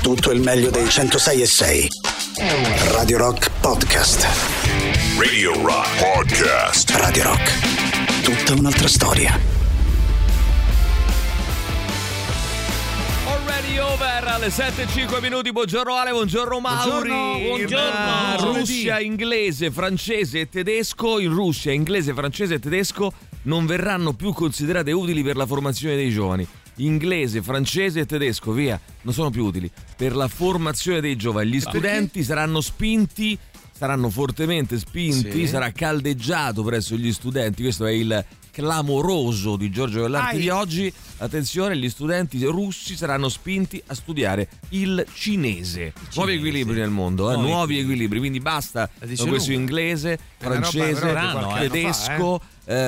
Tutto il meglio dei 106.6. Radio Rock Podcast. Radio Rock Podcast. Radio Rock. Tutta un'altra storia. Already over alle 7:05. Buongiorno Ale, buongiorno Mauri. Buongiorno. Russia, inglese, francese e tedesco. In Russia, inglese, francese e tedesco non verranno più considerate utili per la formazione dei giovani. Inglese, francese e tedesco, via, non sono più utili per la formazione dei giovani. Gli studenti saranno spinti, saranno fortemente spinti, sarà caldeggiato presso gli studenti. Questo è il clamoroso di Giorgio Gallardi di oggi. Attenzione, gli studenti russi saranno spinti a studiare il cinese. Nuovi equilibri nel mondo, nuovi equilibri, quindi basta con questo inglese, francese, tedesco.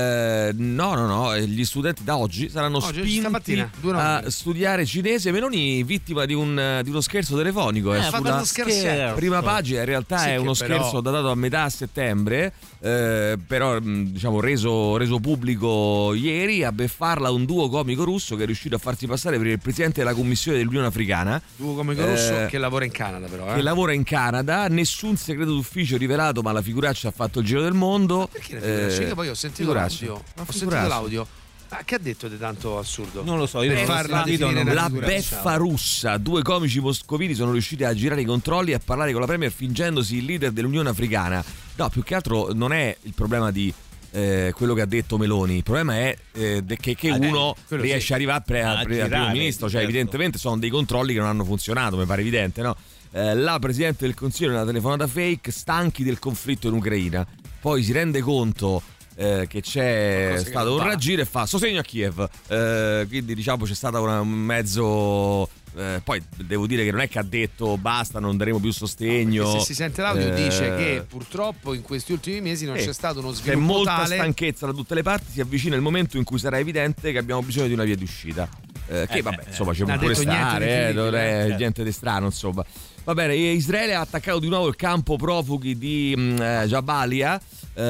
No, gli studenti da oggi saranno spinti a studiare cinese. Meloni vittima di uno scherzo telefonico sulla prima pagina. In realtà è uno scherzo datato a metà settembre, però diciamo reso pubblico ieri. A beffarla un duo comico russo che è riuscito a farsi passare per il presidente della Commissione dell'Unione Africana. Duo comico russo che lavora in Canada, però che lavora in Canada. Nessun segreto d'ufficio rivelato, ma la figuraccia ha fatto il giro del mondo. Perché la figuraccia? Poi ho sentito l'audio. Che ha detto di tanto assurdo? Non lo so, io la beffa russa. Due comici moscoviti sono riusciti a girare i controlli e a parlare con la premier fingendosi il leader dell'Unione Africana. No, più che altro non è il problema di quello che ha detto Meloni. Il problema è che uno riesce a arrivare al primo ministro. Cioè, evidentemente sono dei controlli che non hanno funzionato, mi pare evidente, no? La Presidente del Consiglio nella telefonata fake, stanchi del conflitto in Ucraina. Poi si rende conto che c'è stato un raggiro e fa sostegno a Kiev, quindi diciamo c'è stato un mezzo poi devo dire che non è che ha detto basta, non daremo più sostegno. Se si sente l'audio dice che purtroppo in questi ultimi mesi non c'è stato uno sviluppo c'è molta tale. Stanchezza da tutte le parti, si avvicina il momento in cui sarà evidente che abbiamo bisogno di una via d'uscita, che vabbè insomma ci può pure stare, non è niente di strano insomma. Va bene, Israele ha attaccato di nuovo il campo profughi di Jabalia,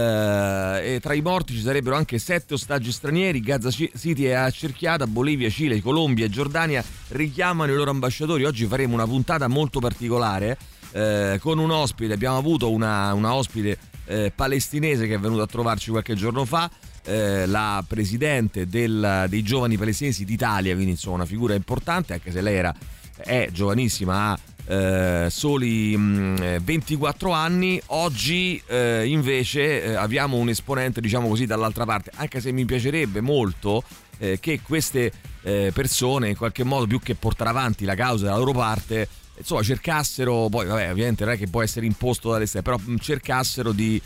e tra i morti ci sarebbero anche 7 ostaggi stranieri. Gaza City è accerchiata, Bolivia, Cile, Colombia e Giordania richiamano i loro ambasciatori. Oggi faremo una puntata molto particolare con un ospite. Abbiamo avuto una ospite palestinese che è venuta a trovarci qualche giorno fa, la presidente dei giovani palestinesi d'Italia, quindi insomma una figura importante, anche se lei è giovanissima, ha soli 24 anni. Oggi invece abbiamo un esponente, diciamo così, dall'altra parte, anche se mi piacerebbe molto che queste persone in qualche modo, più che portare avanti la causa della loro parte, insomma cercassero, poi vabbè ovviamente non è che può essere imposto dalle stesse, però cercassero di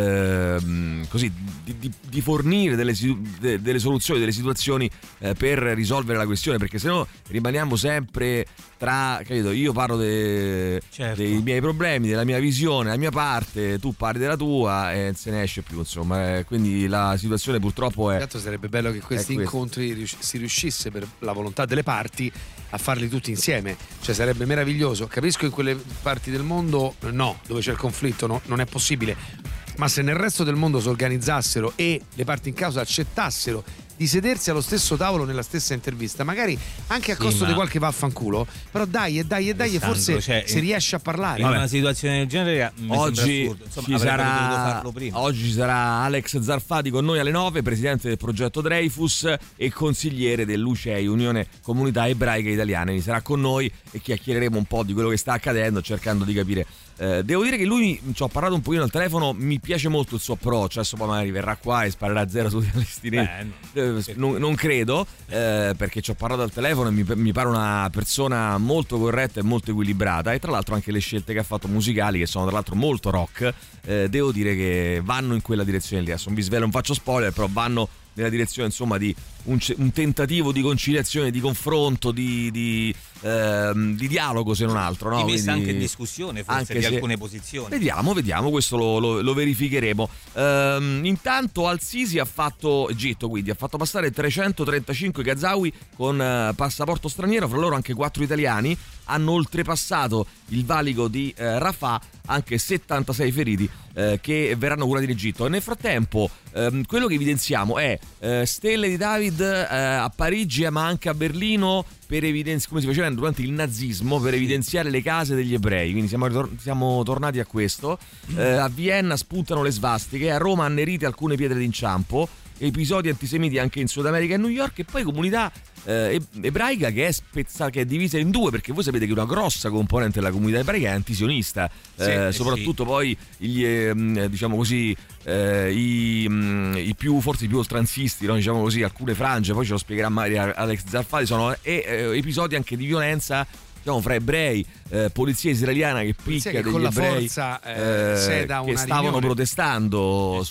fornire delle soluzioni, delle situazioni per risolvere la questione, perché sennò rimaniamo sempre tra, capito, io parlo dei miei problemi, della mia visione, la mia parte, tu parli della tua e non se ne esce più, insomma, quindi la situazione purtroppo è. Certo, sarebbe bello che questi incontri si riuscisse, per la volontà delle parti, a farli tutti insieme, cioè sarebbe meraviglioso. Capisco in quelle parti del mondo dove c'è il conflitto non è possibile, ma se nel resto del mondo si organizzassero e le parti in causa accettassero di sedersi allo stesso tavolo nella stessa intervista, magari anche a costo di qualche vaffanculo, però dai e forse si riesce a parlare. In una situazione del genere oggi ci sarà Alex Zarfati con noi alle 9, presidente del progetto Dreyfus e consigliere dell'UCEI, Unione Comunità Ebraica Italiane. Sarà con noi e chiacchiereremo un po' di quello che sta accadendo, cercando di capire. Devo dire che lui, ci ho parlato un pochino al telefono, mi piace molto il suo approccio. Adesso poi magari verrà qua e sparerà zero sui palestinesi, non credo, perché ci ho parlato al telefono e mi pare una persona molto corretta e molto equilibrata, e tra l'altro anche le scelte che ha fatto musicali, che sono tra l'altro molto rock, devo dire che vanno in quella direzione lì. Adesso non vi svelo, non faccio spoiler, però vanno nella direzione insomma di un tentativo di conciliazione, di confronto, di dialogo, se non altro, no? Di messa anche in discussione forse di alcune posizioni. Vediamo, questo lo verificheremo. Intanto Al-Sisi Egitto quindi ha fatto passare 335 gazawi con passaporto straniero, fra loro anche 4 italiani. Hanno oltrepassato il valico di Rafah, anche 76 feriti che verranno curati in Egitto. E nel frattempo quello che evidenziamo è stelle di Davide Madrid, a Parigi, ma anche a Berlino, per come si faceva durante il nazismo, per evidenziare le case degli ebrei. Quindi siamo tornati a questo. A Vienna spuntano le svastiche, a Roma annerite alcune pietre d'inciampo, episodi antisemiti anche in Sud America e New York, e poi comunità ebraica che è divisa in due, perché voi sapete che una grossa componente della comunità ebraica è antisionista, soprattutto poi diciamo così i più oltranzisti, no? Diciamo così, alcune frange, poi ce lo spiegherà magari Alex Zarfati, sono episodi anche di violenza, diciamo, fra ebrei, polizia israeliana che picchia degli con ebrei forza, che stavano protestando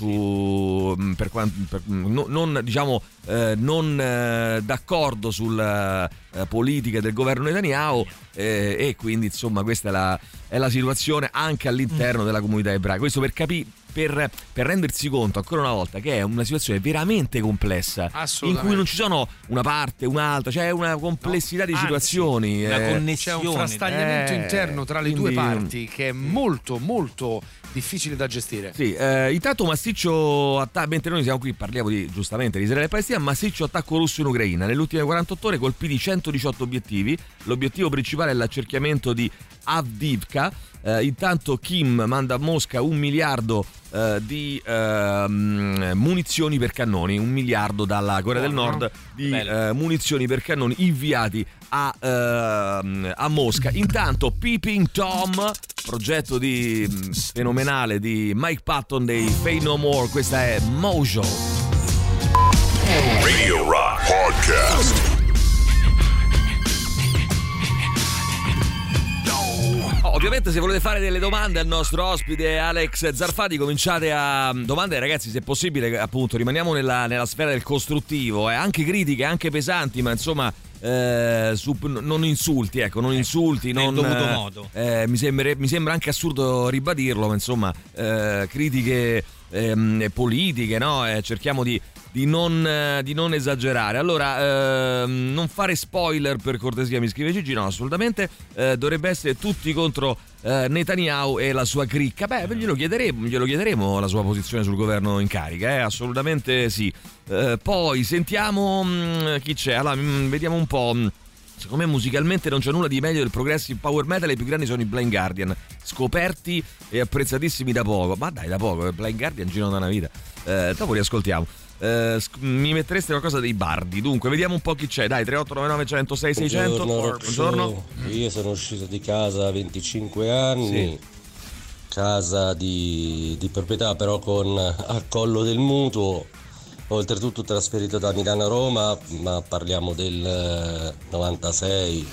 non d'accordo sulla politica del governo Netanyahu, e quindi insomma questa è la situazione anche all'interno della comunità ebraica. Questo per capire, per rendersi conto ancora una volta che è una situazione veramente complessa, in cui non ci sono una parte, un'altra, c'è una complessità di situazioni, una connessione, c'è un frastagliamento interno tra le due parti che è molto molto difficile da gestire. Sì, intanto massiccio attacco, mentre noi siamo qui parliamo giustamente di Israele e Palestina, massiccio attacco russo in Ucraina. Nelle ultime 48 ore colpiti 118 obiettivi. L'obiettivo principale è l'accerchiamento di Avdiivka. Intanto Kim manda a Mosca 1 miliardo di munizioni per cannoni, 1 miliardo dalla Corea del Nord di munizioni per cannoni inviati a Mosca. Intanto Peeping Tom, progetto fenomenale di Mike Patton dei Fade No More, questa è Mojo. Radio Rock Podcast. Ovviamente se volete fare delle domande al nostro ospite Alex Zarfati, cominciate a domande, ragazzi, se possibile, appunto, rimaniamo nella sfera del costruttivo, anche critiche, anche pesanti, ma insomma non insulti, non insulti, nel dovuto modo. Mi sembra anche assurdo ribadirlo, ma insomma critiche politiche, no? Cerchiamo di non esagerare. Allora, non fare spoiler per cortesia, mi scrive Gigi. No, assolutamente. Dovrebbe essere tutti contro Netanyahu e la sua cricca. Beh, glielo chiederemo la sua posizione sul governo in carica, assolutamente sì. Poi sentiamo chi c'è. Allora, vediamo un po'. Secondo me musicalmente non c'è nulla di meglio del progressive power metal, i più grandi sono i Blind Guardian, scoperti e apprezzatissimi da poco. Ma dai, da poco, Blind Guardian girano da una vita. Dopo riascoltiamo. Mi mettereste qualcosa dei Bardi. Dunque, vediamo un po' chi c'è. Dai, 3899 106 600. Buongiorno. Io sono uscito di casa a 25 anni. Sì. Casa di proprietà, però con accollo del mutuo. Oltretutto trasferito da Milano a Roma, ma parliamo del 96,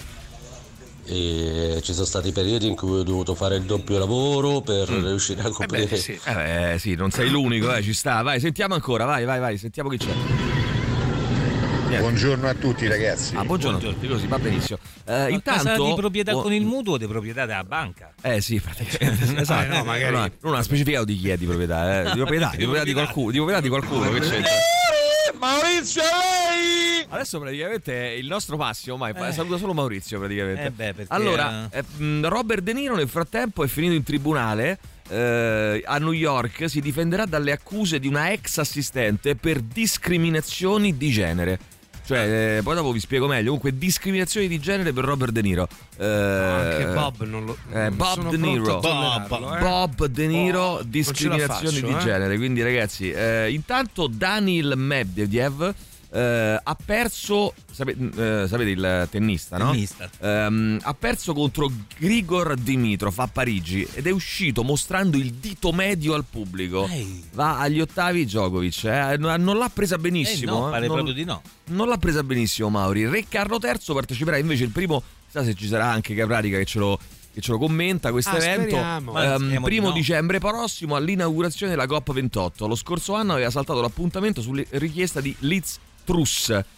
e ci sono stati periodi in cui ho dovuto fare il doppio lavoro per riuscire a coprire. Sì, non sei l'unico, ci sta. Vai, sentiamo ancora, vai, sentiamo chi c'è. Buongiorno a tutti, ragazzi. Buongiorno a tutti, così va benissimo. Intanto casa di proprietà con il mutuo o di proprietà della banca? Sì, praticamente. Esatto. No, magari non ha specificato di chi è di proprietà, di proprietà di qualcuno che c'è. Maurizio, lei! Adesso praticamente il nostro Massimo ormai saluta solo Maurizio praticamente. Perché... Allora, Robert De Niro nel frattempo è finito in tribunale a New York, si difenderà dalle accuse di una ex assistente per discriminazioni di genere. Cioè, poi dopo vi spiego meglio. Comunque, discriminazioni di genere per Robert De Niro. Anche Bob non lo. Bob De Niro. Bob De Niro, discriminazioni di genere. Quindi, ragazzi, intanto Daniil Medvedev ha perso. Sapete il tennista, no? Ha perso contro Grigor Dimitrov a Parigi ed è uscito mostrando il dito medio al pubblico. Va agli ottavi Djokovic. Non l'ha presa benissimo. No, pare proprio di no. Non l'ha presa benissimo Mauri. Re Carlo III parteciperà invece il primo. Sa se ci sarà anche Capratica che ce lo commenta questo evento. 1 dicembre prossimo all'inaugurazione della COP28. Lo scorso anno aveva saltato l'appuntamento sulle richiesta di Liz Truss,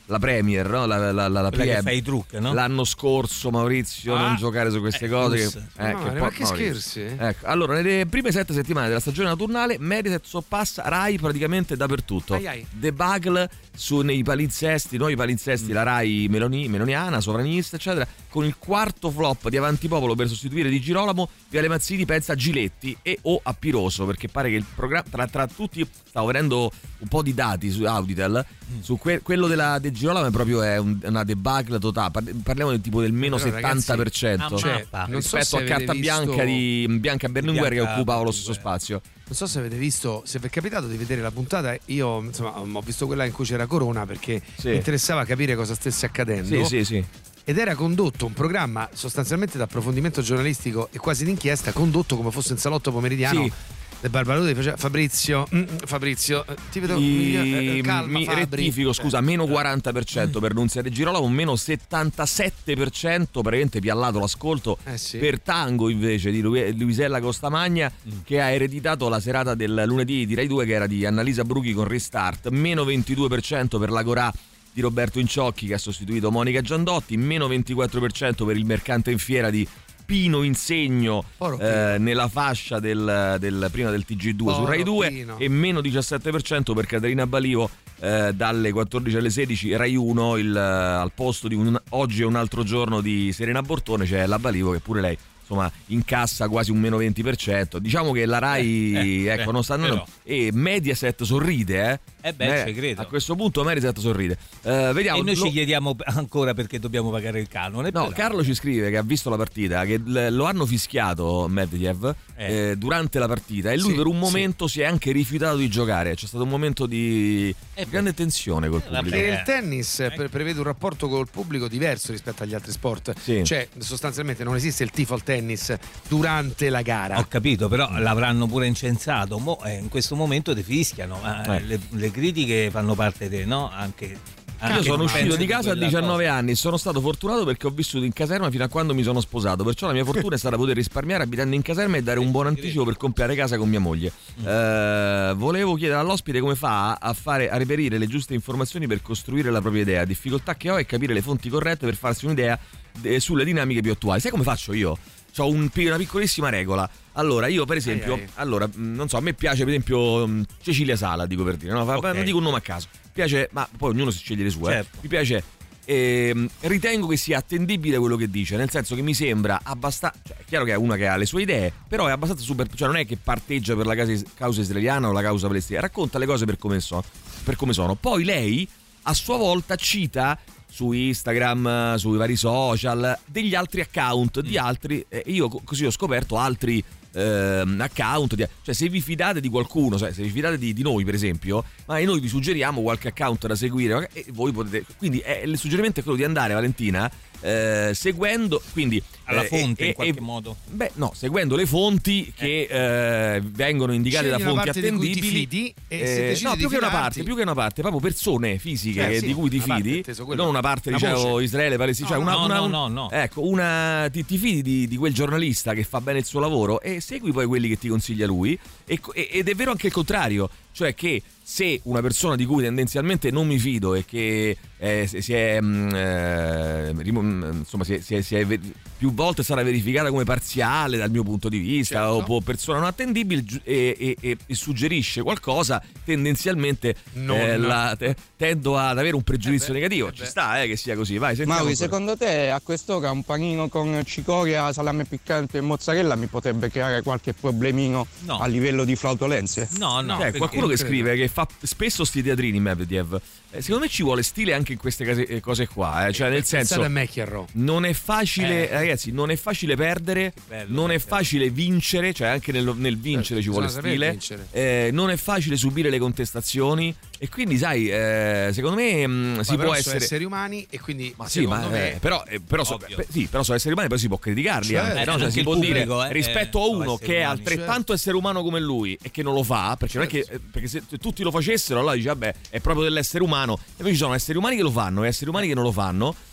la Premier, no? la PM, che fai i trucchi, no? L'anno scorso, Maurizio, non giocare su queste cose. Ma che scherzi? Ecco, allora, nelle prime 7 settimane della stagione autunnale, Mediaset sorpassa Rai praticamente dappertutto. Debacle nei palinsesti, nuovi palinsesti, la Rai meloniana, sovranista, eccetera, con il quarto flop di Avantipopolo per sostituire Di Girolamo. Viale Mazzini pensa a Giletti o a Piroso, perché pare che il programma tra tutti, stavo vedendo un po' di dati su Auditel, su quello De Girolamo è proprio una debacle totale. Parliamo del tipo del meno 70%, cioè, rispetto a Carta Bianca di Bianca Berlinguer che occupava lo stesso spazio. Non so se avete visto, se vi è capitato di vedere la puntata. Io insomma ho visto quella in cui c'era Corona, perché mi interessava capire cosa stesse accadendo. Sì. Ed era condotto un programma sostanzialmente di approfondimento giornalistico e quasi d'inchiesta, condotto come fosse un salotto pomeridiano. Sì. De Barbarotti faceva Fabrizio, ti vedo calma, mi rettifico, scusa, meno 40% per Nunzia De Girolamo, meno 77% praticamente piallato l'ascolto per Tango invece di Luisella Costamagna, che ha ereditato la serata del lunedì di Rai 2, che era di Annalisa Bruchi con Restart, meno 22% per l'Agorà di Roberto Inciocchi, che ha sostituito Monica Giandotti, meno 24% per Il Mercante in Fiera di Pino Insegno nella fascia del prima del TG2 su Rai 2 Pino. E meno 17% per Caterina Balivo dalle 14 alle 16 Rai 1 al posto di Oggi è un altro giorno di Serena Bortone, c'è la Balivo che pure lei insomma incassa quasi un meno 20%. Diciamo che la Rai non sta andando, e Mediaset sorride ci credo. A questo punto Mediaset sorride. Vediamo. E noi ci chiediamo ancora perché dobbiamo pagare il canone. No, Carlo ci scrive che ha visto la partita, che lo hanno fischiato Medvedev durante la partita, e lui per un momento si è anche rifiutato di giocare. C'è stato un momento di grande tensione col pubblico. Perché il tennis prevede un rapporto col pubblico diverso rispetto agli altri sport. Cioè sostanzialmente non esiste il tifo al tennis durante la gara. Ho capito, però l'avranno pure incensato. In questo momento ti fischiano. Le critiche fanno parte anche. Io sono uscito di casa a 19 anni, sono stato fortunato perché ho vissuto in caserma fino a quando mi sono sposato, perciò la mia fortuna è stata poter risparmiare abitando in caserma e dare un buon anticipo per comprare casa con mia moglie. Volevo chiedere all'ospite come fa a reperire le giuste informazioni per costruire la propria idea. Difficoltà che ho è capire le fonti corrette per farsi un'idea sulle dinamiche più attuali. Sai come faccio io? C'ho una piccolissima regola. Allora, io per esempio, non so, a me piace per esempio Cecilia Sala, dico per dire, no? Non dico un nome a caso. Piace, ma poi ognuno si sceglie le sue. Certo. Mi piace, ritengo che sia attendibile quello che dice, nel senso che mi sembra abbastanza, cioè, è chiaro che è una che ha le sue idee, però è abbastanza cioè non è che parteggia per la causa israeliana o la causa palestinese, racconta le cose per come sono. Poi lei a sua volta cita su Instagram, sui vari social, degli altri account di altri, io così ho scoperto altri account, cioè se vi fidate di qualcuno, cioè se vi fidate di noi per esempio, ma noi vi suggeriamo qualche account da seguire e voi potete, quindi il suggerimento è quello di andare, Valentina, seguendo, quindi alla fonte in qualche modo. Seguendo le fonti che vengono indicate da fonti attendibili. Più che una parte, proprio persone fisiche di cui ti fidi, non una parte, diciamo, Israele, Palestina, no. Ecco, ti fidi di quel giornalista che fa bene il suo lavoro e segui poi quelli che ti consiglia lui, ed è vero anche il contrario, cioè che se una persona di cui tendenzialmente non mi fido e che si è più volte sarà verificata come parziale dal mio punto di vista, o persona non attendibile, e suggerisce qualcosa, tendenzialmente tendo ad avere un pregiudizio negativo. Ci sta che sia così. Vai, Mauri, secondo te a quest'ora un panino con cicoria, salame piccante e mozzarella mi potrebbe creare qualche problemino a livello di flautolenze? No. Qualcuno che scrive che fa spesso sti teatrini Medvedev. Secondo me ci vuole stile anche in queste cose qua, cioè nel senso non è facile, ragazzi, non è facile perdere, non è facile vincere, cioè anche nel vincere ci vuole stile, non è facile subire le contestazioni, e quindi sai, secondo me si può essere esseri umani, e quindi però sono esseri umani, poi si può criticarli, cioè si può dire rispetto a uno che è altrettanto essere umano come lui e che non lo fa, perché non è che perché se tutti lo facessero allora dici vabbè è proprio dell'essere umano, e poi ci sono esseri umani che lo fanno e esseri umani che non lo fanno,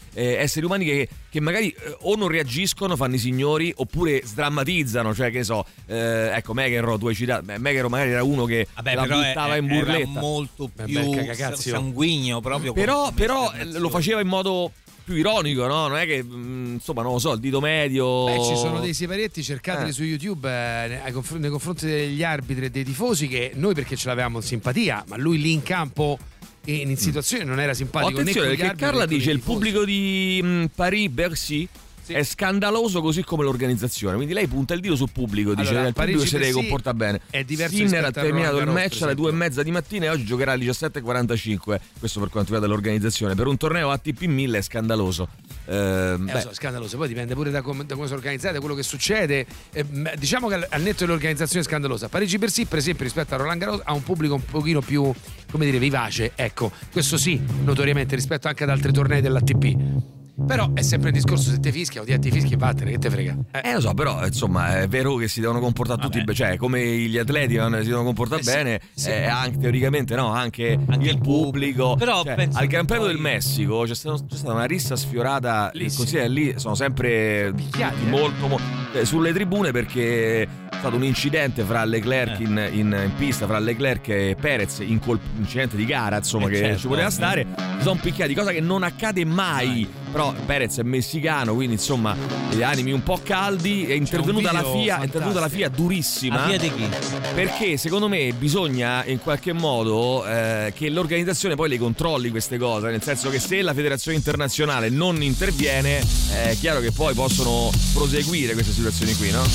esseri umani che magari o non reagiscono, fanno i signori, oppure sdrammatizzano, cioè che so, ecco McEnroe, tu hai citato, McEnroe magari era uno che la buttava in burletta, era molto più sanguigno proprio, però lo faceva in modo più ironico, no? Non è che insomma, non lo so, il dito medio. Ci sono dei siparietti, cercateli su YouTube nei confronti degli arbitri e dei tifosi, che noi perché ce l'avevamo in simpatia, ma lui lì in campo in situazione non era simpatico. Attenzione, perché Carla dice il pubblico di Paris-Bercy è scandaloso, così come l'organizzazione, quindi lei punta il dito sul pubblico, dice il pubblico si deve comportare bene. È diverso. Sinner ha terminato il match alle 2:30 di mattina e oggi giocherà alle 17:45. Questo per quanto riguarda l'organizzazione. Per un torneo ATP 1000 è scandaloso. So, scandaloso, poi dipende pure da come sono organizzate, quello che succede. Diciamo che al netto dell'organizzazione è scandalosa. Parigi-Bercy, per esempio, rispetto a Roland Garros, ha un pubblico un pochino più, come dire, vivace. Ecco, questo sì, notoriamente, rispetto anche ad altri tornei dell'ATP. Però è sempre il discorso, se te fischia o ti fischi e vattene, che te frega. Lo so, però insomma è vero che si devono comportare tutti, cioè come gli atleti si devono comportare bene, anche teoricamente anche il pubblico. Però cioè, al Gran Premio del Messico c'è stata una rissa sfiorata, considera lì sono sempre molto sulle tribune, perché è stato un incidente fra Leclerc in pista, fra Leclerc e Perez, incidente di gara, insomma, che ci poteva stare. Si sono picchiati, cosa che non accade mai. Però Perez è messicano, quindi insomma gli animi un po' caldi. È intervenuta la FIA durissima. La FIA di chi? Perché secondo me bisogna in qualche modo che l'organizzazione poi le controlli queste cose, nel senso che se la federazione internazionale non interviene è chiaro che poi possono proseguire queste situazioni qui, no?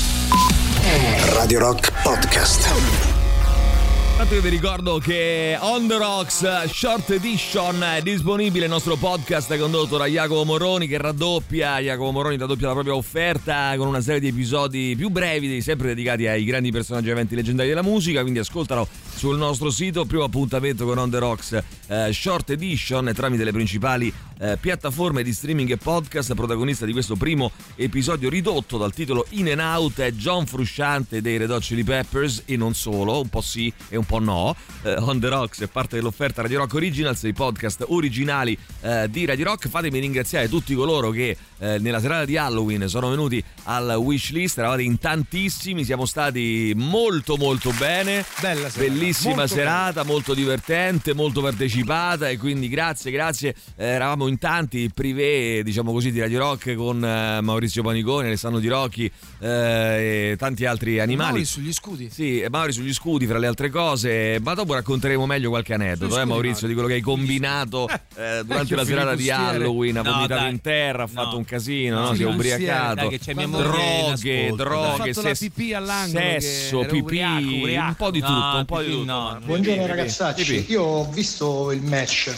Radio Rock Podcast. Tanto io vi ricordo che On The Rocks Short Edition è disponibile, il nostro podcast condotto da Jacopo Moroni, che raddoppia la propria offerta con una serie di episodi più brevi, sempre dedicati ai grandi personaggi e eventi leggendari della musica, quindi ascoltalo sul nostro sito. Primo appuntamento con On The Rocks Short Edition tramite le principali piattaforme di streaming e podcast. Protagonista di questo primo episodio ridotto dal titolo In and Out è John Frusciante dei Red Hot Chili Peppers, e non solo, un po' sì e un po' no. On The Rocks è parte dell'offerta Radio Rock Originals, dei podcast originali di Radio Rock. Fatemi ringraziare tutti coloro che nella serata di Halloween sono venuti al Wishlist, eravate in tantissimi, siamo stati molto molto bene, bella serata, bellissima molto serata, bella, molto divertente, molto partecipata, e quindi grazie. Eravamo in tanti, privé diciamo così di Radio Rock, con Maurizio Paniconi, Alessandro Di Rocchi e tanti altri animali. Mauri sugli scudi. Sì, Mauri sugli scudi fra le altre cose, ma dopo racconteremo meglio qualche aneddoto, Maurizio, di quello che hai combinato durante la serata di Halloween. Ha vomitato in terra, ha fatto un casino, no? Si è ubriacato, droghe, sesso, pipì, un po' di tutto, No. Buongiorno ragazzacci, io ho visto il match.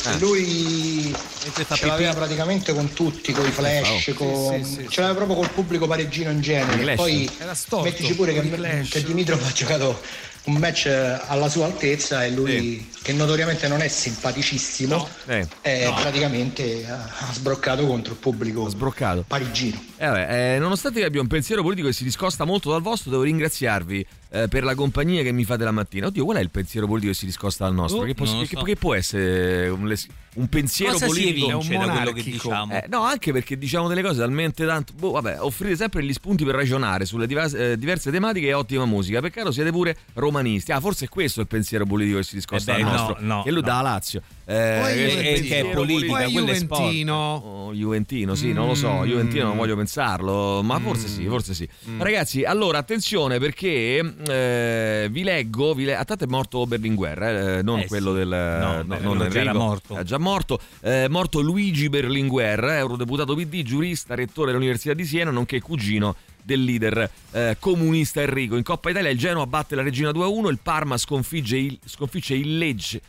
Lui ce l'aveva praticamente con tutti, con i flash, ce l'aveva proprio col pubblico parigino in genere. Poi mettici pure che Dimitrov ha giocato un match alla sua altezza, e lui che notoriamente non è simpaticissimo praticamente ha sbroccato contro il pubblico parigino. Nonostante abbia un pensiero politico che si discosta molto dal vostro, devo ringraziarvi per la compagnia che mi fate la mattina. Oddio, qual è il pensiero politico che si discosta dal nostro? Che può essere un pensiero cosa politico? Si evince da quello che diciamo? No, anche perché diciamo delle cose talmente tanto. Offrite sempre gli spunti per ragionare sulle diverse tematiche e ottima musica. Peccato siete pure romanisti. Forse è questo il pensiero politico che si discosta dal nostro. E lui dalla Lazio. Che è politica, quello è Juventino. Juventino, sì, non lo so. Juventino non voglio pensarlo, ma forse sì. Ragazzi, allora attenzione, perché vi leggo. A tanto è morto Berlinguer, non quello del. Non Enrico, era morto. È già morto. Morto Luigi Berlinguer, eurodeputato PD, giurista, rettore dell'Università di Siena, nonché cugino del leader comunista Enrico. In Coppa Italia il Genoa batte la Reggina 2-1, il Parma sconfigge il Lecce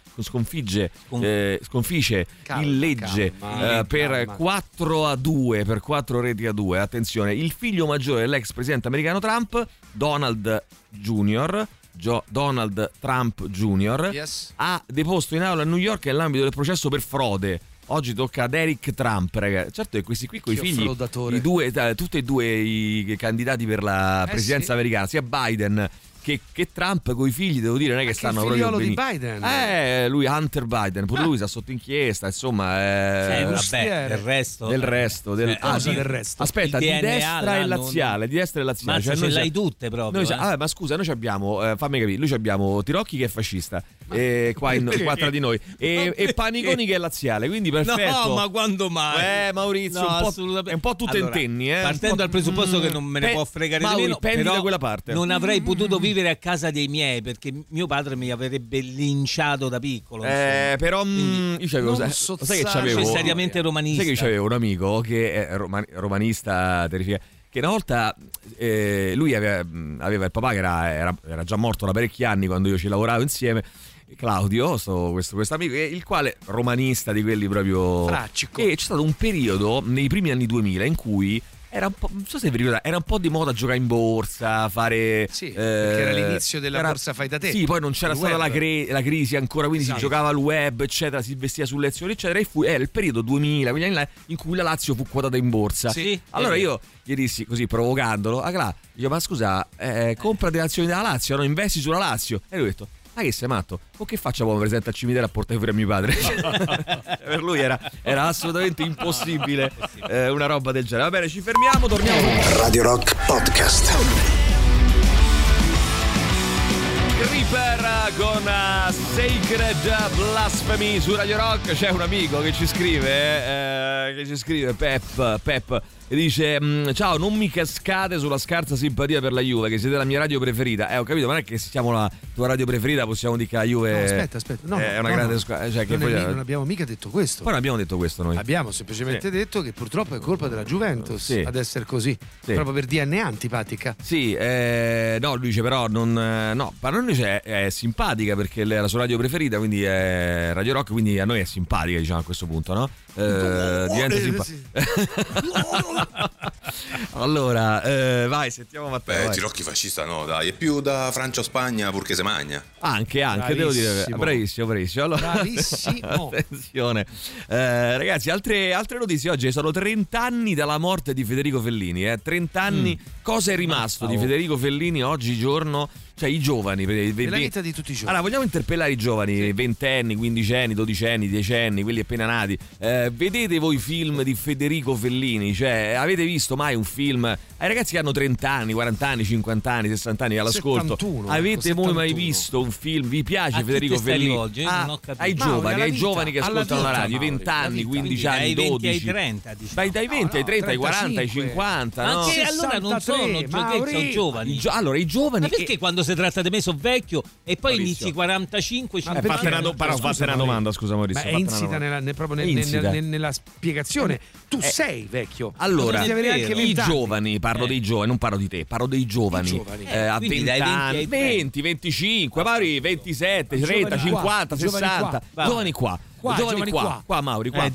per 4-2, per 4 reti a 2. Attenzione, il figlio maggiore dell'ex presidente americano Trump, Donald Trump Jr. ha deposto in aula a New York nell'ambito del processo per frode. Oggi tocca ad Eric Trump, ragazzi. Certo che questi qui coi figli, tutti e due i candidati per la presidenza americana, sia Biden che Trump coi figli, devo dire, non è che stanno proprio il figliolo di Biden. Lui Hunter Biden, pure lui sta sotto inchiesta, insomma, vabbè, del resto. Aspetta, di destra e laziale, Ma cioè, ce l'hai tutte proprio. Ma scusa, noi abbiamo, fammi capire, noi abbiamo Tirocchi che è fascista, qua tra di noi, e Paniconi che è laziale, quindi perfetto. No, ma quando mai? Maurizio, è un po' tu tentenni, partendo dal presupposto che non me ne può fregare di meno, però da quella parte. non avrei potuto vivere a casa dei miei perché mio padre mi avrebbe linciato da piccolo. Però io c'avevo, sai che c'avevo necessariamente romanista. Sai che c'avevo un amico che è romanista terrificante, che una volta lui aveva il papà che era già morto da parecchi anni quando io ci lavoravo insieme, Claudio, questo amico, il quale romanista di quelli proprio fraccico. E c'è stato un periodo nei primi anni 2000 in cui era un po', non so se vi ricordate, era un po' di moda giocare in borsa, fare perché era l'inizio della borsa fai da te. Sì, poi non c'era stata la crisi ancora, quindi si giocava al web, eccetera, si investiva sulle azioni, eccetera, e era il periodo 2000, quegli anni là, in cui la Lazio fu quotata in borsa. Sì, allora io gli dissi così, provocandolo, dico, ma scusa, comprati le azioni della Lazio, no? Investi sulla Lazio. E lui ha detto: ma che sei matto? O che faccia poi presente al cimitero a portare fuori a mio padre? Per lui era assolutamente impossibile una roba del genere. Va bene, ci fermiamo, torniamo. Radio Rock Podcast. Creeper con Sacred Blasphemy su Radio Rock. C'è un amico che ci scrive Pep, e dice: ciao, non mi cascate sulla scarsa simpatia per la Juve, che siete la mia radio preferita. Ho capito, ma non è che siamo la tua radio preferita, possiamo dire che la Juve aspetta, no, è una grande squadra. Cioè, non abbiamo mica detto questo. Poi non abbiamo detto questo noi. Abbiamo semplicemente detto che purtroppo è colpa della Juventus ad essere così, proprio per DNA antipatica. Sì, no, lui dice però no, ma non dice è simpatica perché è la sua radio preferita, quindi è Radio Rock, quindi a noi è simpatica, diciamo, a questo punto, no? Diventa simpatica. Allora, vai, sentiamo Matteo. Tirocchi fascista no, dai, è più da Francia o Spagna pur che se magna. Anche, devo dire, bravissimo. Allora, bravissimo. Attenzione. Ragazzi, altre notizie oggi. Sono 30 anni dalla morte di Federico Fellini, 30 anni. Cosa è rimasto di Federico Fellini oggigiorno? Cioè i giovani, nella vita di tutti i giorni. Allora, vogliamo interpellare i giovani, ventenni, quindicenni, dodicenni, diecenni, quelli appena nati. Vedete voi film di Federico Fellini? Cioè, avete visto mai un film? Ai ragazzi che hanno 30 anni, 40 anni, 50 anni, 60 anni all'ascolto, 71, avete voi mai visto un film? Vi piace Federico Fellini? Ai giovani che ascoltano la radio, 20 anni, 15 anni, 12. Dai 20 ai 30, diciamo. Dai 20 ai 30, ai 40, ai 50. Ma anche allora non sono giovani. Allora, i giovani. Ma perché quando si tratta di me sono vecchio e poi inizi 45, 50? Fate una domanda, scusa Maurizio. Ma è insita nella spiegazione. Tu sei vecchio. Allora, i giovani, parlo dei giovani, non parlo di te, parlo dei giovani. A 20 anni, 20, 25, Mauri, 27, 30, 50, 60. Giovani qua. Giovani qua, Mauri, qua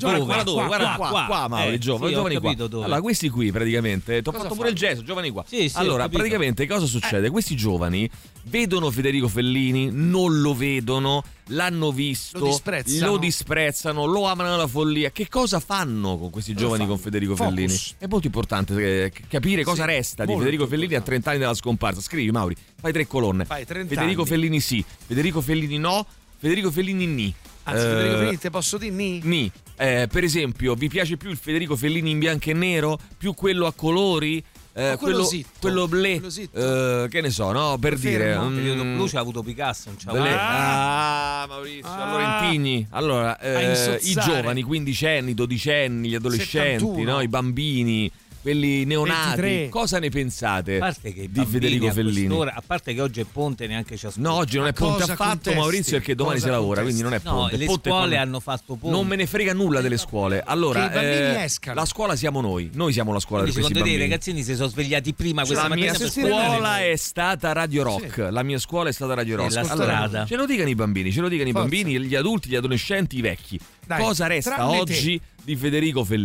Mauri, giovani qua. Allora, questi qui praticamente, ti ho fatto pure il gesto, giovani qua. Allora, praticamente cosa succede? Questi giovani vedono Federico Fellini, non lo vedono, l'hanno visto, lo disprezzano, lo amano alla follia. Che cosa fanno con questi giovani con Federico Fellini? È molto importante capire cosa resta di Federico Fellini a 30 anni dalla scomparsa. Scrivi, Mauri, fai 3 colonne. Federico Fellini sì, Federico Fellini no, Federico Fellini ni. Anzi, Federico Fellini, te posso dire ni? Per esempio, vi piace più il Federico Fellini in bianco e nero? Più quello a colori? Quello blé, che ne so, no? Per dire, il periodo blu c'ha avuto Picasso, non Maurizio, allora Intigni. Allora, i giovani, quindicenni, dodicenni, gli adolescenti, 71. No? I bambini, quelli neonati, 23. Cosa ne pensate di Federico Fellini? A parte che oggi è ponte, neanche ci ascolta. No, oggi non è ponte affatto, Maurizio, perché domani si lavora, quindi non è ponte. No, le scuole hanno fatto ponte. Non me ne frega nulla delle scuole. Allora, la scuola siamo noi siamo la scuola di questi bambini. Secondo te i ragazzini si sono svegliati prima questa mattina? La mia scuola è stata Radio Rock. La mia scuola è stata Radio Rock. La strada. Ce lo dicano i bambini, gli adulti, gli adolescenti, i vecchi. Cosa resta oggi di Federico Fellini?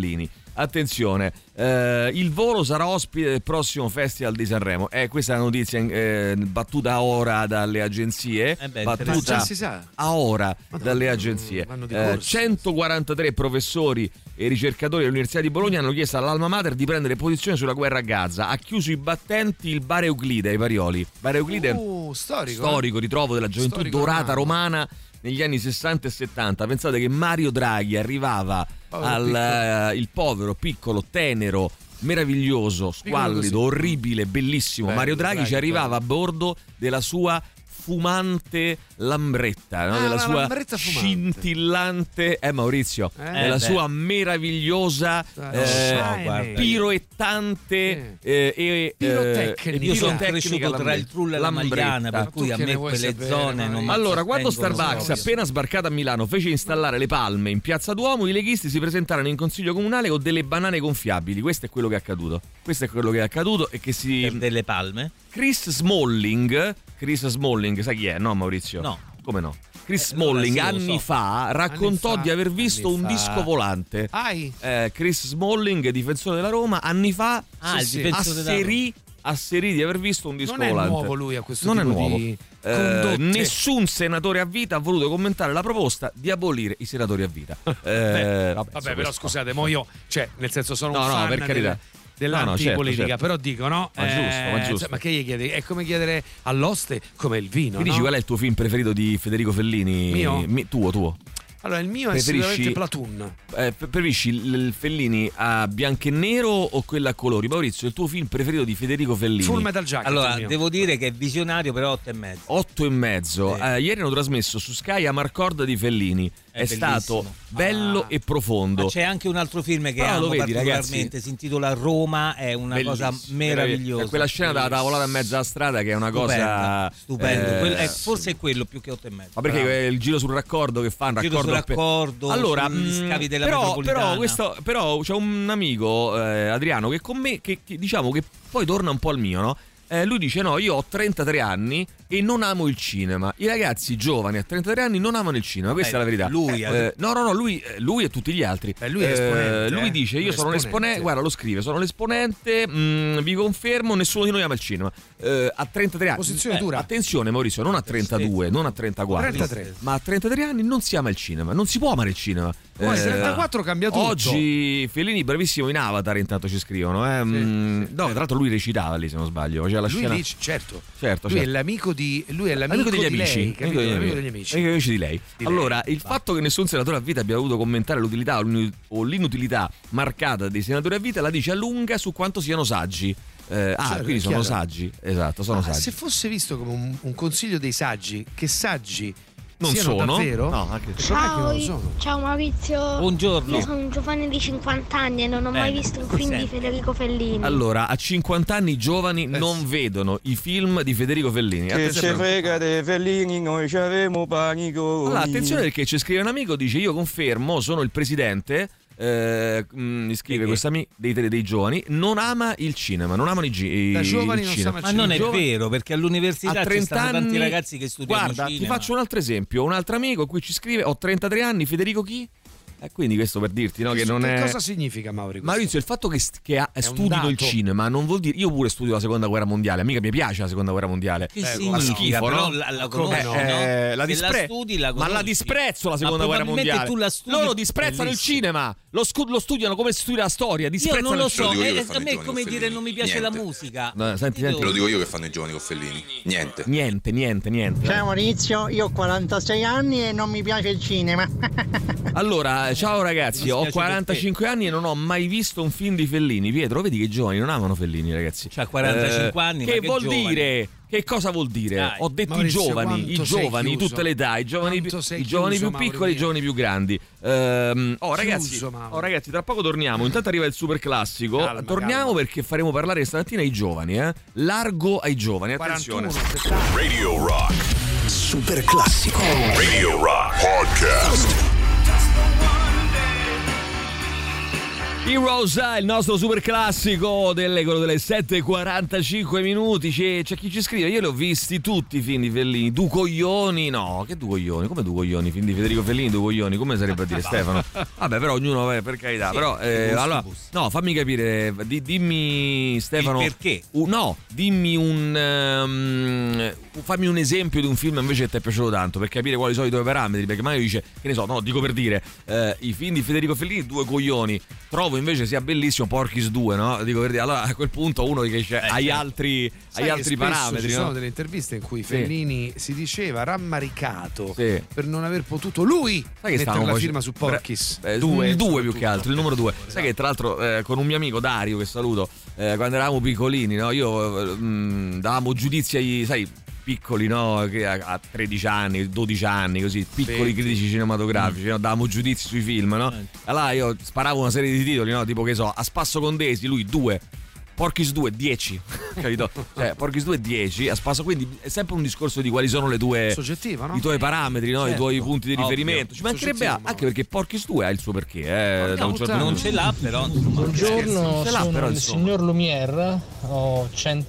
attenzione, il volo sarà ospite del prossimo Festival di Sanremo. Questa è la notizia battuta ora dalle agenzie, battuta a ora dalle agenzie. 143 professori e ricercatori dell'Università di Bologna hanno chiesto all'Alma Mater di prendere posizione sulla guerra a Gaza. Ha chiuso i battenti il Bar Euclide ai Parioli. Bar Euclide, storico ritrovo della gioventù dorata romana negli anni 60 e 70. Pensate che Mario Draghi arrivava il povero, piccolo, tenero, meraviglioso, squallido, orribile, bellissimo Mario Draghi ci arrivava a bordo della sua fumante Lambretta, no? Della sua scintillante Maurizio, della sua meravigliosa piroettante io sono cresciuto tra il Trullo e la Magliana, per cui a me quelle zone non. Allora, quando Starbucks, appena sbarcata a Milano, fece installare le palme in Piazza Duomo, i leghisti si presentarono in consiglio comunale con delle banane gonfiabili. Questo è quello che è accaduto. E che si per delle palme. Chris Smalling, sai chi è? No, Maurizio? No. Come no? Chris Smalling anni fa raccontò di aver visto un disco volante. Chris Smalling, difensore della Roma, anni fa asserì di aver visto un disco volante. Non è nuovo lui a questo non tipo è nuovo. di Nessun senatore a vita ha voluto commentare la proposta di abolire i senatori a vita. Vabbè, però scusate, mo io, nel senso sono un fan per carità. dell'antipolitica, certo. Però dico, no? Ma giusto. Ma che gli chiedi? È come chiedere all'oste come il vino. Mi dici qual è il tuo film preferito di Federico Fellini? Mio? Tuo. Allora, il mio è sicuramente Platoon. Preferisci il Fellini a bianco e nero o quello a colori? Maurizio, il tuo film preferito di Federico Fellini? Full Metal Jacket. Allora, devo dire che è visionario, però 8,5. 8,5. Ieri hanno trasmesso su Sky Amarcord di Fellini. È stato bello e profondo. Ma c'è anche un altro film che amo particolarmente, si intitola Roma, è una cosa meravigliosa. Quella scena della tavolata in mezzo alla strada che è una cosa stupendo. Forse è quello più che 8,5. Ma perché il giro sul raccordo che fanno? Allora, gli scavi della metropolitana. Però c'è un amico, Adriano, che con me che diciamo che poi torna un po' al mio, no? Lui dice: no, io ho 33 anni e non amo il cinema. I ragazzi giovani a 33 anni non amano il cinema, questa è la verità. Lui lui e tutti gli altri. Lui è esponente. Lui dice: io sono l'esponente, guarda, lo scrive, sono l'esponente, vi confermo, nessuno di noi ama il cinema. A 33 anni. Posizione dura. Attenzione Maurizio, non a 32, non a 34, 33. ma a 33 anni non si ama il cinema, non si può amare il cinema. Poi 34 cambia tutto. Oggi Fellini bravissimo in Avatar, intanto ci scrivono. No, tra l'altro lui recitava lì, se non sbaglio. Faceva la scena. Lì, certo. Lui è l'amico degli amici. Amici di lei. Allora, il fatto che nessun senatore a vita abbia voluto commentare l'utilità o l'inutilità marcata dei senatori a vita la dice a lunga su quanto siano saggi. Quindi sono saggi. Esatto, sono saggi. Se fosse visto come un consiglio dei saggi, che saggi non sono davvero? No, anche ciao Maurizio. Buongiorno. Io sono un giovane di 50 anni e non ho mai visto un film di Federico Fellini. Allora, a 50 anni i giovani non vedono i film di Federico Fellini. Che ci frega dei Fellini, noi ci avemo panico. Allora, attenzione, perché ci scrive un amico, dice: io confermo, sono il presidente. Mi scrive questo amico dei giovani, non ama il cinema, non amano da giovani non cinema. Ma non è vero, perché all'università ci stanno tanti ragazzi che studiano cinema. Guarda, ti faccio un altro esempio, un altro amico qui ci scrive: ho 33 anni, Federico chi? Quindi questo per dirti, no, che non è. Cosa significa, Maurizio? Il fatto che studino il cinema non vuol dire. Io pure studio la seconda guerra mondiale, mica mi piace la seconda guerra mondiale. Che significa? Schifo, però no? La conosci, no? La studi, la ma la disprezzo la seconda guerra mondiale. Tu la studi, loro disprezzano il cinema, lo studiano come si studia la storia. Io non lo so, a me è come dire non mi piace la musica. Senti. Lo dico io che fanno i giovani con Fellini. Niente. Ciao Maurizio, io ho 46 anni e non mi piace il cinema. Allora, ciao ragazzi, ho 45 anni e non ho mai visto un film di Fellini. Pietro, vedi che i giovani non amano Fellini, ragazzi. C'ha 45 anni, che vuol dire? Che cosa vuol dire? Dai, ho detto Maurizio, i giovani, tutte le età, i giovani più piccoli, i giovani più grandi. Ragazzi, tra poco torniamo. Intanto arriva il super classico. Torniamo perché faremo parlare stamattina ai giovani, Largo ai giovani, attenzione. 41, Radio Rock. Super classico. Radio Rock Podcast. Heroes, il nostro super classico quello delle 7:45 minuti. C'è chi ci scrive: io li ho visti tutti i film di Fellini. Du coglioni? No, che du coglioni? Come du coglioni? Film di Federico Fellini, du coglioni? Come sarebbe a dire Stefano? Vabbè, però ognuno, per carità. Sì, però allora, no, fammi capire. Dimmi, Stefano. Il perché? No, dimmi fammi un esempio di un film invece che ti è piaciuto tanto, per capire quali sono i tuoi parametri. Perché magari dice, che ne so, no, dico per dire, i film di Federico Fellini, due coglioni. Trovo invece sia bellissimo Porky's 2, no? Dico per dire, allora a quel punto uno dice hai altri parametri. Ci no? sono delle interviste in cui Fellini si diceva rammaricato per non aver potuto lui mettere la firma su Porky's. Due più che altro, il numero 2. Sai che tra l'altro con un mio amico Dario, che saluto, quando eravamo piccolini, no? Io davamo giudizi ai, sai, piccoli, no? Che a 13 anni, 12 anni, così, piccoli critici cinematografici, no? Davamo giudizi sui film, no? Allora io sparavo una serie di titoli, no? Tipo, che so, A spasso con Daisy, lui 2. Porky's 2 10, capito? Cioè Porky's 2 10 a spasso, quindi è sempre un discorso di quali sono le tue soggettiva, no? I tuoi parametri, no? Certo. I tuoi punti di riferimento. Ci mancherebbe anche perché Porky's 2 ha il suo perché, da un certo non ce l'ha, però. Buongiorno, sono il signor Lumière, ho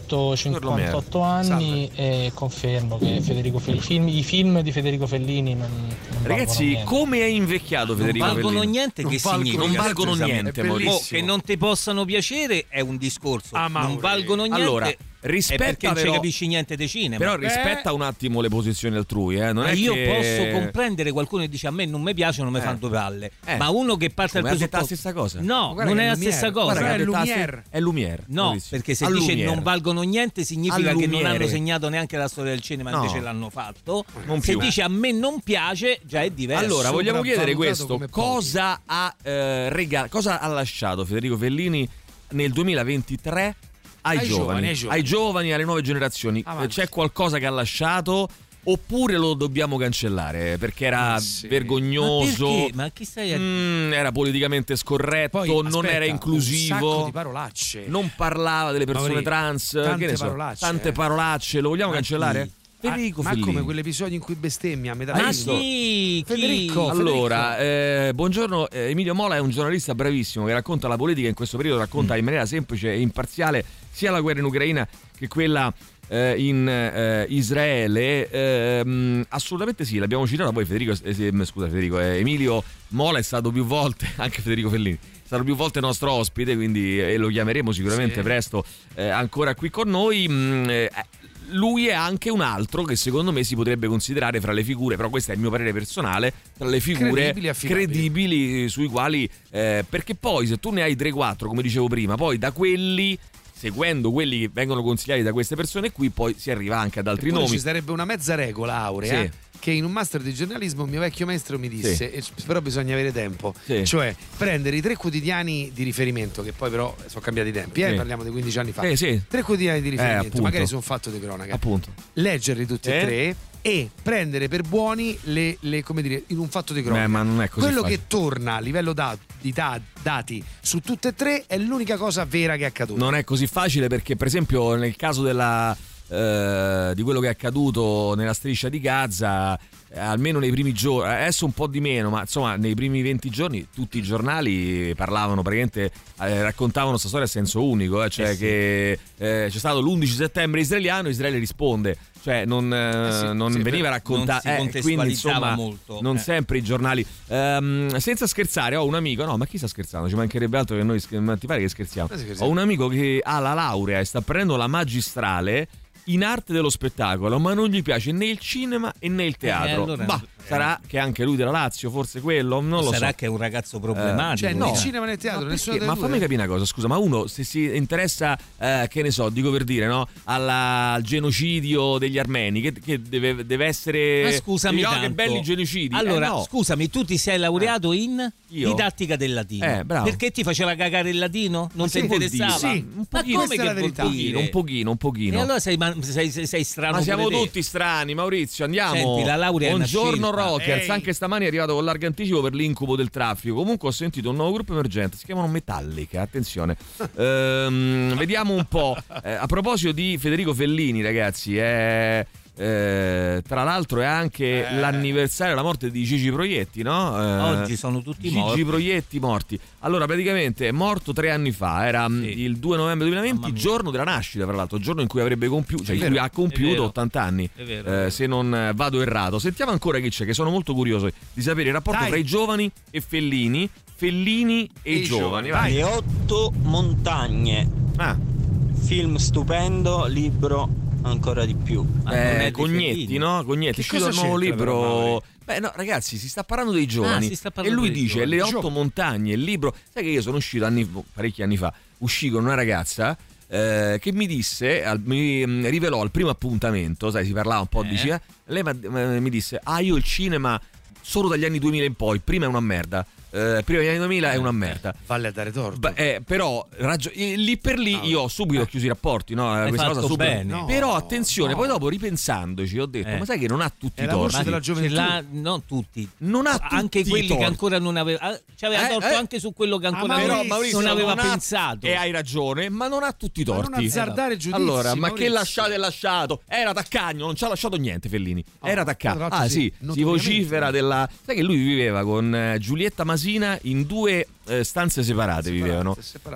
158 anni e confermo che i film di Federico Fellini non ragazzi, come è invecchiato Federico Fellini? Non valgono niente, che significa? Non valgono niente, che non ti possano piacere è un discorso. Non valgono niente. Allora, rispetta, perché non ci capisci niente di cinema. Però rispetta un attimo le posizioni altrui, non è io che... posso comprendere qualcuno che dice a me non mi piace, non mi fanno due palle. Ma uno che parte dal presupposto, la stessa cosa. No, non è la stessa cosa. È Lumière. No, perché se dice non valgono niente significa che non hanno segnato neanche la storia del cinema, invece l'hanno fatto. Se dice a me non piace, già è diverso. Allora, vogliamo chiedere questo: cosa ha lasciato Federico Fellini nel 2023 ai giovani, alle nuove generazioni? C'è qualcosa che ha lasciato oppure lo dobbiamo cancellare perché era vergognoso? Ma chi stai era politicamente scorretto, poi, non era inclusivo, un sacco di parolacce, non parlava delle persone trans, tante parolacce. Lo vogliamo cancellare? Federico Fellini. Ma come quell'episodio in cui bestemmia a metà Federico. Allora, buongiorno, Emilio Mola è un giornalista bravissimo che racconta la politica in questo periodo, racconta in maniera semplice e imparziale sia la guerra in Ucraina che quella in Israele. Assolutamente sì, l'abbiamo citato. Poi Emilio Mola è stato più volte, anche Federico Fellini è stato più volte nostro ospite, quindi lo chiameremo sicuramente presto ancora qui con noi. Lui è anche un altro che secondo me si potrebbe considerare fra le figure, però questo è il mio parere personale, tra le figure credibili sui quali perché poi se tu ne hai 3-4 come dicevo prima, poi da quelli, seguendo quelli che vengono consigliati da queste persone qui, poi si arriva anche ad altri nomi. Ci sarebbe una mezza regola aurea che in un master di giornalismo il mio vecchio maestro mi disse, però bisogna avere tempo, cioè prendere i 3 quotidiani di riferimento, che poi però sono cambiati i tempi, parliamo di 15 anni fa, 3 quotidiani di riferimento, magari sono fatto di cronaca, leggerli tutti e 3 e prendere per buoni le come dire, in un fatto di cronaca. Ma non è così quello facile. che torna a livello di dati su tutte e 3 è l'unica cosa vera che è accaduta. Non è così facile perché per esempio nel caso di quello che è accaduto nella striscia di Gaza, almeno nei primi giorni, adesso un po' di meno, ma insomma nei primi 20 giorni tutti i giornali parlavano praticamente, raccontavano questa storia a senso unico, cioè che c'è stato l'11 settembre israeliano, Israele risponde, cioè non veniva raccontato, quindi insomma molto, non sempre i giornali, senza scherzare, ho un amico, no ma chi sta scherzando, ci mancherebbe altro che noi, ma ti pare che scherziamo? Ho un amico che ha la laurea e sta prendendo la magistrale in arte dello spettacolo, ma non gli piace né il cinema e né il teatro. Sarà che anche lui della Lazio, forse quello, non lo so. Sarà che è un ragazzo problematico. Cioè, né cinema né teatro, nessuno dei ma due. fammi capire una cosa, scusa, ma uno se si interessa, che ne so, dico per dire, no, al genocidio degli armeni, che deve essere. Ma scusami, che belli genocidi. Allora, scusami, tu ti sei laureato in didattica del latino. Perché ti faceva cagare il latino? Non ti interessava? Sì, un pochino, un pochino. E allora sei strano. Ma siamo tutti strani, Maurizio, andiamo. Senti, la laurea è una Buongiorno Rockers, anche stamani è arrivato con largo anticipo per l'incubo del traffico. Comunque ho sentito un nuovo gruppo emergente, si chiamano Metallica, attenzione. Vediamo un po'. A proposito di Federico Fellini, ragazzi, Tra l'altro è anche l'anniversario della morte di Gigi Proietti, no? Oggi sono tutti morti. Gigi Proietti morti. Allora, praticamente è morto 3 anni fa, era il 2 novembre 2020, giorno della nascita, tra l'altro, giorno in cui avrebbe compiuto, cioè in cui ha compiuto 80 anni, se non vado errato. Sentiamo ancora chi c'è, che sono molto curioso di sapere il rapporto tra i giovani e Fellini e i giovani. Vai. Le 8 montagne. Film stupendo, libro ancora di più. Cognetti, no? Cognetti, è uscito il nuovo libro. Beh, no, ragazzi, si sta parlando dei giovani. E lui dice: le 8 montagne, il libro. Sai che io sono uscito parecchi anni fa, uscì con una ragazza che mi disse, mi rivelò al primo appuntamento, sai, si parlava un po' di cinema. Lei mi disse: io il cinema solo dagli anni 2000 in poi, prima è una merda. Prima degli anni 2000 è una merda. Valle a dare torto. Però lì per lì io ho subito chiuso i rapporti, no? Questa cosa super bene. No, però attenzione, poi dopo ripensandoci ho detto ma sai che non ha tutti i torti della gioventù. Non tutti. Non ha tutti anche quelli torti. Che ancora non aveva aveva torto anche su quello che ancora non aveva pensato. E hai ragione, ma non ha tutti i torti. Ma non azzardare giudizi. Allora, ma Maurizio. Che lasciato? Era taccagno, non ci ha lasciato niente Fellini. Era taccagno. Si vocifera della. Sai che lui viveva con Giulietta Masina in 2 stanze separate vivevano.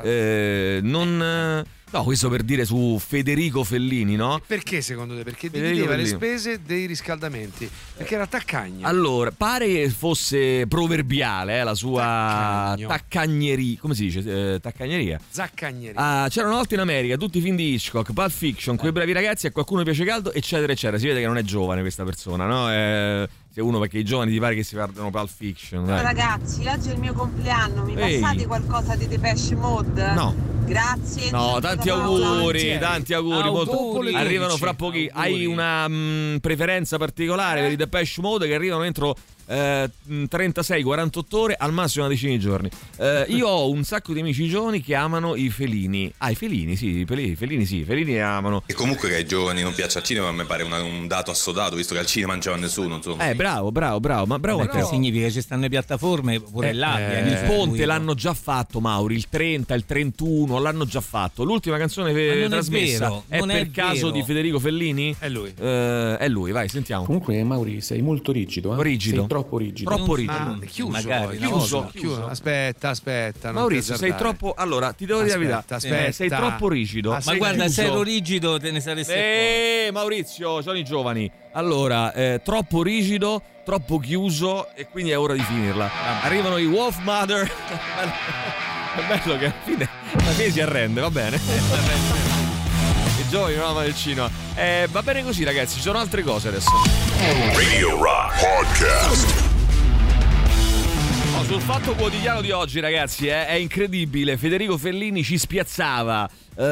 No, questo per dire su Federico Fellini, no? Perché secondo te? Perché divideva le spese dei riscaldamenti? Perché era taccagno. Allora, pare che fosse proverbiale la sua taccagneria. Come si dice? Taccagneria? Zaccagneria. C'era una volta in America tutti i film di Hitchcock, Pulp Fiction, Quei bravi ragazzi, a qualcuno piace caldo, eccetera, eccetera. Si vede che non è giovane questa persona, no? Se uno, perché i giovani ti pare che si guardano Pulp Fiction. Ragazzi, oggi è il mio compleanno, mi passate qualcosa di Depeche Mode? No. Grazie. No, tanti auguri. Arrivano fra pochi. Hai una preferenza particolare per i Depeche Mode che arrivano entro 36-48 ore, al massimo una decina di giorni. Io ho un sacco di amici giovani che amano i Felini. I Felini, sì, Felini amano. E comunque che ai giovani non piaccia al cinema, a me pare un dato assodato, visto che al cinema non c'era nessuno, insomma. Bravo, ma bravo a te. Significa che ci stanno le piattaforme pure là. Il ponte l'hanno già fatto, Mauri, il 30, il 31 l'hanno già fatto. L'ultima canzone trasmessa è per caso di Federico Fellini? È lui. È lui, vai, sentiamo. Comunque, Mauri, sei molto rigido, Rigido. Sei troppo rigido. Chiuso. Magari chiuso. Aspetta. Maurizio, sei troppo. Allora, ti devo dire la verità. Sei troppo rigido. Ma guarda, chiuso. Se ero rigido te ne saresti accorto. Maurizio, sono i giovani. Allora, troppo rigido, troppo chiuso, e quindi è ora di finirla. Arrivano i Wolf Mother. È bello che alla fine si arrende, va bene. I giovani non amano il cinema. Va bene così, ragazzi, ci sono altre cose adesso. Radio Rock Podcast. Sul Fatto Quotidiano di oggi, ragazzi, è incredibile. Federico Fellini ci spiazzava.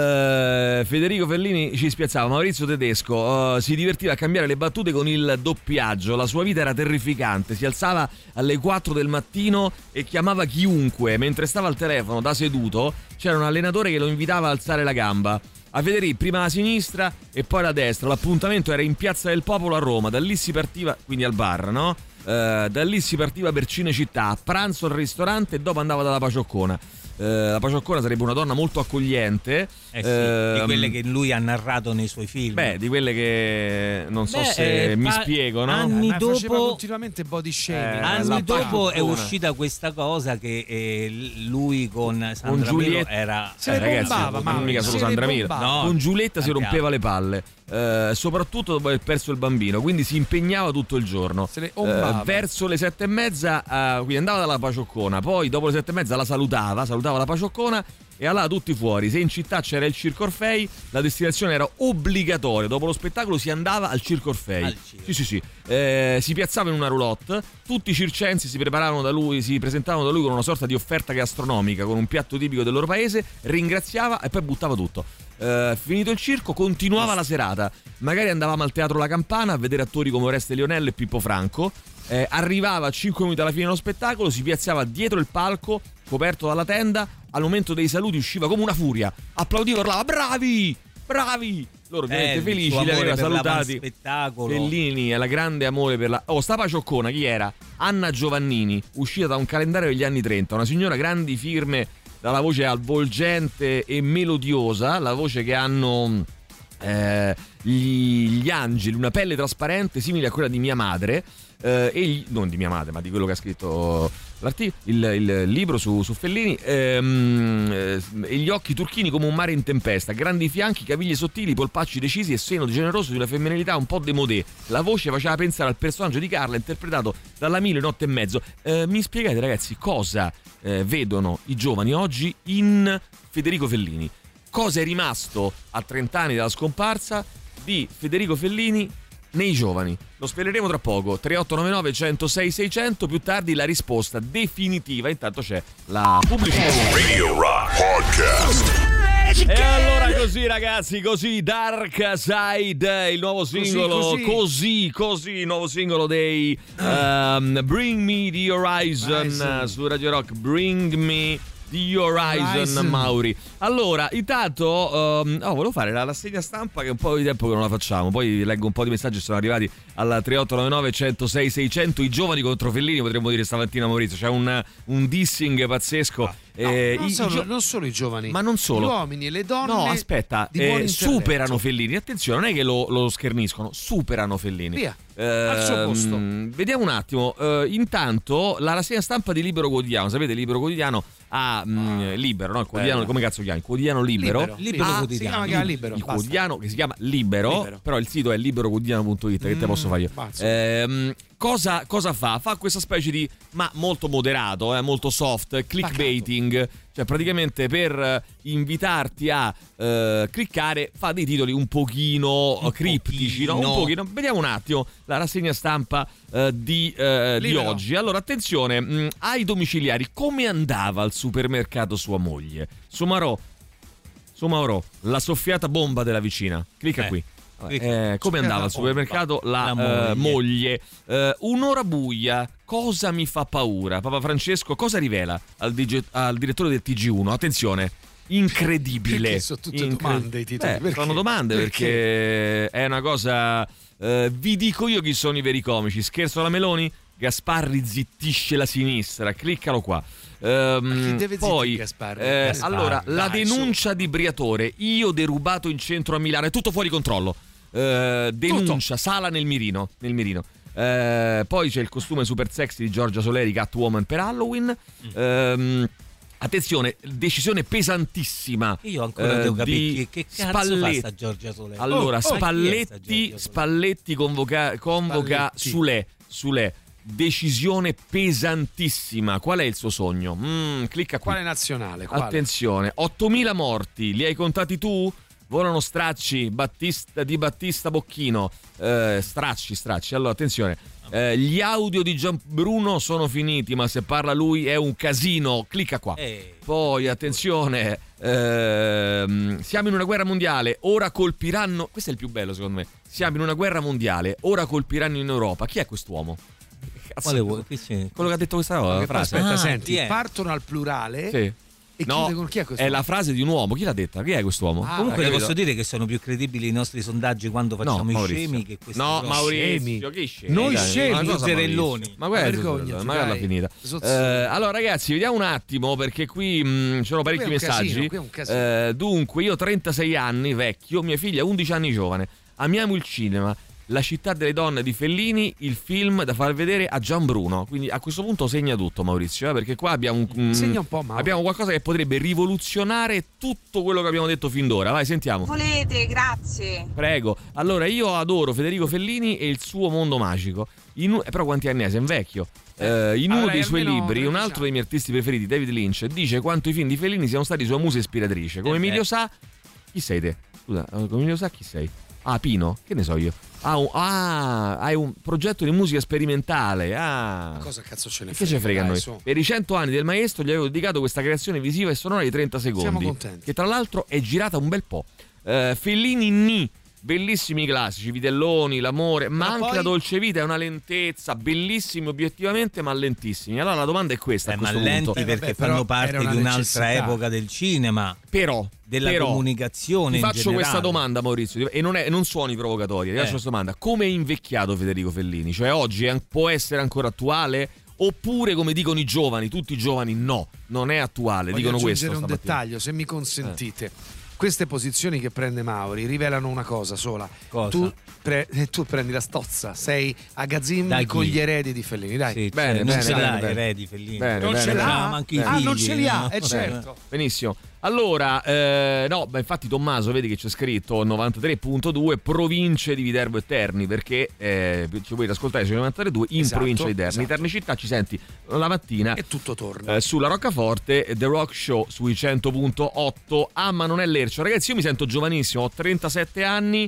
Maurizio Tedesco si divertiva a cambiare le battute con il doppiaggio. La sua vita era terrificante. Si alzava alle 4 del mattino e chiamava chiunque. Mentre stava al telefono da seduto, c'era un allenatore che lo invitava a alzare la gamba. A Federico prima la sinistra e poi la destra. L'appuntamento era in Piazza del Popolo a Roma. Da lì si partiva, quindi al bar, no? Da lì si partiva per Cinecittà, a pranzo al ristorante e dopo andava dalla Pacioccona. La Pacioccona sarebbe una donna molto accogliente, di quelle che lui ha narrato nei suoi film. Di quelle che non so se mi spiego, no? Anni dopo faceva continuamente body shaming. Anni dopo è uscita questa cosa che lui con Sandra Milo era bombava, ma mica solo Sandra Milo. Con Giulietta si rompeva le palle. Soprattutto dopo aver perso il bambino, quindi si impegnava tutto il giorno. Verso le 7:30 quindi andava dalla Pacioccona, poi dopo le 7:30 la salutava la Pacioccona e allora tutti fuori. Se in città c'era il Circo Orfei, la destinazione era obbligatoria. Dopo lo spettacolo si andava al Circo Orfei. Sì. Si piazzava in una roulotte. Tutti i circensi si presentavano da lui con una sorta di offerta gastronomica, con un piatto tipico del loro paese, ringraziava e poi buttava tutto. Finito il circo continuava la serata. Magari andavamo al Teatro La Campana a vedere attori come Oreste Lionello e Pippo Franco. Arrivava a 5 minuti alla fine dello spettacolo, si piazzava dietro il palco coperto dalla tenda. Al momento dei saluti usciva come una furia, applaudiva, urlava bravi! Loro ovviamente felici, li aveva salutati. Fellini è la grande amore per la. Sta Pacioccona chi era? Anna Giovannini, uscita da un calendario degli anni 30, una signora grandi firme, dalla voce avvolgente e melodiosa, la voce che hanno Gli angeli, una pelle trasparente simile a quella di mia madre, non di mia madre ma di quello che ha scritto il libro su Fellini, e gli occhi turchini come un mare in tempesta, grandi fianchi, caviglie sottili, polpacci decisi e seno generoso di una femminilità un po' démodé. La voce faceva pensare al personaggio di Carla interpretato dalla Milo in 8 e mezzo. Mi spiegate ragazzi cosa vedono i giovani oggi in Federico Fellini? Cosa è rimasto a 30 anni dalla scomparsa di Federico Fellini nei giovani? Lo sveleremo tra poco. 3899 106 600, più tardi la risposta definitiva. Intanto c'è la pubblicità. Radio Rock Podcast. E allora così ragazzi, così Dark Side, il nuovo singolo, così il nuovo singolo dei Bring Me the Horizon su Radio Rock. Bring Me The Horizon, Mauri. Allora, intanto volevo fare la rassegna stampa, che è un po' di tempo che non la facciamo. Poi leggo un po' di messaggi che sono arrivati alla 3899 106 600. I giovani contro Fellini, potremmo dire stamattina, Maurizio. C'è un dissing pazzesco. Non solo i giovani, ma non solo gli uomini e le donne. No, aspetta, superano Fellini. Attenzione, non è che lo scherniscono, superano Fellini. Via. Al suo posto. Vediamo un attimo. Intanto la rassegna stampa di Libero Quotidiano, sapete, Libero Quotidiano ha Libero, no? Il quotidiano, come cazzo chiami? Il quotidiano Libero. Libero Quotidiano. Si chiama Libero. Il quotidiano che si chiama Libero, però il sito è liberoquotidiano.it. Che te posso fare io? Cosa fa? Fa questa specie di, ma molto moderato, molto soft, clickbaiting. Cioè praticamente per invitarti a cliccare fa dei titoli un pochino criptici, no? Un pochino. Vediamo un attimo la rassegna stampa di oggi. Allora attenzione, ai domiciliari, come andava al supermercato sua moglie? Sumarò, la soffiata bomba della vicina. Clicca qui. Come andava al supermercato la moglie? Un'ora buia, cosa mi fa paura? Papa Francesco cosa rivela al direttore del TG1? Attenzione, incredibile. Perché sono tutte domande i titoli? Sono domande perché è una cosa. Vi dico io chi sono i veri comici. Scherzo alla Meloni? Gasparri zittisce la sinistra. Cliccalo qua. Poi Gasparri? allora la denuncia di Briatore, io derubato in centro a Milano, è tutto fuori controllo. Denuncia Sala nel mirino. Poi c'è il costume super sexy di Giorgia Soleri, Catwoman per Halloween. Attenzione, decisione pesantissima. Io ancora devo capire che cazzo Spalletti. fa sta Giorgia Soleri. Allora Spalletti convoca Sule. Decisione pesantissima. Qual è il suo sogno? Clicca qui. Quale nazionale? Quale? Attenzione, 8.000 morti, li hai contati tu? Volano stracci, Battista Bocchino, stracci. Allora attenzione, gli audio di Gianbruno sono finiti, ma se parla lui è un casino. Clicca qua. Poi attenzione, siamo in una guerra mondiale, ora colpiranno. Questo è il più bello secondo me. Siamo in una guerra mondiale, ora colpiranno in Europa. Chi è quest'uomo? Quello che ha detto questa frase. Aspetta, senti, partono al plurale. Sì. E chiude con chi è questo? È la frase di un uomo. Chi l'ha detta? Chi è quest'uomo? Comunque posso dire che sono più credibili i nostri sondaggi quando facciamo i scemi che questi. No, Maurizio, che scemi? Noi scemi, Zerelloni. Ma guarda, magari l'ha finita. Allora ragazzi, vediamo un attimo perché qui ci sono parecchi messaggi. Dunque, io ho 36 anni, vecchio, mia figlia 11 anni giovane. Amiamo il cinema. La città delle donne di Fellini, il film da far vedere a Gianbruno. Quindi a questo punto segna tutto, Maurizio, perché qua abbiamo segna un po', abbiamo qualcosa che potrebbe rivoluzionare tutto quello che abbiamo detto fin d'ora. Vai, sentiamo. Volete, grazie. Prego. Allora, io adoro Federico Fellini e il suo mondo magico. Però quanti anni è? Sei un vecchio. In uno dei suoi libri, un altro dei miei artisti preferiti, David Lynch, dice quanto i film di Fellini siano stati sua musa ispiratrice. Come Emilio sa, chi sei te? Scusa, come Emilio sa, chi sei? Ah, Pino? Che ne so io? Hai un progetto di musica sperimentale. Ma cosa cazzo ce ne frega? Che ce frega a noi? Per i 100 anni del maestro gli avevo dedicato questa creazione visiva e sonora di 30 secondi. Siamo contenti. Che tra l'altro è girata un bel po'. Fellini bellissimi classici, Vitelloni, L'amore, ma anche poi... La dolce vita è una lentezza, bellissimi obiettivamente, ma lentissimi. Allora la domanda è questa, a questo ma lenti punto. Perché fanno parte di un'altra epoca del cinema, della comunicazione. Ti faccio questa domanda, Maurizio, e non suoni provocatoria. Ti faccio questa domanda: come è invecchiato Federico Fellini? Cioè oggi può essere ancora attuale? Oppure, come dicono i giovani, tutti i giovani, no, non è attuale. Voglio dicono questo. Voglio aggiungere un dettaglio, se mi consentite. queste posizioni che prende Mauri rivelano una cosa sola. Cosa? Tu prendi la stozza, sei a Gazim con gli eredi di Fellini, dai. Sì, bene, non bene, ce l'ha bene. eredi Fellini. Non ce l'ha? Anche i figli, non ce li ha, no? certo. Benissimo. Allora, infatti Tommaso vedi che c'è scritto 93.2 province di Viterbo e Terni, perché ci puoi ascoltare sui 93.2 in provincia di Terni. Terni città ci senti la mattina e tutto torna. Sulla Roccaforte, The Rock Show sui 100.8. Ma non è lercio. Ragazzi, io mi sento giovanissimo, ho 37 anni.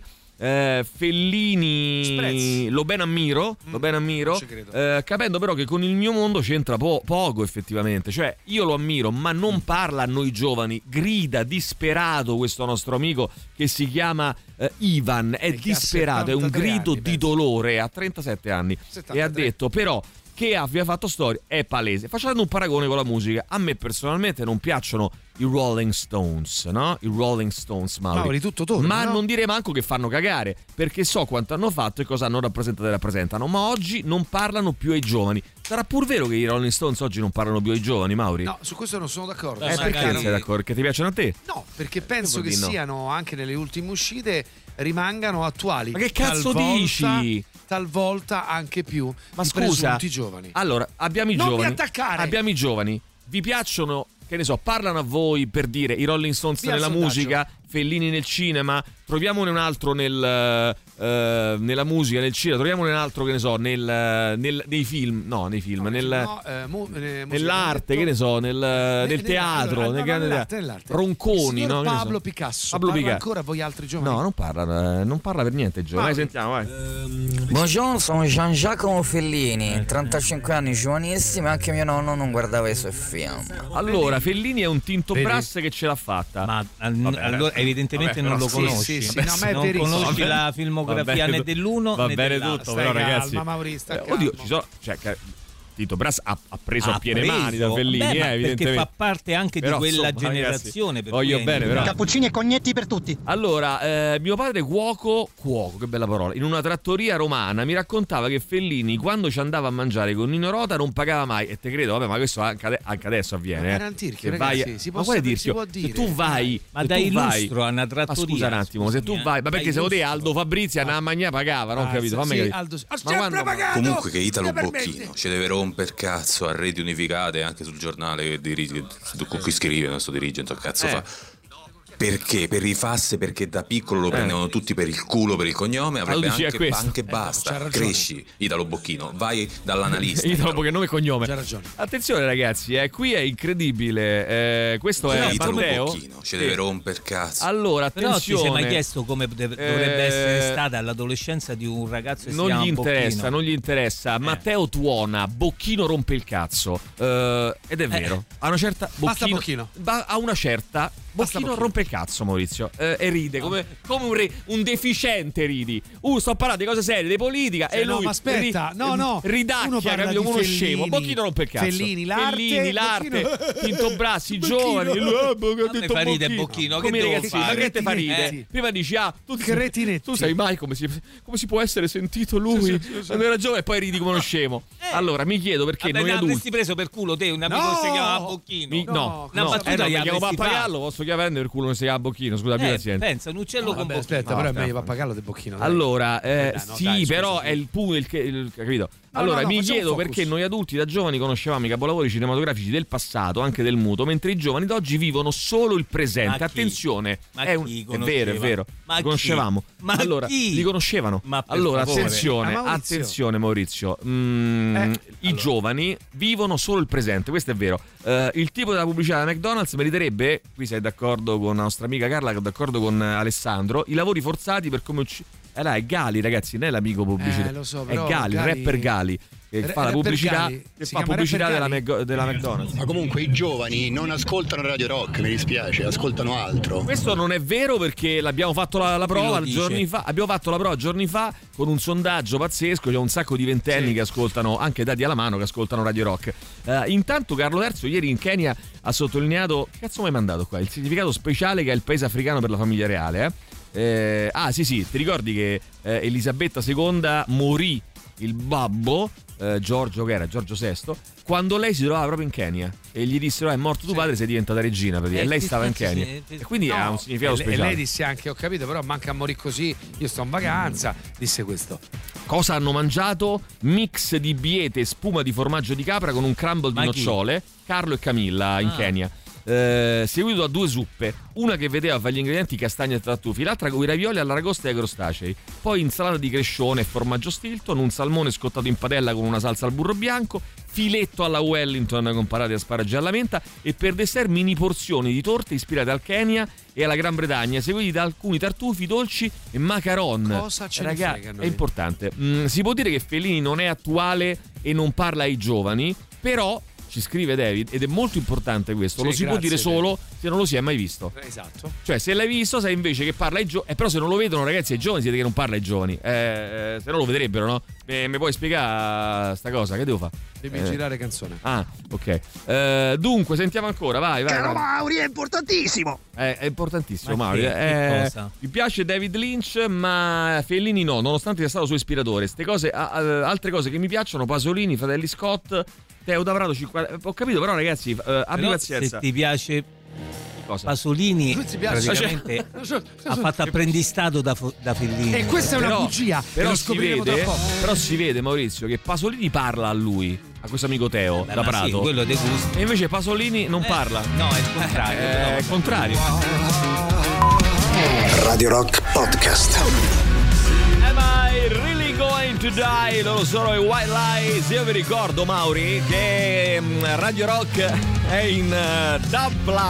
Fellini lo ben ammiro, capendo però che con il mio mondo c'entra poco effettivamente, cioè io lo ammiro ma non parla a noi giovani, grida disperato questo nostro amico che si chiama Ivan, è disperato, è un grido di dolore, ha 37 anni 73. E ha detto però che abbia fatto storia è palese. Facendo un paragone con la musica, a me personalmente non piacciono i Rolling Stones, no? I Rolling Stones, Mauri, tutto torna, ma no? non direi manco che fanno cagare, perché so quanto hanno fatto e cosa hanno rappresentato e rappresentano, ma oggi non parlano più ai giovani. Sarà pur vero che i Rolling Stones oggi non parlano più ai giovani, Mauri? No, su questo non sono d'accordo. Perché non sei d'accordo? Che ti piacciono a te? No, perché penso che siano, anche nelle ultime uscite, rimangano attuali. Ma che cazzo dici? Talvolta anche più. Ma i scusa, giovani. Allora, abbiamo i non giovani. Non mi attaccare! Abbiamo i giovani. Vi piacciono, che ne so, parlano a voi, per dire, i Rolling Stones nella musica, Fellini nel cinema, troviamone un altro nella musica, nel cinema, troviamone un altro, che ne so, nei film, nell'arte, che ne so, nel teatro, nell'arte. Ronconi, no? Pablo Picasso. Parla ancora voi altri giovani? No, non parla per niente giovani. Sentiamo, vai. Buongiorno, sono Gian Giacomo Fellini, 35 anni, giovanissimo, anche mio nonno non guardava i suoi film. Allora, Fellini è un Tinto Brass che ce l'ha fatta. Ma allora evidentemente non lo conosci. Sì, no, ma è non conosci la filmografia né dell'uno né dell'altro. Tutto, però ragazzi. Oddio, ci sono, Tito Brass ha preso a piene mani da Fellini, evidentemente. Perché fa parte anche di quella generazione. Ragazzi, voglio bene, però. Cappuccini e cognetti per tutti. Allora, mio padre cuoco, che bella parola, in una trattoria romana mi raccontava che Fellini, quando ci andava a mangiare con Nino Rota, non pagava mai. E te credo, vabbè, ma questo anche adesso avviene. Era un tirchio, ragazzi, ma quale tirchio? Se tu vai, ma dai illustro a una trattoria. Ma scusa un attimo, se tu vai, ma perché secondo te Aldo Fabrizia a Magna pagava, non ho capito? Fammi capire. Comunque che Italo Bocchino ci deve romper cazzo a reti unificate, anche sul giornale che dirige, con cui scrive, non sto dirigendo, cazzo fa. Perché? Per rifasse, perché da piccolo lo prendevano tutti per il culo, per il cognome, avrebbe anche basta. Cresci, Italo Bocchino, vai dall'analista. Italo Bocchino, nome e cognome. C'ha ragione. Attenzione ragazzi, qui è incredibile. Questo è Italo Matteo. Bocchino ci deve romper cazzo. Allora, attenzione. Però ti sei mai chiesto come dovrebbe essere stata l'adolescenza di un ragazzo che si chiama Bocchino? Non gli interessa. Matteo tuona, Bocchino rompe il cazzo. Ed è vero. A una certa Bocchino. A una certa Bocchino rompe il cazzo, Maurizio, e ride come un deficiente, ridi. Sto parlando di cose serie, di politica, e lui no, ma aspetta, ridacchia, capito, come uno scemo. Bocchino rompe il cazzo. Fellini, l'arte, Tinto Brassi, i giovani. Lui fa ride Bocchino, come che ragazzino, ma che te fa ride? Prima dici, tu sai mai come si può essere sentito lui quando era giovane, e poi ridi come uno scemo. Allora mi chiedo perché noi adulti avresti preso per culo te un amico che si chiama Bocchino? No, una battuta mi chiamo Pappagallo, posso chiamare per culo non si chiama Bocchino, scusa, pensa, un uccello con Bocchino. Aspetta, però è meglio Pappagallo del Bocchino. Allora, però è il punto, capito? Allora, mi chiedo perché noi adulti da giovani conoscevamo i capolavori cinematografici del passato, anche del muto, mentre i giovani d'oggi vivono solo il presente. Attenzione, è vero. Li conoscevamo. Allora, li conoscevano. Allora, attenzione Maurizio. I giovani vivono solo il presente, questo è vero. Il tipo della pubblicità da McDonald's meriterebbe, qui sei d'accordo con la nostra amica Carla, che è d'accordo con Alessandro, i lavori forzati per come è Gali, ragazzi, non è l'amico pubblicità. Lo so, però, è Gali, il rapper Gali, che fa la pubblicità, della McDonald's. Ma comunque i giovani non ascoltano Radio Rock, mi dispiace, ascoltano altro. Questo non è vero, perché l'abbiamo fatto la prova giorni fa. Abbiamo fatto la prova giorni fa con un sondaggio pazzesco. C'è un sacco di ventenni che ascoltano, anche dati alla mano, che ascoltano Radio Rock. Intanto Carlo Terzo ieri in Kenya ha sottolineato, che cazzo mi hai mandato qua? Il significato speciale che è il paese africano per la famiglia reale, sì, ti ricordi che Elisabetta II morì il babbo, Giorgio VI, quando lei si trovava proprio in Kenya e gli dissero è morto tuo padre, sei diventata regina, e lei stava in Kenya e quindi ha un significato speciale. E lei disse anche, ho capito, però manca a morire così, io sto in vacanza, disse questo. Cosa hanno mangiato? Mix di biete e spuma di formaggio di capra con un crumble di nocciole, Carlo e Camilla in Kenya. Seguito da 2 zuppe, una che vedeva fra gli ingredienti castagne e tartufi, l'altra con i ravioli all'aragosta e ai crostacei, poi insalata di crescione e formaggio Stilton, un salmone scottato in padella con una salsa al burro bianco, filetto alla Wellington con parati asparagi alla menta e per dessert mini porzioni di torte ispirate al Kenya e alla Gran Bretagna, seguiti da alcuni tartufi dolci e macaron. Cosa ce ne frega, è importante. Si può dire che Fellini non è attuale e non parla ai giovani, però ci scrive David, ed è molto importante questo, lo si può dire solo se non lo si è mai visto. Esatto. Cioè, se l'hai visto, sai invece che parla ai giovani, però se non lo vedono ragazzi ai giovani siete che non parla ai giovani, se no lo vedrebbero, no? Mi puoi spiegare sta cosa? Che devo fare? Devi girare canzone. Ah, ok. Dunque, sentiamo ancora, vai. Caro Mauri, è importantissimo. È importantissimo, ma Mauri. cosa? Mi piace David Lynch, ma Fellini no, nonostante sia stato suo ispiratore. Ste cose, altre cose che mi piacciono, Pasolini, Fratelli Scott, Teo D'Avrado, 50. Ho capito, però ragazzi, abbi pazienza. Se ti piace Cosa? Pasolini praticamente ha fatto apprendistato da Fellini. E questa è una bugia. Però si vede, Maurizio, che Pasolini parla a lui, a questo amico Teo da Prato. Sì, quello dei gusti. E invece Pasolini non parla. No, è il contrario. È il contrario. Radio Rock Podcast. Am I really going to die? Loro sono i White Lies. Io vi ricordo, Mauri, che Radio Rock è in DAB+.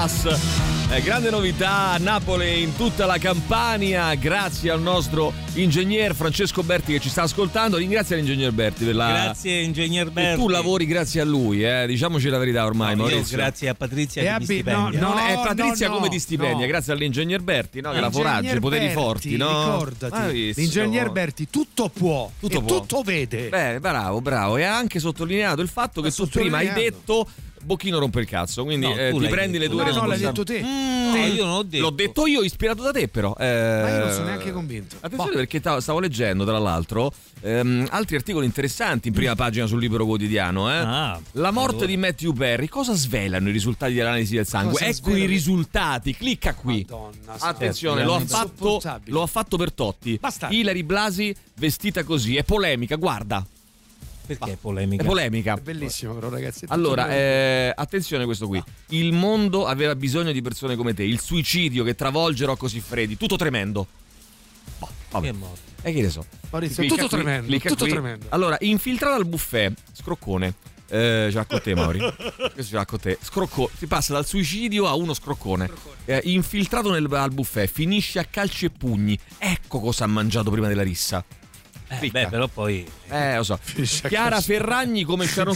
Grande novità a Napoli e in tutta la Campania, grazie al nostro ingegner Francesco Berti che ci sta ascoltando. Ringrazia l'ingegner Berti per la... Grazie ingegner Berti. E tu lavori grazie a lui, diciamoci la verità ormai, Maurizio. Grazie a Patrizia che mi stipendia. È Patrizia come ti stipendia, grazie all'ingegner Berti, no? Che la foraggia, poteri forti, no? Ricordati, l'ingegner Berti tutto può, tutto vede. Beh, bravo. E ha anche sottolineato il fatto che tu prima hai detto Bocchino rompe il cazzo, quindi ti prendi le tue responsabilità. No, l'hai detto te. Io non ho detto. L'ho detto io, ispirato da te, però. Ma io non sono neanche convinto. Attenzione, perché stavo leggendo, tra l'altro, altri articoli interessanti in prima pagina sul Libero Quotidiano. La morte di Matthew Perry. Cosa svelano i risultati dell'analisi del sangue? Ecco i risultati. Clicca qui. Madonna, attenzione, lo ha fatto per Totti. Hilary Blasi vestita così. È polemica, guarda. Perché è polemica? È polemica. È bellissimo, però, ragazzi. Allora, attenzione a questo qui. Il mondo aveva bisogno di persone come te. Il suicidio che travolge Rocco Siffredi. Tutto tremendo. Che è morto? Che ne so. Maurizio, tutto tremendo. Allora, infiltrato al buffet, scroccone. Ce l'ha con te, Mauri. Questo ce l'ha con te. Si passa dal suicidio a uno scroccone. Infiltrato al buffet, finisce a calci e pugni. Ecco cosa ha mangiato prima della rissa. Però poi lo so. Chiara Ferragni come Sharon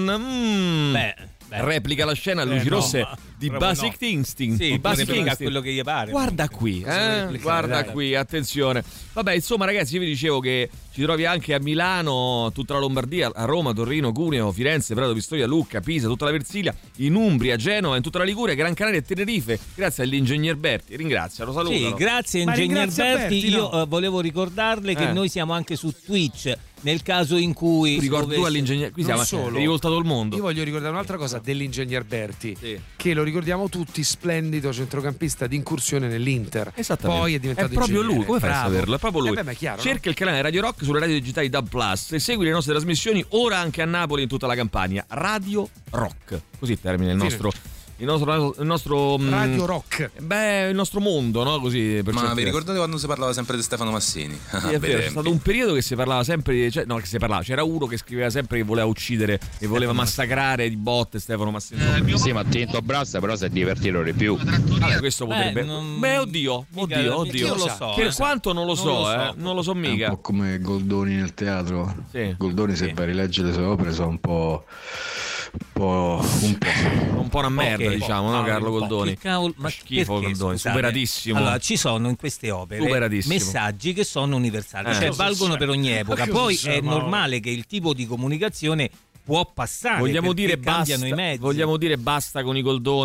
Stone. Replica la scena a luci rosse di Basic Instinct. Sì, Basic Instinct, quello che gli pare. Guarda qui, attenzione. Vabbè, insomma, ragazzi, io vi dicevo che ci trovi anche a Milano, tutta la Lombardia, a Roma, Torino, Cuneo, Firenze, Prato, Pistoia, Lucca, Pisa, tutta la Versilia, in Umbria, Genova, in tutta la Liguria, Gran Canaria e Tenerife. Grazie all'ingegner Berti. Ringrazialo, salutalo. Sì, grazie ingegner Berti. Io volevo ricordarle che noi siamo anche su Twitch. Nel caso in cui ricordo tu all'ingegner, qui siamo rivoltato il mondo. Io voglio ricordare un'altra cosa dell'ingegner Berti, che lo ricordiamo tutti, splendido centrocampista di incursione nell'Inter. Esattamente. Poi è diventato proprio ingegnere. lui, come fai a saperlo? È proprio lui. Chiaro, cerca il canale Radio Rock sulle radio digitali DAB+, e segui le nostre trasmissioni ora anche a Napoli e in tutta la Campania. Radio Rock, così termina il nostro Radio Rock. Il nostro mondo, no? Così. Ma vi ricordate quando si parlava sempre di Stefano Massini? Sì, è vero, è stato un periodo che si parlava sempre, c'era uno che scriveva sempre che voleva uccidere e voleva massacrare di botte Stefano Massini. Sì, ma attento a Brassa, però si è divertito di più. Questo potrebbe. Oddio. Non lo so. Per quanto non lo so, non lo so mica. È un po' come Goldoni nel teatro. Sì. Goldoni, se vai a rileggere le sue opere, sono un po' una merda, diciamo, no, Carlo Goldoni? Ma schifo, Goldoni, superatissimo. Allora, ci sono in queste opere messaggi che sono universali, cioè valgono per ogni epoca. Poi è normale che il tipo di comunicazione può passare. Vogliamo dire cambiano i mezzi. Vogliamo dire basta con i Goldoni?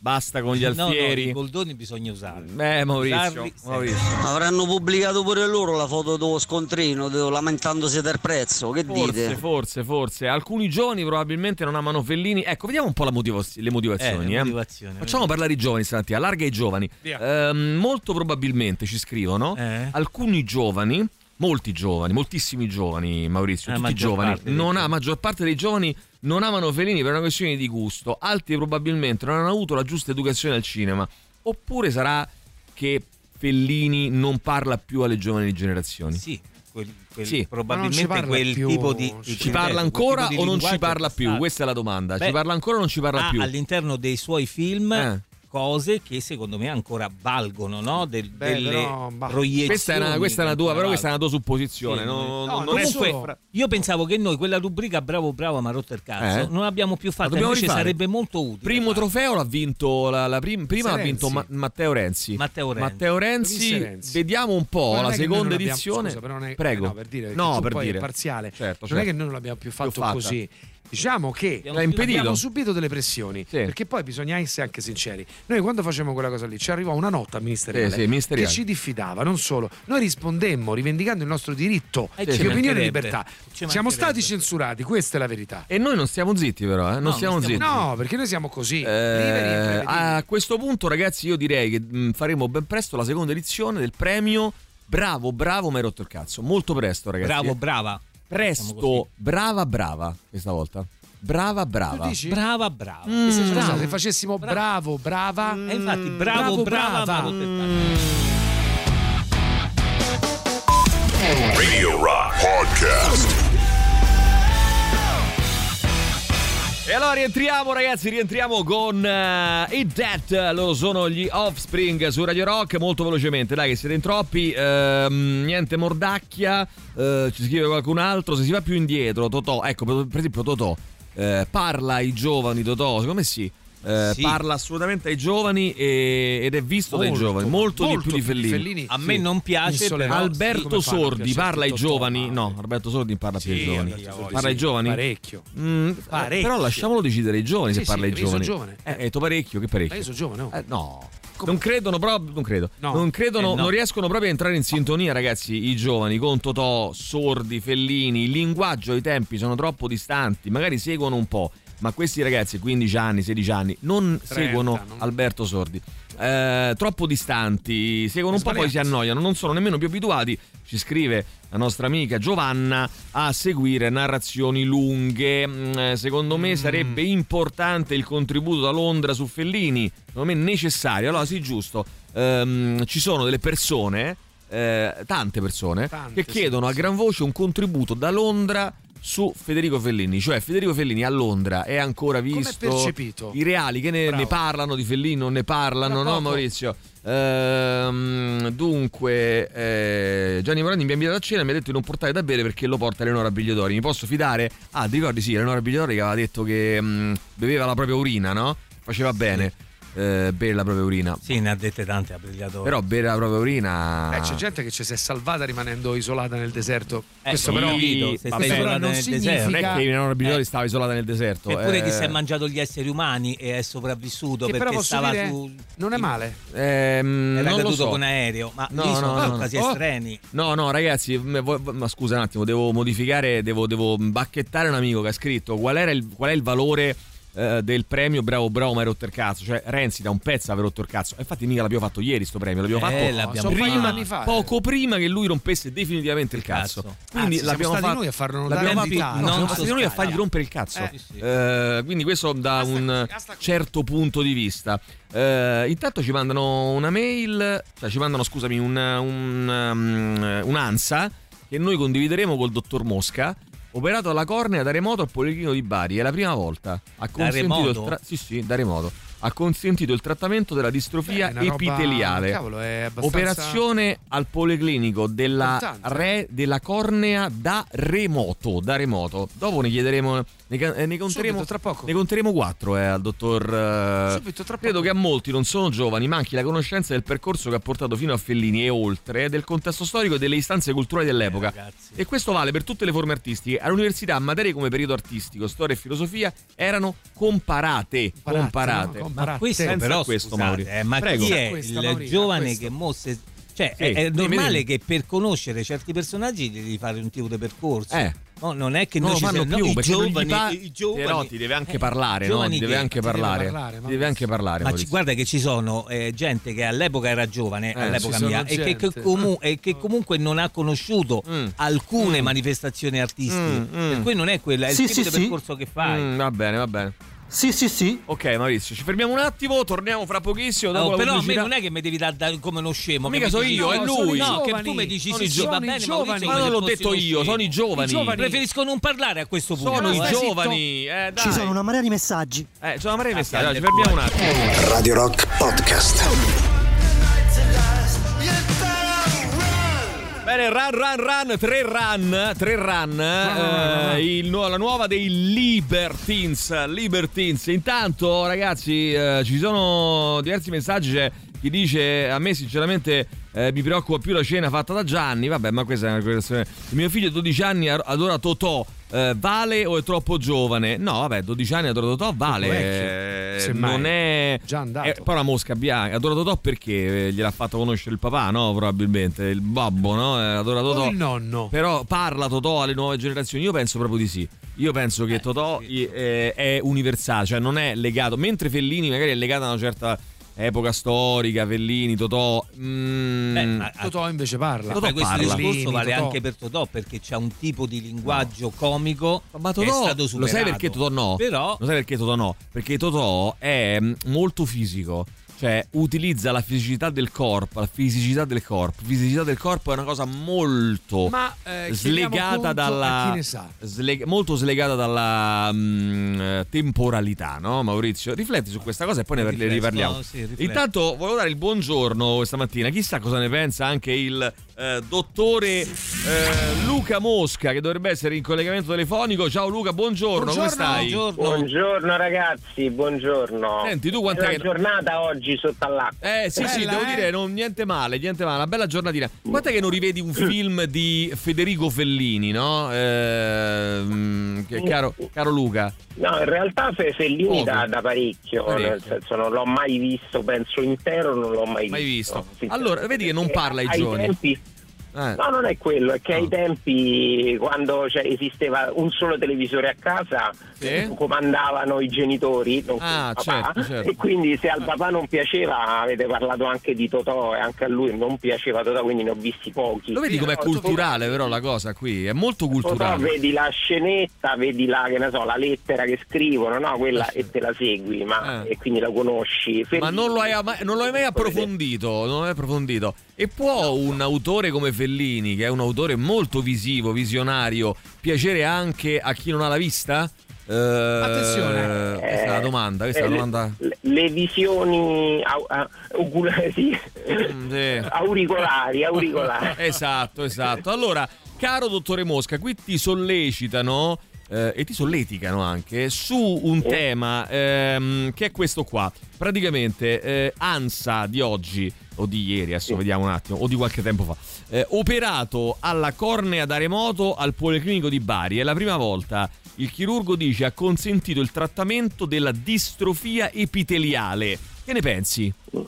Basta con gli alfieri. No, i goldoni bisogna usarli. Maurizio. Avranno pubblicato pure loro la foto dello scontrino lamentandosi del prezzo. Che dite? Forse. Alcuni giovani probabilmente non amano Fellini. Ecco, vediamo un po' le motivazioni. Facciamo parlare i giovani stamattina. Allarga i giovani. Molto probabilmente ci scrivono alcuni giovani. Moltissimi giovani, Maurizio, tutti giovani. La maggior parte dei giovani non amano Fellini per una questione di gusto. Altri probabilmente non hanno avuto la giusta educazione al cinema. Oppure sarà che Fellini non parla più alle giovani generazioni? Sì. Probabilmente quel tipo di ci parla ancora o non ci parla più? Questa è la domanda. Ci parla ancora o non ci parla più? All'interno dei suoi film cose che secondo me ancora valgono, no? Delle proiezioni. Questa è una tua supposizione. Sì, non è comunque, io pensavo che noi quella rubrica bravo ma rotto il cazzo non abbiamo più fatto, invece sarebbe molto utile. Primo trofeo l'ha vinto prima l'ha vinto Matteo Renzi. Vediamo un po' la seconda edizione. Prego. Per dire è parziale. Certo. Non è che noi non l'abbiamo più fatto così. Diciamo che abbiamo subito delle pressioni, perché poi bisogna essere anche sinceri. Noi quando facevamo quella cosa lì ci arrivò una nota ministeriale che ci diffidava, non solo. Noi rispondemmo rivendicando il nostro diritto di opinione e libertà. Siamo stati censurati, questa è la verità. E noi non stiamo zitti però, non stiamo zitti. No, perché noi siamo così. A questo punto ragazzi io direi che faremo ben presto la seconda edizione del premio Bravo ma hai rotto il cazzo. Molto presto ragazzi. Brava. Presto, brava questa volta. Brava. Tu dici? Brava. Se facessimo brava. Infatti, brava. Radio Rock Podcast. E allora rientriamo con Eat That. Loro sono gli Offspring su Radio Rock. Molto velocemente, dai che siete in troppi. Niente mordacchia. Ci scrive qualcun altro. Se si va più indietro, Totò, ecco per esempio Totò, parla ai giovani. Totò, secondo me sì. Parla assolutamente ai giovani ed è visto dai giovani molto di più di Fellini. A me non piace però, Alberto Sordi parla ai giovani. No, Alberto Sordi parla più ai giovani. Parla ai giovani? Parecchio. Però lasciamolo decidere ai giovani se parla ai giovani. Hai detto parecchio, che parecchio? Ma io sono giovane. No. Non credono proprio, non riescono proprio a entrare in sintonia, ragazzi, i giovani con Totò, Sordi, Fellini. Il linguaggio e i tempi sono troppo distanti, magari seguono un po', ma questi ragazzi 15 anni, 16 anni non 30, seguono Alberto Sordi. Troppo distanti, seguono un po', poi si annoiano, non sono nemmeno più abituati, ci scrive la nostra amica Giovanna, a seguire narrazioni lunghe. Secondo me sarebbe importante il contributo da Londra su Fellini, secondo me necessario. Allora sì, giusto, ci sono delle persone, tante persone che chiedono a gran voce un contributo da Londra su Federico Fellini, cioè Federico Fellini a Londra è ancora visto, come percepito? I reali che ne parlano di Fellini non ne parlano, no Maurizio? Dunque Gianni Morandi mi ha invitato a cena e mi ha detto di non portare da bere perché lo porta Eleonora Bigliatori. Mi posso fidare? Ti ricordi? Sì, Eleonora Bigliatori che aveva detto che beveva la propria urina, no? Faceva bene bere la propria urina. Sì, ne ha dette tante a Bigliatori. Però bere la propria urina, c'è gente che ci si è salvata rimanendo isolata nel deserto. Questo però non significa... non è che Eleonora Bigliatori stava isolata nel deserto. Eppure chi si è mangiato gli esseri umani e è sopravvissuto che perché stava dire, su... non è male. Era non caduto con aereo, ma lì sono casi estremi. No ragazzi, ma scusa un attimo, devo modificare, devo bacchettare un amico che ha scritto qual è il valore del premio bravo ma hai rotto il cazzo. Cioè Renzi da un pezzo aveva rotto il cazzo, infatti mica l'abbiamo fatto ieri sto premio, l'abbiamo fatto poco prima che lui rompesse definitivamente il cazzo. Quindi l'abbiamo fatto noi a farlo noi a fargli rompere il cazzo. Quindi questo da un certo punto di vista. Intanto ci mandano una mail, cioè ci mandano, scusami, un'ANSA che noi condivideremo col dottor Mosca. Operato alla cornea da remoto al Policlinico di Bari, è la prima volta. Ha consentito da remoto. Ha consentito il trattamento della distrofia epiteliale. Operazione al Policlinico della cornea da remoto. Dopo ne chiederemo, ne conteremo 4 al dottor. Credo che a molti non sono giovani manchi la conoscenza del percorso che ha portato fino a Fellini e oltre, del contesto storico e delle istanze culturali dell'epoca. E questo vale per tutte le forme artistiche. All'università materie come periodo artistico, storia e filosofia erano comparate. Ma questo però, questo, scusate, ma Prego. chi è il giovane che mosse? Cioè, sì, è normale che per conoscere certi personaggi devi fare un tipo di percorso. No, non è che non noi lo fanno più, perché i giovani però ti deve anche parlare, no? Ti deve anche parlare. Deve anche parlare. Ma guarda che ci sono gente che all'epoca era giovane, all'epoca mia, e che comunque non ha conosciuto alcune manifestazioni artistiche. Per cui non è quella, è il tipo di percorso che fai. Va bene. Sì. Ok, Maurizio, ci fermiamo un attimo, torniamo fra pochissimo. Dopo però a me non è che mi devi dare come uno scemo. Mica so io, è lui. No, che tu mi dici va bene, giovani. Ma non l'ho detto io, sono i giovani. Preferisco non parlare a questo punto. Sono i giovani. Ci sono una marea di messaggi. Ci sono una marea di messaggi. Ci fermiamo un attimo. Radio Rock Podcast. Bene, run, tre run. La nuova dei Libertines. Intanto, ragazzi, ci sono diversi messaggi. C'è chi dice: a me sinceramente mi preoccupa più la cena fatta da Gianni. Vabbè, ma questa è una questione. Mio figlio di 12 anni adora Totò. Vale o è troppo giovane? No, vabbè, 12 anni adora Totò, vale. Non è già andato. Poi la mosca bianca adora Totò perché gliel'ha fatto conoscere il papà, no? Probabilmente il babbo, no? Adora Totò. Il nonno. Però parla Totò alle nuove generazioni? Io penso proprio di sì. Io penso che Totò è universale, cioè non è legato, mentre Fellini magari è legato a una certa epoca storica, Fellini, Totò. Totò invece parla. Questo discorso vale anche per Totò, perché c'è un tipo di linguaggio comico ma Totò, che è stato superato. Lo sai perché Totò no? Però lo sai perché Totò no? Perché Totò è molto fisico. Cioè utilizza la fisicità del corpo. Fisicità del corpo è una cosa molto slegata dalla. Chi ne sa? Molto slegata dalla temporalità, no, Maurizio? Rifletti su questa cosa e poi ne riparliamo. Intanto volevo dare il buongiorno questa mattina. Chissà cosa ne pensa anche il dottore Luca Mosca, che dovrebbe essere in collegamento telefonico. Ciao Luca, buongiorno. Come stai? Buongiorno ragazzi, buongiorno. Senti, tu quant'è che giornata oggi sotto all'acqua? Sì, devo dire, niente male, una bella giornatina. Quant'è che non rivedi un film di Federico Fellini, no? Caro Luca. No, in realtà Fellini da parecchio, nel senso non l'ho mai visto, penso intero non l'ho mai visto. Allora, vedi che non parla ai giovani. No, non è quello, è che ai tempi, quando esisteva un solo televisore a casa, comandavano i genitori, non il papà, certo. E quindi se al papà non piaceva, avete parlato anche di Totò, e anche a lui non piaceva Totò, quindi ne ho visti pochi. Lo vedi com'è culturale però la cosa qui, è molto culturale. Totò, vedi la scenetta, vedi la lettera che scrivono, no? Quella e te la segui, e quindi la conosci. Ma non lo hai mai approfondito. E può un autore come Fellini, che è un autore molto visivo, visionario, piacere anche a chi non ha la vista? Attenzione, questa è la domanda. Le visioni auricolari. Esatto. Allora, caro dottore Mosca, qui ti sollecitano e ti solleticano anche su un tema che è questo qua. Praticamente ANSA di oggi o di ieri, adesso vediamo un attimo, o di qualche tempo fa, operato alla cornea da remoto al Policlinico di Bari. È la prima volta. Il chirurgo dice ha consentito il trattamento della distrofia epiteliale. Che ne pensi?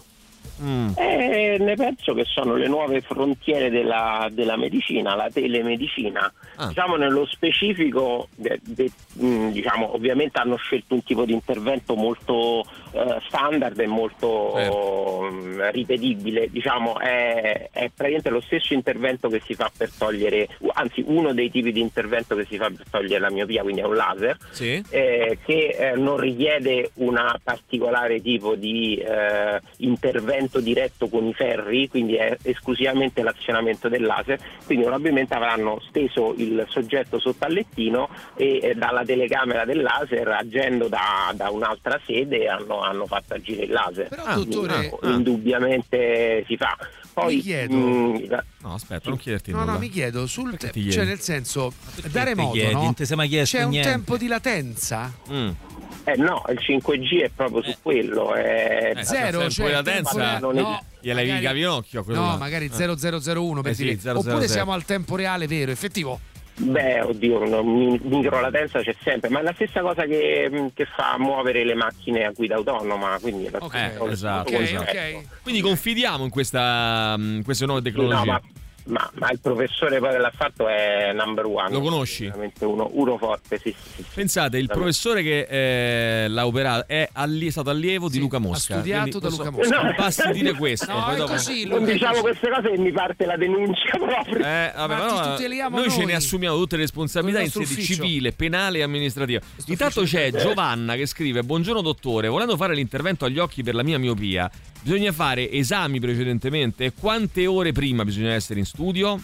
Ne penso che sono le nuove frontiere della medicina, la telemedicina. Diciamo nello specifico, ovviamente hanno scelto un tipo di intervento molto standard e molto ripetibile. Diciamo è praticamente lo stesso intervento che si fa per togliere, anzi uno dei tipi di intervento che si fa per togliere la miopia, quindi è un laser, che non richiede una particolare tipo di intervento diretto con i ferri, quindi è esclusivamente l'azionamento del laser. Quindi probabilmente avranno steso il soggetto sotto al lettino e dalla telecamera del laser, agendo da un'altra sede, hanno fatto agire il laser. Però dottore, indubbiamente si fa. Poi mi chiedo no, aspetta, non chiederti nulla. No, mi chiedo cioè nel senso da remoto, no? C'è un tempo di latenza? No, il 5G è proprio su quello. Zero, cioè latenza. Gliel'hai cavi un occhio. No, magari 0001 per dire. 000. Oppure siamo al tempo reale vero, effettivo. Beh, oddio, una microlatenza c'è sempre, ma è la stessa cosa che fa muovere le macchine a guida autonoma, quindi esatto. Quindi confidiamo in queste nuove tecnologie. No, ma il professore poi che l'ha fatto è number one. Lo conosci? Veramente uno forte, sì. Pensate, il professore che l'ha operato è stato allievo di Luca Mosca. Ha studiato da Luca Mosca. Non basti dire questo. No, è così, non diciamo queste cose che mi parte la denuncia proprio. Noi ce ne assumiamo tutte le responsabilità in sede civile, penale e amministrativa. Intanto c'è Giovanna che scrive: buongiorno dottore, volendo fare l'intervento agli occhi per la mia miopia, bisogna fare esami precedentemente? Quante ore prima bisogna essere in studio?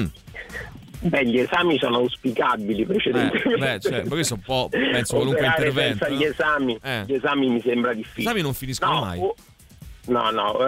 Beh, gli esami sono auspicabili precedentemente. Ma questo un po', penso, qualunque intervento. Senza gli esami mi sembra difficile. Gli esami non finiscono mai. No,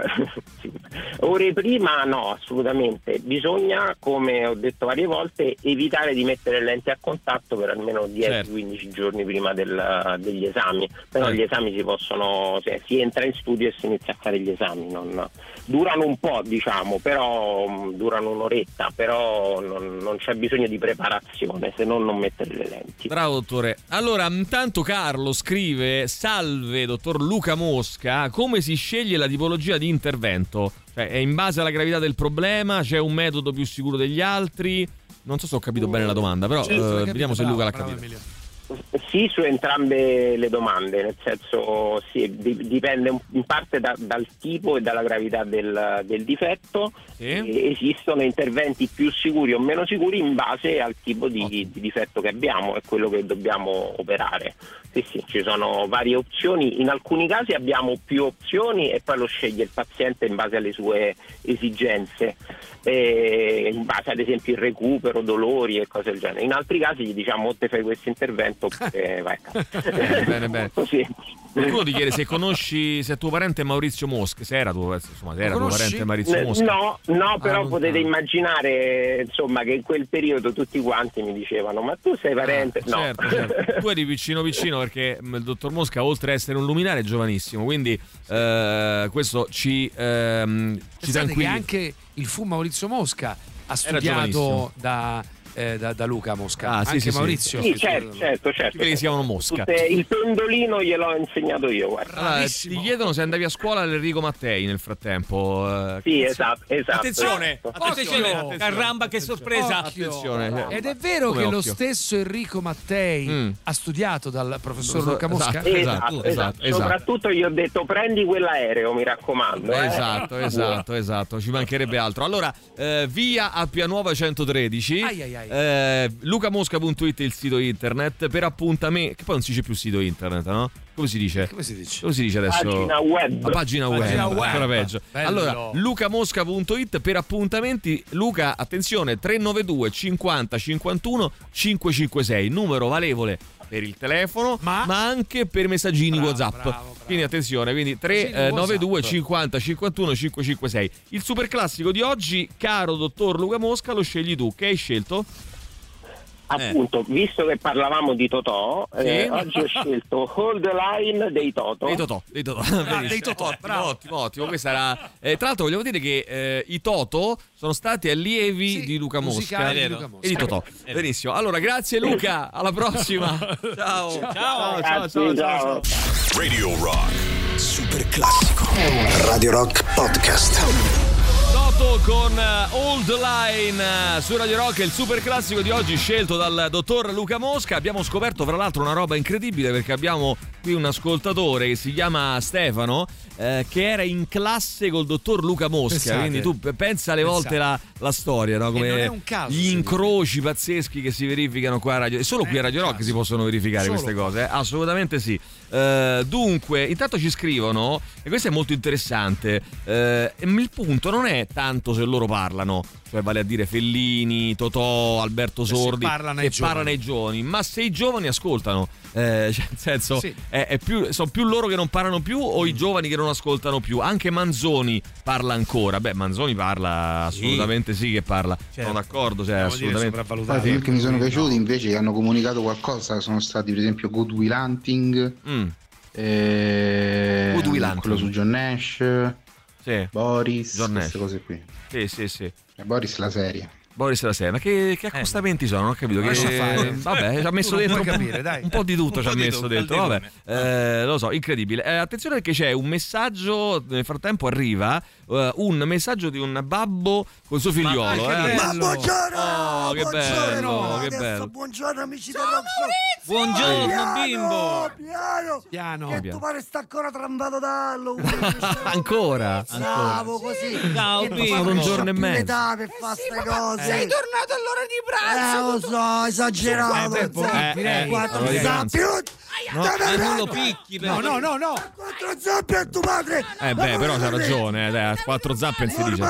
ore prima no, assolutamente. Bisogna, come ho detto varie volte, evitare di mettere lenti a contatto per almeno 10-15 giorni prima degli esami. Però gli esami si entra in studio e si inizia a fare gli esami. Durano un po', diciamo, però durano un'oretta, però non c'è bisogno di preparazione, se no non mettere le lenti. Bravo dottore. Allora, intanto Carlo scrive: salve dottor Luca Mosca, come si sceglie la tipologia di intervento? Cioè, è in base alla gravità del problema? C'è un metodo più sicuro degli altri? Non so se ho capito bene la domanda, però vediamo se Luca l'ha capito. Sì, su entrambe le domande, nel senso dipende in parte dal tipo e dalla gravità del difetto. E esistono interventi più sicuri o meno sicuri in base al tipo di difetto che abbiamo e quello che dobbiamo operare. Sì, ci sono varie opzioni, in alcuni casi abbiamo più opzioni e poi lo sceglie il paziente in base alle sue esigenze, in base ad esempio il recupero, dolori e cose del genere. In altri casi gli diciamo: o te fai questo intervento oppure vai a casa. Bene. Qualcuno ti chiede se tuo parente è Maurizio Mosca, se era tuo parente Maurizio Mosca. No, però potete immaginare, insomma, che in quel periodo tutti quanti mi dicevano: ma tu sei parente? No. Certo. Tu eri vicino perché il dottor Mosca, oltre a essere un luminare, è giovanissimo, quindi questo ci tranquilli. Che anche il fu Maurizio Mosca ha studiato da Luca Mosca, anche Maurizio. Sì, certo. Che si chiamano Mosca. Il pendolino gliel'ho insegnato io, guarda. Ti chiedono se andavi a scuola all'Enrico Mattei nel frattempo. Sì, esatto. Attenzione. Caramba, che sorpresa. Attenzione. Ed è vero che lo stesso Enrico Mattei ha studiato dal professor Luca Mosca? Esatto. Soprattutto gli ho detto: prendi quell'aereo, mi raccomando. Esatto, ci mancherebbe altro. Allora, via a Pianuova 113. Lucamosca.it è il sito internet per appuntamenti, che poi non si dice più sito internet, no? Come si dice adesso? Pagina web. Ancora peggio. Allora, lucamosca.it per appuntamenti. Luca, attenzione, 392 50 51 556, numero valevole per il telefono, ma anche per messaggini WhatsApp. Quindi attenzione, 392 50 51 556. Il super classico di oggi, caro dottor Luca Mosca, lo scegli tu. Che hai scelto? Appunto, visto che parlavamo di Totò, oggi ho scelto Hold the Line dei Totò. Dei Totò. Ottimo. Questa era. Tra l'altro volevo dire che i Totò sono stati allievi di Luca Mosca e di Totò. Benissimo. Allora, grazie Luca, alla prossima. Ciao. Radio Rock Super classico. Radio Rock Podcast. Con Hold the Line su Radio Rock, il super classico di oggi scelto dal dottor Luca Mosca. Abbiamo scoperto fra l'altro una roba incredibile, perché abbiamo qui un ascoltatore che si chiama Stefano, che era in classe col dottor Luca Mosca. Quindi tu pensa alle volte la storia, no? Come non è un caso, gli incroci pazzeschi che si verificano qua a Radio. E solo qui a Radio Rock si possono verificare queste cose, assolutamente sì. Dunque, intanto ci scrivono, e questo è molto interessante, il punto non è tanto se loro parlano, cioè vale a dire Fellini, Totò, Alberto Sordi, che parlano ai giovani, ma se i giovani ascoltano, cioè nel senso sono più loro che non parlano più o i giovani che non ascoltano più. Anche Manzoni parla ancora. Manzoni parla assolutamente che parla. Sono d'accordo, assolutamente. I film che mi sono piaciuti invece, che hanno comunicato qualcosa, sono stati per esempio Good Will Hunting, quello su John Nash, Boris, queste cose qui. Sì. Boris la serie. Boris la 6, ma che accostamenti sono? Non ho capito. Vabbè, ci ha messo dentro un po' di tutto, ci ha messo dentro. Vabbè, lo so, incredibile. Attenzione perché c'è un messaggio, nel frattempo arriva un messaggio di un babbo col suo figliolo. Ma buongiorno! Che bello, che bello. Buongiorno amici del Rock. Buongiorno bimbo. Piano. Che tu pare sta ancora tramvato da Halloween. Ancora? Stavo così. Ciao bimbo. Un giorno e mezzo. Per fare ste cose. Sei tornato all'ora di pranzo. Lo so, esagerato. 4 zampi. Non lo picchi. No. 4 zampi a tuo padre. Però c'ha ragione. Dai, a 4 zampe non si dice.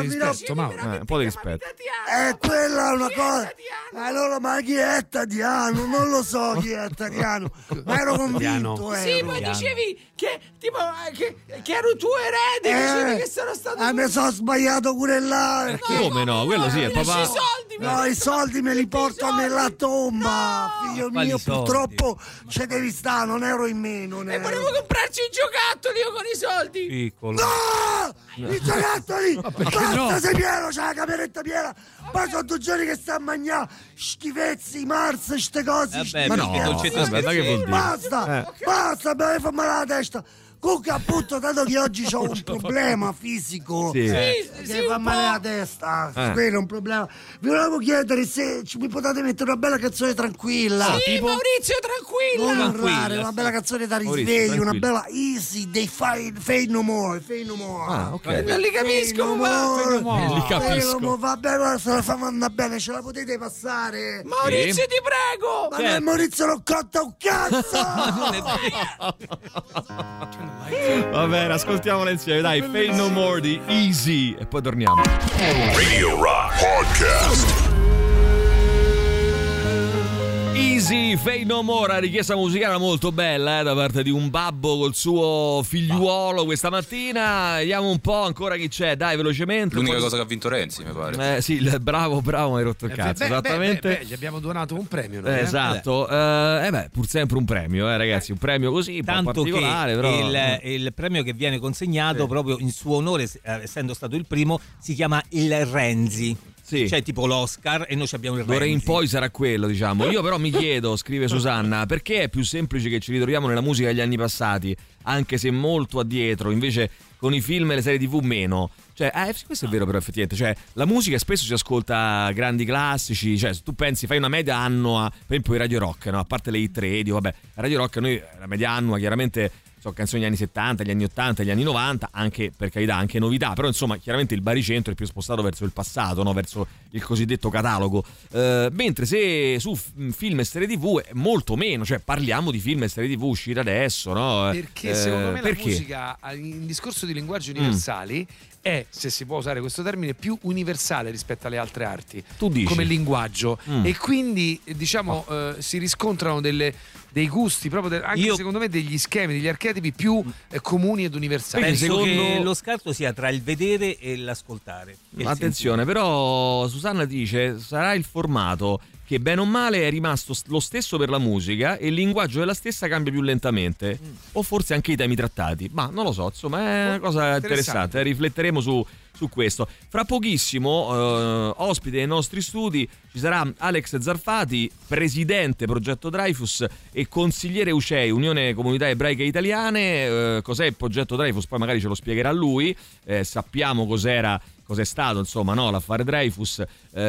Un po' di rispetto. Quella è una cosa. Allora, ma chi è Tatiano? Non lo so chi è Tatiano. Ma ero convinto. Sì, poi dicevi che tipo che ero tuo erede. Dicevi che sono stato. Mi sono sbagliato pure là. Come no? Quello sì, è papà. No, i soldi me li porto nella tomba. Figlio mio, purtroppo ci devi stare, non ero in meno. E volevo comprarci i giocattoli io con i soldi. Piccolo. No! I giocattoli! Basta, sei pieno, c'è la cameretta piena. Poi sono 2 giorni che sta a mangiare schifezzi, Mars, ste cose. Ma no, che vuol dire? Basta, mi fa male la testa. Comunque appunto, dato che oggi ho un problema fisico che fa male la testa, quello è un problema. Vi volevo chiedere se mi potete mettere una bella canzone tranquilla. Sì, tipo... Maurizio, tranquilla. Non urlare, una bella canzone da risveglio, una bella Easy dei Fade No More. Ok. Non li capisco, Li capisco. Vabbè, se la fanno andare bene, ce la potete passare. Maurizio, ti prego. Ma non Maurizio non conta un cazzo. Non è vero. Va bene, ascoltiamola insieme, dai. Fade No More di Easy e poi torniamo. Radio Rock Podcast. Easy, Fade No More, la richiesta musicale molto bella da parte di un babbo col suo figliuolo questa mattina. Vediamo un po' ancora chi c'è, dai, velocemente. L'unica cosa che ha vinto Renzi, mi pare. Sì, bravo, mi hai rotto il cazzo. Esattamente. Gli abbiamo donato un premio. Esatto. Pur sempre un premio, ragazzi, un premio così, un po' particolare. Però il premio che viene consegnato proprio in suo onore, essendo stato il primo, si chiama il Renzi. Sì. Cioè tipo l'Oscar e noi abbiamo il Renzi. D'ora in poi sarà quello, diciamo. Io però mi chiedo, scrive Susanna, perché è più semplice che ci ritroviamo nella musica degli anni passati, anche se molto addietro, invece con i film e le serie TV meno. Cioè, questo è vero però effettivamente, cioè la musica spesso si ascolta grandi classici, cioè se tu pensi, fai una media annua, per esempio i Radio Rock, no? A parte le hit radio, vabbè, Radio Rock noi la media annua chiaramente sono canzoni degli anni 70, gli anni 80, gli anni 90, anche per carità, anche novità, però insomma chiaramente il baricentro è più spostato verso il passato, no? Verso il cosiddetto catalogo, mentre se su film e serie TV è molto meno, cioè parliamo di film e serie TV usciti adesso, no? Perché secondo me la musica in discorso di linguaggi universali è, se si può usare questo termine, più universale rispetto alle altre arti, tu dici, come linguaggio, e quindi diciamo si riscontrano dei gusti proprio anche secondo me degli schemi, degli archetipi più comuni ed universali. Penso che lo scarto sia tra il vedere e l'ascoltare. Attenzione, però Susanna dice sarà il formato che bene o male è rimasto lo stesso per la musica e il linguaggio della stessa cambia più lentamente, o forse anche i temi trattati, ma non lo so, insomma è una cosa interessante, rifletteremo su questo. Fra pochissimo ospite ai nostri studi ci sarà Alex Zarfati, presidente Progetto Dreyfus e consigliere UCEI, Unione Comunità Ebraiche Italiane. Cos'è il Progetto Dreyfus? Poi magari ce lo spiegherà lui. Sappiamo cos'è stato, insomma, no, l'affare Dreyfus,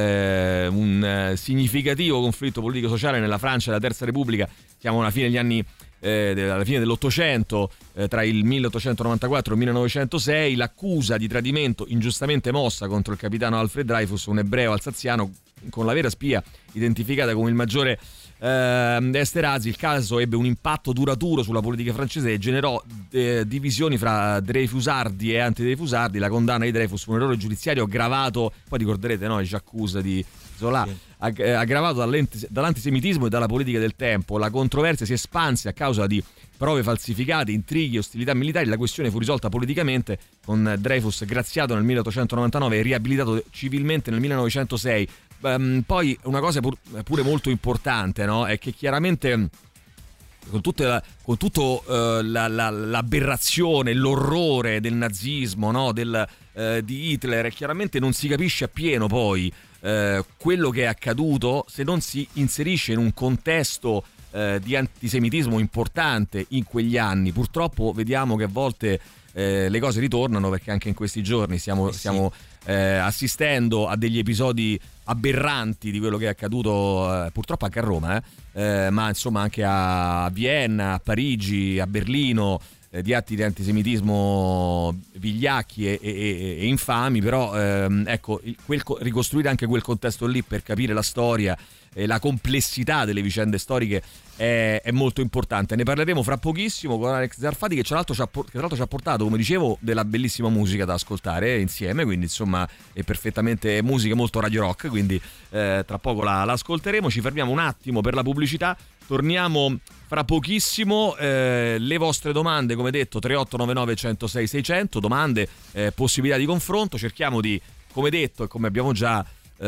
un significativo conflitto politico-sociale nella Francia della Terza Repubblica. Siamo alla fine degli anni alla fine dell'Ottocento, tra il 1894 e il 1906, l'accusa di tradimento ingiustamente mossa contro il capitano Alfred Dreyfus, un ebreo alsaziano con la vera spia identificata come il maggiore Esterhazy. Il caso ebbe un impatto duraturo sulla politica francese e generò divisioni fra Dreyfusardi e antidreyfusardi. La condanna di Dreyfus fu un errore giudiziario aggravato, poi ricorderete, no, J'accuse di Zola, aggravato dall'antisemitismo e dalla politica del tempo. La controversia si espanse a causa di prove falsificate, intrighi e ostilità militari. La questione fu risolta politicamente, con Dreyfus graziato nel 1899 e riabilitato civilmente nel 1906. Poi una cosa pure molto importante, no? È che chiaramente con tutto l'aberrazione, l'orrore del nazismo, no? Di Hitler, chiaramente non si capisce appieno poi quello che è accaduto, se non si inserisce in un contesto di antisemitismo importante in quegli anni, purtroppo vediamo che a volte le cose ritornano, perché anche in questi giorni stiamo assistendo a degli episodi aberranti di quello che è accaduto purtroppo anche a Roma, ma insomma anche a Vienna, a Parigi, a Berlino, di atti di antisemitismo vigliacchi e infami, però ecco, ricostruire anche quel contesto lì per capire la storia e la complessità delle vicende storiche è molto importante. Ne parleremo fra pochissimo con Alex Zarfati, che tra l'altro ci ha portato, come dicevo, della bellissima musica da ascoltare insieme, quindi insomma è perfettamente musica molto Radio Rock, quindi tra poco la ascolteremo. Ci fermiamo un attimo per la pubblicità, torniamo fra pochissimo. Le vostre domande, come detto, 3899 106 600, domande, possibilità di confronto, cerchiamo di, come detto e come abbiamo già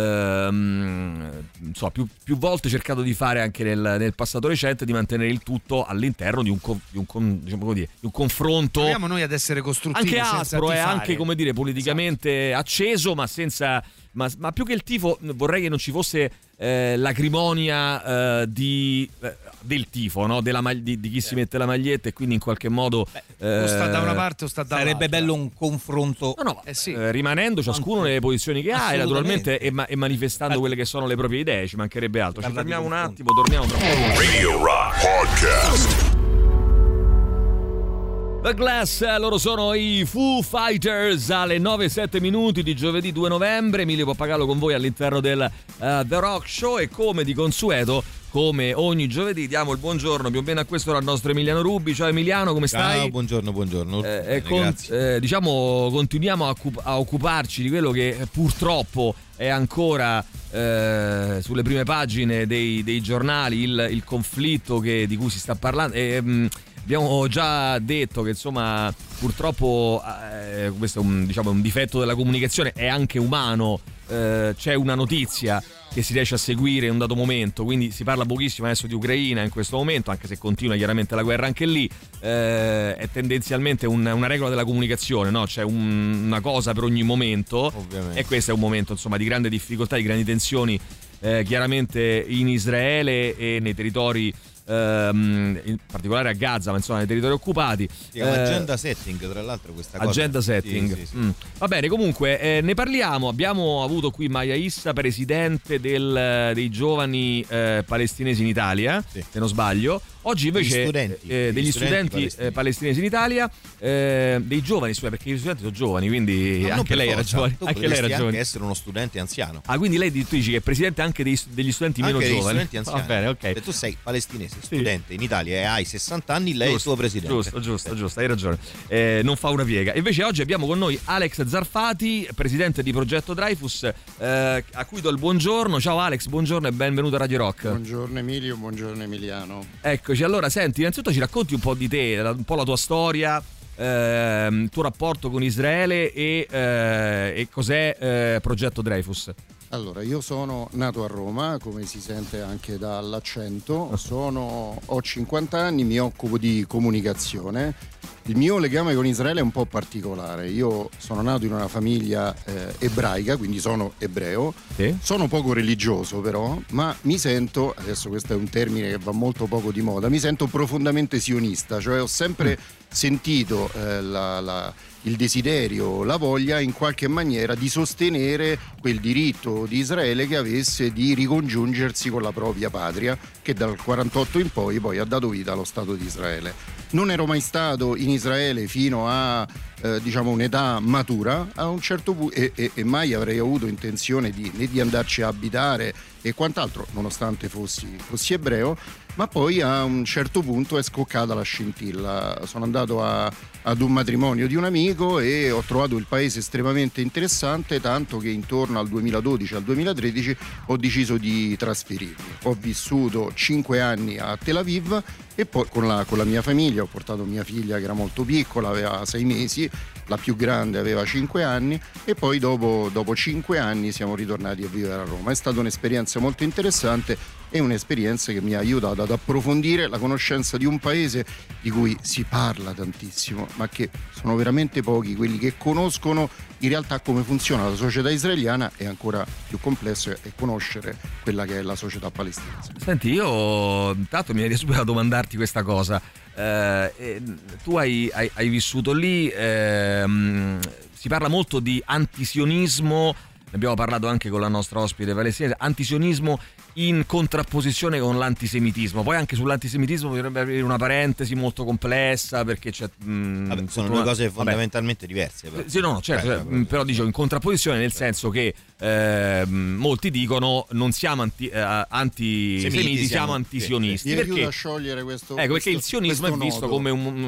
più volte cercato di fare anche nel passato recente, di mantenere il tutto all'interno di un confronto. Proviamo noi ad essere costruttivi, anche aspro e anche, come dire, politicamente acceso, ma senza. Ma più che il tifo, vorrei che non ci fosse l'acrimonia del tifo, no? Di chi si mette la maglietta, e quindi in qualche modo o sta da una parte o sta dall'altra. Sarebbe bello un confronto, rimanendo ciascuno nelle posizioni che ha, e naturalmente e manifestando quelle che sono le proprie idee, ci mancherebbe altro. Ci fermiamo un attimo, torniamo tra poco. Radio Rock Podcast. The Glass, loro sono i Foo Fighters, alle 9:07 di giovedì 2 novembre. Emilio Pappagallo con voi all'interno del The Rock Show, e come di consueto, come ogni giovedì, diamo il buongiorno più o meno a quest'ora al nostro Emiliano Rubi. Ciao Emiliano, come stai? Ciao, buongiorno. Diciamo, continuiamo a occuparci di quello che purtroppo è ancora sulle prime pagine dei giornali, il conflitto di cui si sta parlando. Abbiamo già detto che insomma purtroppo questo è un difetto della comunicazione, è anche umano, c'è una notizia che si riesce a seguire in un dato momento, quindi si parla pochissimo adesso di Ucraina in questo momento, anche se continua chiaramente la guerra anche lì, è tendenzialmente una regola della comunicazione, no? C'è una cosa per ogni momento. Ovviamente. E questo è un momento insomma di grande difficoltà, di grandi tensioni, chiaramente in Israele e nei territori, in particolare a Gaza, ma insomma nei territori occupati. Agenda setting, tra l'altro, questa cosa. Agenda setting. Sì. Va bene, comunque ne parliamo. Abbiamo avuto qui Maya Issa, presidente dei giovani palestinesi in Italia, se non sbaglio. Oggi invece degli studenti palestinesi in Italia, dei giovani studenti, perché gli studenti sono giovani, quindi anche lei era giovane. Anche lei era giovane. Anche essere uno studente anziano. Ah, quindi lei tu dici che è presidente anche degli studenti meno giovani. Studenti anziani. Va bene, ok. Se tu sei palestinese, studente in Italia e hai 60 anni, lei è il suo presidente. Giusto, hai ragione. Non fa una piega. Invece oggi abbiamo con noi Alex Zarfati, presidente di Progetto Dreyfus, a cui do il buongiorno. Ciao Alex, buongiorno e benvenuto a Radio Rock. Buongiorno Emilio, buongiorno Emiliano. Eccoci, allora senti, innanzitutto ci racconti un po' di te, un po' la tua storia, il tuo rapporto con Israele e cos'è Progetto Dreyfus. Allora, io sono nato a Roma, come si sente anche dall'accento, ho 50 anni, mi occupo di comunicazione. Il mio legame con Israele è un po' particolare. Io sono nato in una famiglia ebraica, quindi sono ebreo. Sì. Sono poco religioso però, ma mi sento, adesso questo è un termine che va molto poco di moda, mi sento profondamente sionista, cioè ho sempre sentito il desiderio, la voglia in qualche maniera di sostenere quel diritto di Israele che avesse di ricongiungersi con la propria patria, che dal 48 in poi ha dato vita allo Stato di Israele. Non ero mai stato in Israele fino a un'età matura, a un certo punto, e mai avrei avuto intenzione né di andarci a abitare e quant'altro, nonostante fossi ebreo. Ma poi a un certo punto è scoccata la scintilla. Sono andato ad un matrimonio di un amico e ho trovato il paese estremamente interessante, tanto che intorno al 2012 al 2013 ho deciso di trasferirmi. Ho vissuto 5 anni a Tel Aviv e poi con la mia famiglia ho portato mia figlia, che era molto piccola, aveva 6 mesi, la più grande aveva 5 anni e poi dopo 5 anni siamo ritornati a vivere a Roma. È stata un'esperienza molto interessante e un'esperienza che mi ha aiutato ad approfondire la conoscenza di un paese di cui si parla tantissimo, ma che sono veramente pochi quelli che conoscono in realtà come funziona la società israeliana. È ancora più complesso è conoscere quella che è la società palestinese. Senti, io intanto mi viene subito a domandarti questa cosa. Tu hai vissuto lì, si parla molto di antisionismo, ne abbiamo parlato anche con la nostra ospite palestinese, antisionismo in contrapposizione con l'antisemitismo. Poi anche sull'antisemitismo potrebbe avere una parentesi molto complessa, perché c'è sono due cose fondamentalmente diverse però. Sì, no, certo, però dico in contrapposizione, nel senso che molti dicono non siamo antisemiti, siamo antisionisti. Viene più da sciogliere questo. Ecco, perché il sionismo è visto come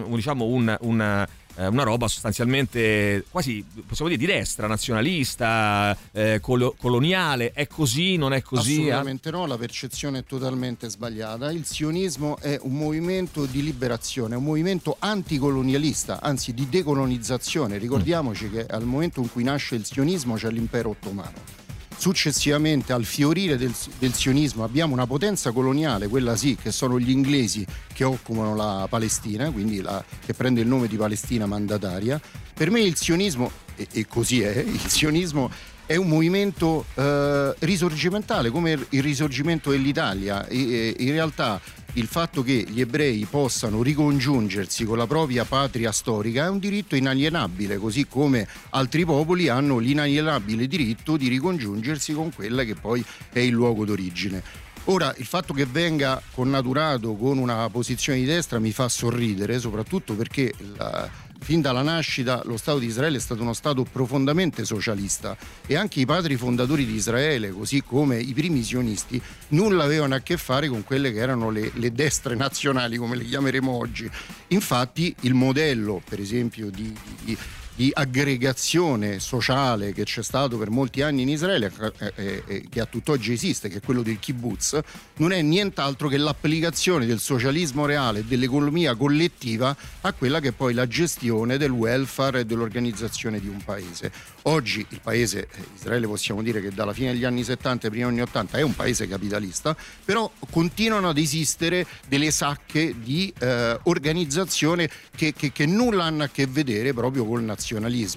una roba sostanzialmente quasi, possiamo dire, di destra, nazionalista, coloniale. È così, non è così? Assolutamente no, la percezione è totalmente sbagliata. Il sionismo è un movimento di liberazione, è un movimento anticolonialista, anzi di decolonizzazione. Ricordiamoci che al momento in cui nasce il sionismo c'è l'impero ottomano. Successivamente al fiorire del sionismo abbiamo una potenza coloniale, quella sì, che sono gli inglesi che occupano la Palestina, quindi che prende il nome di Palestina mandataria. Per me il sionismo, e così è, il sionismo è un movimento risorgimentale, come il risorgimento dell'Italia. In realtà il fatto che gli ebrei possano ricongiungersi con la propria patria storica è un diritto inalienabile, così come altri popoli hanno l'inalienabile diritto di ricongiungersi con quella che poi è il luogo d'origine. Ora, il fatto che venga connaturato con una posizione di destra mi fa sorridere, soprattutto perché fin dalla nascita lo Stato di Israele è stato uno Stato profondamente socialista e anche i padri fondatori di Israele, così come i primi sionisti, nulla avevano a che fare con quelle che erano le destre nazionali, come le chiameremo oggi. Infatti il modello, per esempio, di aggregazione sociale che c'è stato per molti anni in Israele, che a tutt'oggi esiste, che è quello del kibbutz, non è nient'altro che l'applicazione del socialismo reale e dell'economia collettiva a quella che è poi la gestione del welfare e dell'organizzazione di un paese. Oggi il paese, Israele, possiamo dire che dalla fine degli anni 70 e primi anni 80 è un paese capitalista, però continuano ad esistere delle sacche di organizzazione che nulla hanno a che vedere proprio col nazionalismo.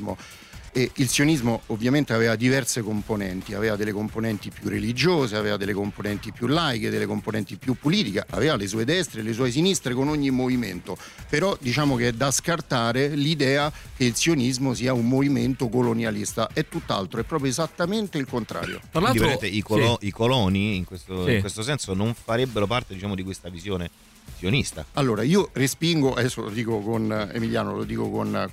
E il sionismo ovviamente aveva diverse componenti, aveva delle componenti più religiose, aveva delle componenti più laiche, delle componenti più politiche, aveva le sue destre e le sue sinistre con ogni movimento, però diciamo che è da scartare l'idea che il sionismo sia un movimento colonialista, è tutt'altro, è proprio esattamente il contrario. Tra l'altro i coloni in questo senso non farebbero parte, diciamo, di questa visione sionista. Allora io respingo, adesso lo dico con Emiliano, lo dico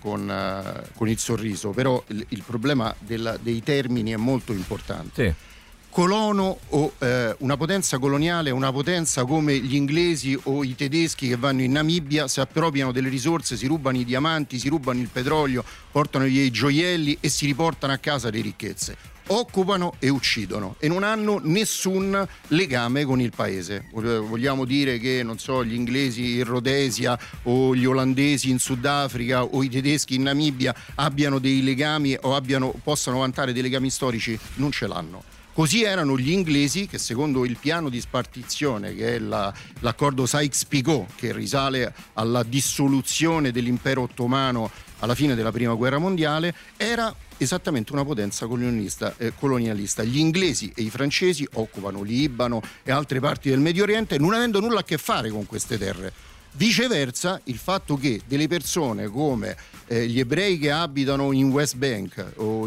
con il sorriso, però il problema dei termini è molto importante. Sì. Colono o una potenza coloniale è una potenza come gli inglesi o i tedeschi che vanno in Namibia, si appropriano delle risorse, si rubano i diamanti, si rubano il petrolio, portano i gioielli e si riportano a casa le ricchezze. Occupano e uccidono e non hanno nessun legame con il paese. Vogliamo dire che, non so, gli inglesi in Rhodesia o gli olandesi in Sudafrica o i tedeschi in Namibia abbiano dei legami o possano vantare dei legami storici? Non ce l'hanno. Così erano gli inglesi che, secondo il piano di spartizione, che è l'accordo Sykes-Picot, che risale alla dissoluzione dell'impero ottomano alla fine della prima guerra mondiale, era esattamente una potenza colonialista. Gli inglesi e i francesi occupano Libano e altre parti del Medio Oriente non avendo nulla a che fare con queste terre. Viceversa, il fatto che delle persone come gli ebrei che abitano in West Bank o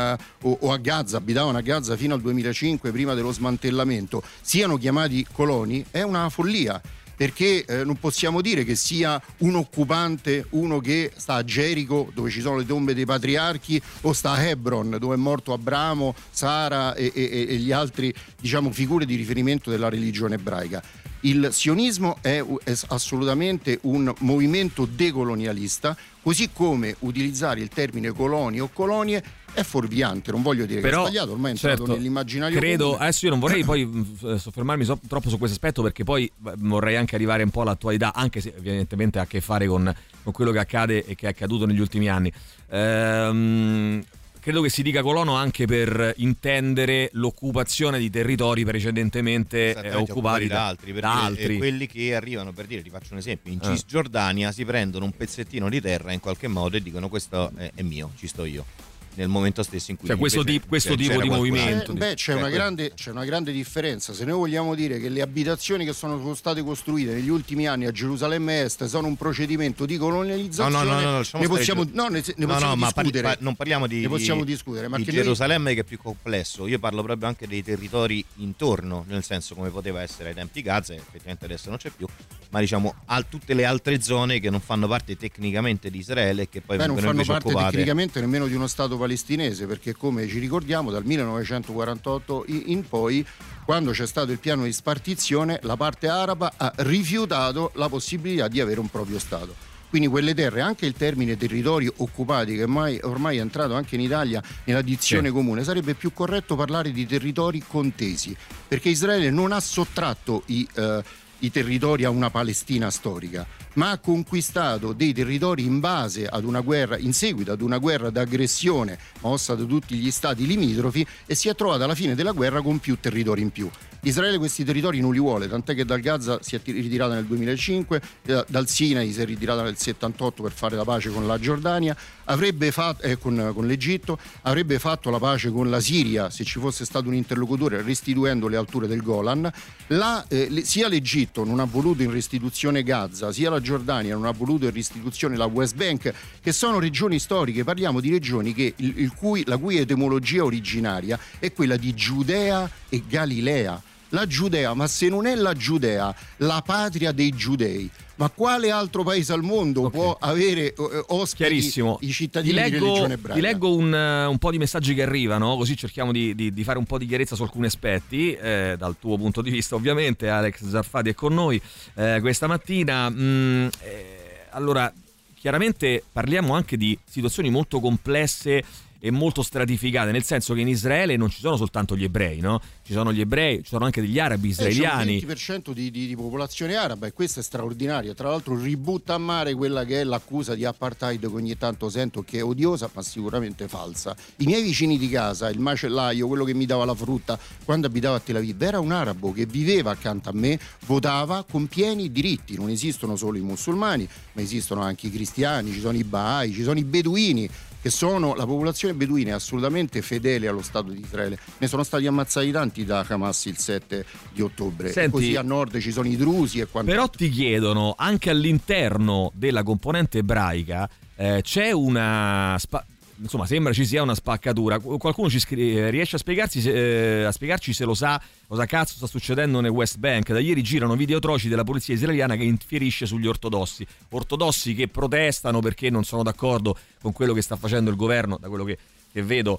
a Gaza, abitavano a Gaza fino al 2005, prima dello smantellamento, siano chiamati coloni, è una follia. Perché non possiamo dire che sia un occupante uno che sta a Gerico, dove ci sono le tombe dei patriarchi, o sta a Hebron, dove è morto Abramo, Sara e gli altri, diciamo, figure di riferimento della religione ebraica. Il sionismo è assolutamente un movimento decolonialista, così come utilizzare il termine coloni o colonie è fuorviante, non voglio dire però, che è sbagliato, ormai è entrato nell'immaginario credo comune. Adesso io non vorrei poi soffermarmi troppo su questo aspetto, perché poi vorrei anche arrivare un po' all'attualità, anche se evidentemente ha a che fare con quello che accade e che è accaduto negli ultimi anni. Credo che si dica colono anche per intendere l'occupazione di territori precedentemente occupati da altri. Quelli che arrivano, per dire, ti faccio un esempio, in Cisgiordania si prendono un pezzettino di terra in qualche modo e dicono questo è mio, ci sto io. Nel momento stesso in cui questo tipo di movimento c'è una grande differenza. Se noi vogliamo dire che le abitazioni che sono state costruite negli ultimi anni a Gerusalemme Est sono un procedimento di colonializzazione, ne possiamo discutere. Non parliamo di Gerusalemme, che è più complesso. Io parlo proprio anche dei territori intorno, nel senso come poteva essere ai tempi Gaza, effettivamente adesso non c'è più, ma diciamo tutte le altre zone che non fanno parte tecnicamente di Israele e che poi vengono non fanno invece parte occupate tecnicamente nemmeno di uno Stato palestinese, perché come ci ricordiamo dal 1948 in poi, quando c'è stato il piano di spartizione, la parte araba ha rifiutato la possibilità di avere un proprio Stato. Quindi quelle terre, anche il termine territori occupati, che ormai è entrato anche in Italia nella dizione comune, sarebbe più corretto parlare di territori contesi, perché Israele non ha sottratto i territori a una Palestina storica, ma ha conquistato dei territori in base ad una guerra, in seguito ad una guerra d'aggressione mossa da tutti gli stati limitrofi, e si è trovata alla fine della guerra con più territori in più. Israele questi territori non li vuole, tant'è che dal Gaza si è ritirata nel 2005, dal Sinai si è ritirata nel 78 per fare la pace con la Giordania, avrebbe fatto con l'Egitto, avrebbe fatto la pace con la Siria se ci fosse stato un interlocutore, restituendo le alture del Golan. Sia l'Egitto non ha voluto in restituzione Gaza, sia la Giordania non ha voluto in restituzione la West Bank, che sono regioni storiche. Parliamo di regioni che la cui etimologia originaria è quella di Giudea e Galilea. La Giudea, ma se non è la Giudea, la patria dei giudei, ma quale altro paese al mondo può avere ospiti i cittadini di religione ebraica? Ti leggo un po' di messaggi che arrivano, così cerchiamo di fare un po' di chiarezza su alcuni aspetti, dal tuo punto di vista ovviamente. Alex Zarfati è con noi questa mattina. Allora, chiaramente parliamo anche di situazioni molto complesse e molto stratificate, nel senso che in Israele non ci sono soltanto gli ebrei, no? Ci sono gli ebrei, ci sono anche degli arabi israeliani. C'è un 20% di popolazione araba, e questo è straordinario. Tra l'altro ributta a mare quella che è l'accusa di apartheid che ogni tanto sento, che è odiosa ma sicuramente falsa. I miei vicini di casa, il macellaio, quello che mi dava la frutta quando abitavo a Tel Aviv, era un arabo che viveva accanto a me, votava con pieni diritti. Non esistono solo i musulmani, ma esistono anche i cristiani, ci sono i Bahai, ci sono i beduini, che sono la popolazione beduina, è assolutamente fedele allo Stato di Israele. Ne sono stati ammazzati tanti da Hamas il 7 di ottobre. Senti, così a nord ci sono i drusi e quant'altro. Però ti chiedono, anche all'interno della componente ebraica c'è una... insomma, sembra ci sia una spaccatura. Qualcuno ci scrive, riesce a spiegarci se lo sa cosa cazzo sta succedendo nel West Bank. Da ieri girano video atroci della polizia israeliana che infierisce sugli ortodossi che protestano perché non sono d'accordo con quello che sta facendo il governo, da quello che vedo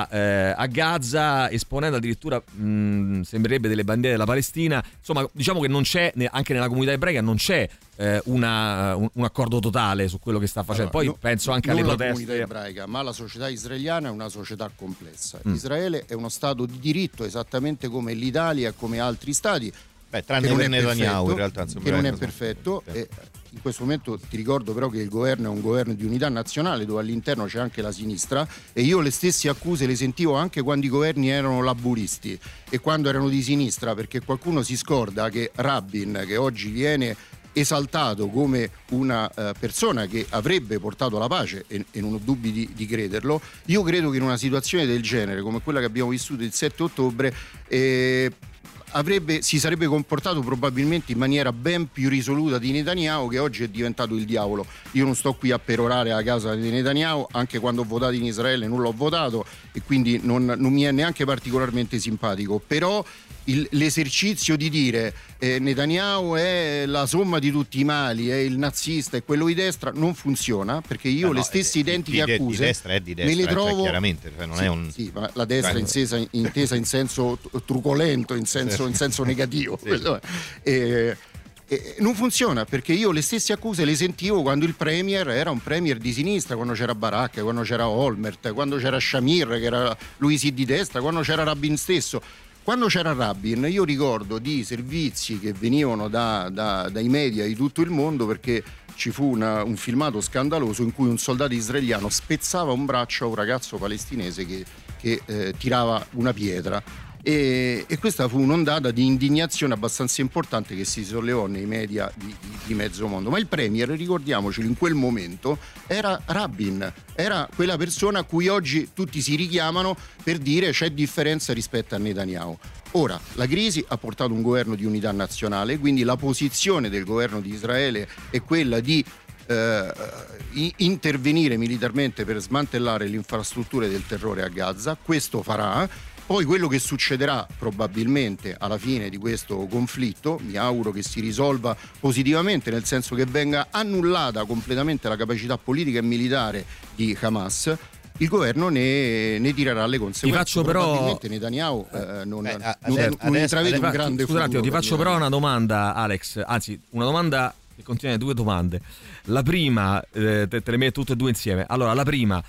a Gaza, esponendo addirittura sembrerebbe delle bandiere della Palestina. Insomma, diciamo che non c'è, anche nella comunità ebraica non c'è un accordo totale su quello che sta facendo. Poi penso anche alle proteste. Non la comunità ebraica, ma la società israeliana è una società complessa. Israele è uno stato di diritto, esattamente come l'Italia e come altri stati. Tranne per Netanyahu, in realtà, che non è perfetto. E in questo momento ti ricordo però che il governo è un governo di unità nazionale, dove all'interno c'è anche la sinistra, e io le stesse accuse le sentivo anche quando i governi erano laburisti e quando erano di sinistra, perché qualcuno si scorda che Rabin, che oggi viene esaltato come una persona che avrebbe portato la pace, e non ho dubbi di crederlo, io credo che in una situazione del genere come quella che abbiamo vissuto il 7 ottobre si sarebbe comportato probabilmente in maniera ben più risoluta di Netanyahu, che oggi è diventato il diavolo. Io non sto qui a perorare la causa di Netanyahu, anche quando ho votato in Israele non l'ho votato e quindi non mi è neanche particolarmente simpatico, però l'esercizio di dire Netanyahu è la somma di tutti i mali, è il nazista, è quello di destra, non funziona, perché io le stesse identiche accuse di destra è di destra, me le trovo, cioè, chiaramente, cioè non è un... sì, ma la destra intesa in senso trucolento, in senso negativo. Non funziona, perché io le stesse accuse le sentivo quando il premier era un premier di sinistra, quando c'era Barak, quando c'era Olmert, quando c'era Shamir, che era Luisi di destra, quando c'era Rabin stesso. Quando c'era Rabin io ricordo di servizi che venivano dai media di tutto il mondo, perché ci fu un filmato scandaloso in cui un soldato israeliano spezzava un braccio a un ragazzo palestinese che tirava una pietra. E questa fu un'ondata di indignazione abbastanza importante che si sollevò nei media di mezzo mondo. Ma il premier, ricordiamocelo, in quel momento era Rabin, era quella persona a cui oggi tutti si richiamano per dire c'è differenza rispetto a Netanyahu. Ora, la crisi ha portato un governo di unità nazionale, quindi la posizione del governo di Israele è quella di intervenire militarmente per smantellare le infrastrutture del terrore a Gaza. Questo farà. Poi quello che succederà probabilmente alla fine di questo conflitto, mi auguro che si risolva positivamente, nel senso che venga annullata completamente la capacità politica e militare di Hamas, il governo ne tirerà le conseguenze. Ti faccio probabilmente però Netanyahu non intravede un grande futuro. Scusate, ti faccio però una domanda, Alex, anzi una domanda che contiene due domande. La prima, te le metto tutte e due insieme. Allora, la prima,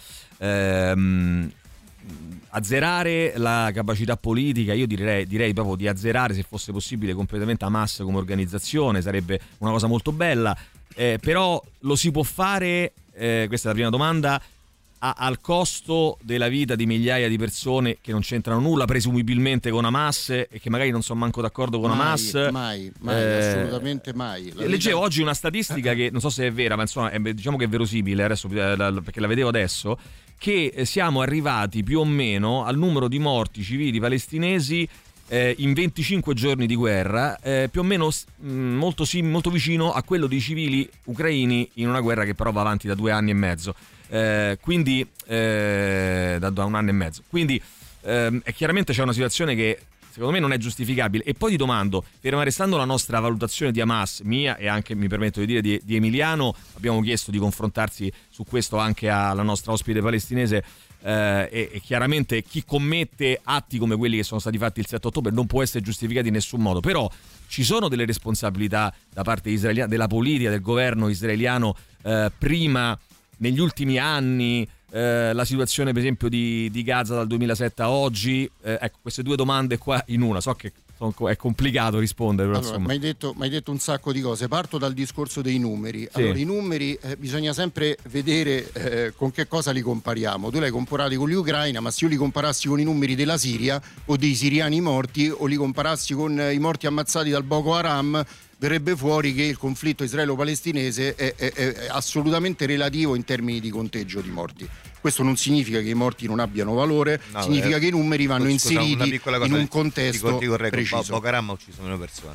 azzerare la capacità politica, io direi proprio di azzerare, se fosse possibile, completamente Hamas come organizzazione, sarebbe una cosa molto bella, però lo si può fare, questa è la prima domanda, al costo della vita di migliaia di persone che non c'entrano nulla presumibilmente con Hamas e che magari non sono manco d'accordo con Hamas. Mai, assolutamente mai. Leggevo oggi una statistica che non so se è vera, ma insomma diciamo che è verosimile adesso, perché la vedevo adesso, che siamo arrivati più o meno al numero di morti civili palestinesi in 25 giorni di guerra, più o meno molto vicino a quello di civili ucraini in una guerra che però va avanti da 2 anni e mezzo, quindi da 1 anno e mezzo, quindi chiaramente c'è una situazione che secondo me non è giustificabile. E poi ti domando, ferma restando la nostra valutazione di Hamas, mia e anche, mi permetto di dire, di Emiliano, abbiamo chiesto di confrontarsi su questo anche alla nostra ospite palestinese, e chiaramente chi commette atti come quelli che sono stati fatti il 7 ottobre non può essere giustificato in nessun modo, però ci sono delle responsabilità da parte israeliana, della politica, del governo israeliano, prima, negli ultimi anni, la situazione per esempio di Gaza dal 2007 a oggi, ecco, queste due domande qua in una, so che è complicato rispondere, però allora, mi hai detto un sacco di cose. Parto dal discorso dei numeri. Sì. Allora, i numeri bisogna sempre vedere con che cosa li compariamo. Tu li hai comparati con l'Ucraina, ma se io li comparassi con i numeri della Siria o dei siriani morti, o li comparassi con i morti ammazzati dal Boko Haram, verrebbe fuori che il conflitto israelo-palestinese è assolutamente relativo in termini di conteggio di morti. Questo non significa che i morti non abbiano valore, significa che i numeri vanno inseriti in un contesto preciso. Boko Haram ha ucciso meno persone.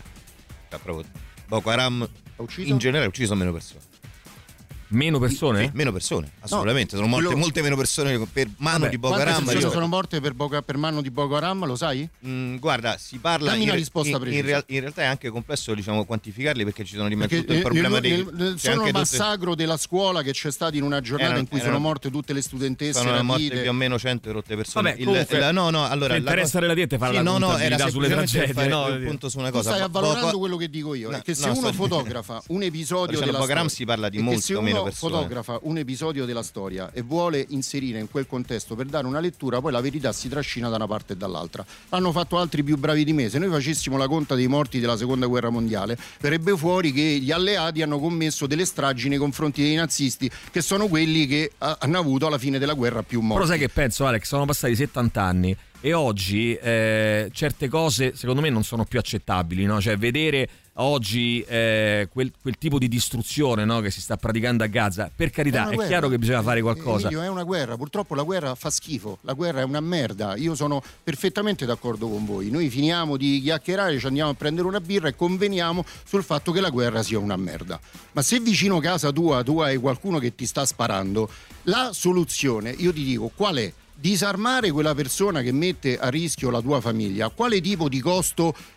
Boko Haram in generale ha ucciso meno persone. Meno persone? Sì, meno persone, assolutamente. Sono morte molte meno persone per mano di Boko Haram. Quante sono morte per mano di Boko Haram, lo sai? Guarda, si parla. Dammi una risposta precisa. In realtà è anche complesso, diciamo, quantificarli, perché ci sono di mezzo tutto il problema sono il massacro della scuola che c'è stato in una giornata in cui sono morte tutte le studentesse. Sono morte più o meno 100 rotte persone. Vabbè, allora interessa relativamente fare la contabilità sulle tragedie. Appunto su una cosa. Stai avvalorando quello che dico io, che se uno fotografa un episodio della Boko Haram si parla di molto meno persone. Fotografa un episodio della storia e vuole inserire in quel contesto per dare una lettura, poi la verità si trascina da una parte e dall'altra. Hanno fatto altri più bravi di me. Se noi facessimo la conta dei morti della seconda guerra mondiale, verrebbe fuori che gli alleati hanno commesso delle stragi nei confronti dei nazisti, che sono quelli che hanno avuto alla fine della guerra più morti. Però sai che penso, Alex, sono passati 70 anni e oggi certe cose secondo me non sono più accettabili, no? Cioè vedere oggi quel tipo di distruzione, no, che si sta praticando a Gaza, per carità, è chiaro che bisogna fare qualcosa. Emilio, è una guerra, purtroppo la guerra fa schifo, la guerra è una merda, io sono perfettamente d'accordo con voi. Noi finiamo di chiacchierare, ci andiamo a prendere una birra e conveniamo sul fatto che la guerra sia una merda. Ma se vicino a casa tua tu hai qualcuno che ti sta sparando, la soluzione, io ti dico, qual è? Disarmare quella persona che mette a rischio la tua famiglia. Quale tipo di costo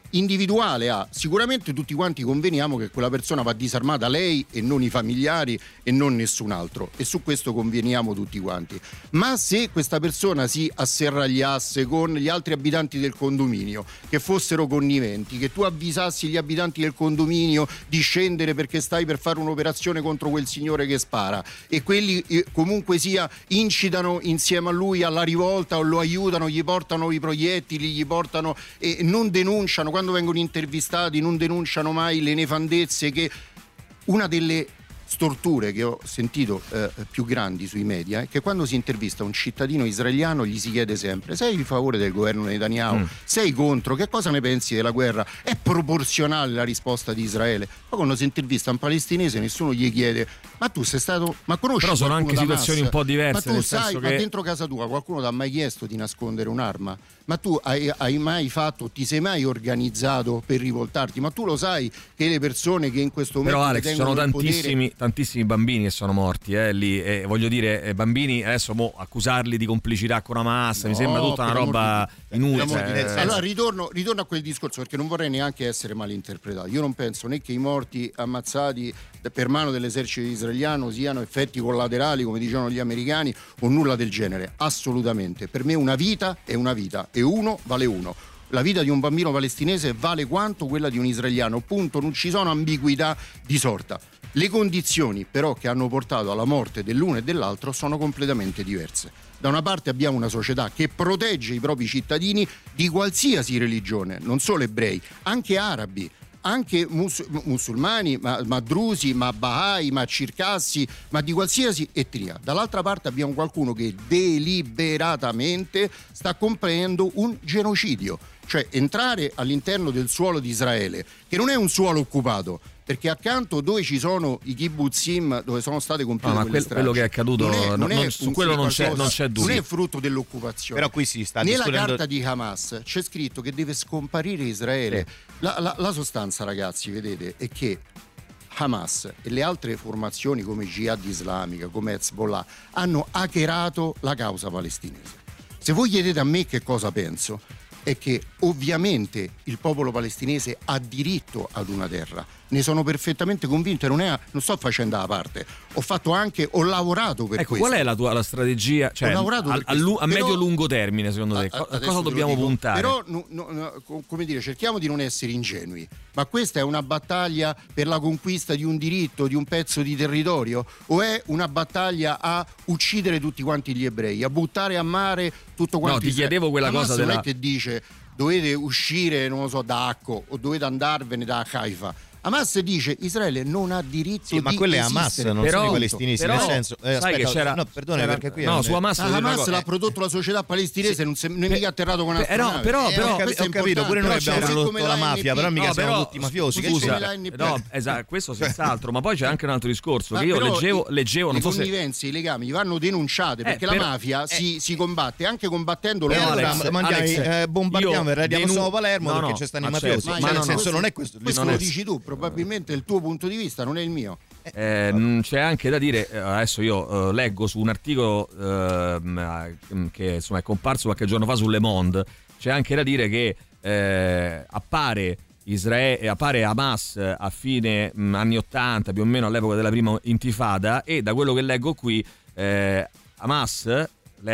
individuale ha. Sicuramente tutti quanti conveniamo che quella persona va disarmata, lei e non i familiari e non nessun altro, e su questo conveniamo tutti quanti. Ma se questa persona si asserragliasse con gli altri abitanti del condominio, che fossero conniventi, che tu avvisassi gli abitanti del condominio di scendere perché stai per fare un'operazione contro quel signore che spara, e quelli comunque sia incitano insieme a lui alla rivolta o lo aiutano, gli portano i proiettili, gli portano e non denunciano, quando vengono intervistati non denunciano mai le nefandezze. Che una delle storture che ho sentito più grandi sui media è che quando si intervista un cittadino israeliano gli si chiede sempre: sei in favore del governo Netanyahu? Sei contro? Che cosa ne pensi della guerra? È proporzionale la risposta di Israele? Poi quando si intervista un palestinese nessuno gli chiede: ma tu sei stato, ma conosci? Però sono anche situazioni un po' diverse. Ma tu sai, ma dentro casa tua qualcuno ti ha mai chiesto di nascondere un'arma? Ma tu hai mai fatto, ti sei mai organizzato per rivoltarti? Ma tu lo sai che le persone che in questo momento... Però Alex, sono tantissimi bambini che sono morti lì, voglio dire, bambini adesso accusarli di complicità con Hamas, mi sembra tutta una roba inutile. Allora ritorno a quel discorso, perché non vorrei neanche essere malinterpretato. Io non penso né che i morti ammazzati per mano dell'esercito israeliano siano effetti collaterali, come dicevano gli americani, o nulla del genere, assolutamente. Per me una vita è una vita e uno vale uno. La vita di un bambino palestinese vale quanto quella di un israeliano, punto, non ci sono ambiguità di sorta. Le condizioni però che hanno portato alla morte dell'uno e dell'altro sono completamente diverse. Da una parte abbiamo una società che protegge i propri cittadini di qualsiasi religione, non solo ebrei, anche arabi, anche musulmani, ma drusi, ma bahai, ma circassi, ma di qualsiasi etnia. Dall'altra parte abbiamo qualcuno che deliberatamente sta compiendo un genocidio, cioè entrare all'interno del suolo di Israele, che non è un suolo occupato, perché accanto dove ci sono i kibbutzim, dove sono state compiute quelle stragi, quello che è accaduto su quello non c'è dubbio. Non è frutto dell'occupazione. Però qui si sta nella carta di Hamas c'è scritto che deve scomparire Israele. La sostanza, ragazzi, vedete, è che Hamas e le altre formazioni come Jihad islamica, come Hezbollah, hanno hackerato la causa palestinese. Se voi chiedete a me che cosa penso, è che ovviamente il popolo palestinese ha diritto ad una terra. Ne sono perfettamente convinto e non sto facendo la parte. Ho lavorato per questo. Qual è la strategia? Cioè, a medio-lungo termine, secondo te? Cosa dobbiamo puntare? Però, come dire, cerchiamo di non essere ingenui. Ma questa è una battaglia per la conquista di un diritto, di un pezzo di territorio? O è una battaglia a uccidere tutti quanti gli ebrei, a buttare a mare tutto quanto? No, ti chiedevo quella cosa non è che dice dovete uscire, non lo so, da Acco o dovete andarvene da Haifa. Hamas dice Israele non ha diritto di ma quello è Hamas, non sono i palestinesi, nel senso sai che c'era, perché qui su Hamas l'ha prodotto la società palestinese, non è mica atterrato con una nave. Però ho capito, pure noi abbiamo prodotto la mafia, però mica siamo tutti mafiosi. Scusa, esatto, questo senz'altro, ma poi c'è anche un altro discorso che io leggevo, non so se le connivenze, i legami vanno denunciate, perché la mafia si combatte anche combattendo bombardiamo e radiamo solo Palermo perché c'è stanno i mafiosi, ma nel senso non è questo. Questo lo dici tu, probabilmente il tuo punto di vista non è il mio. C'è anche da dire, adesso io leggo su un articolo che insomma è comparso qualche giorno fa su Le Monde, c'è anche da dire che appare Hamas a fine anni 80, più o meno all'epoca della prima intifada, e da quello che leggo qui Hamas,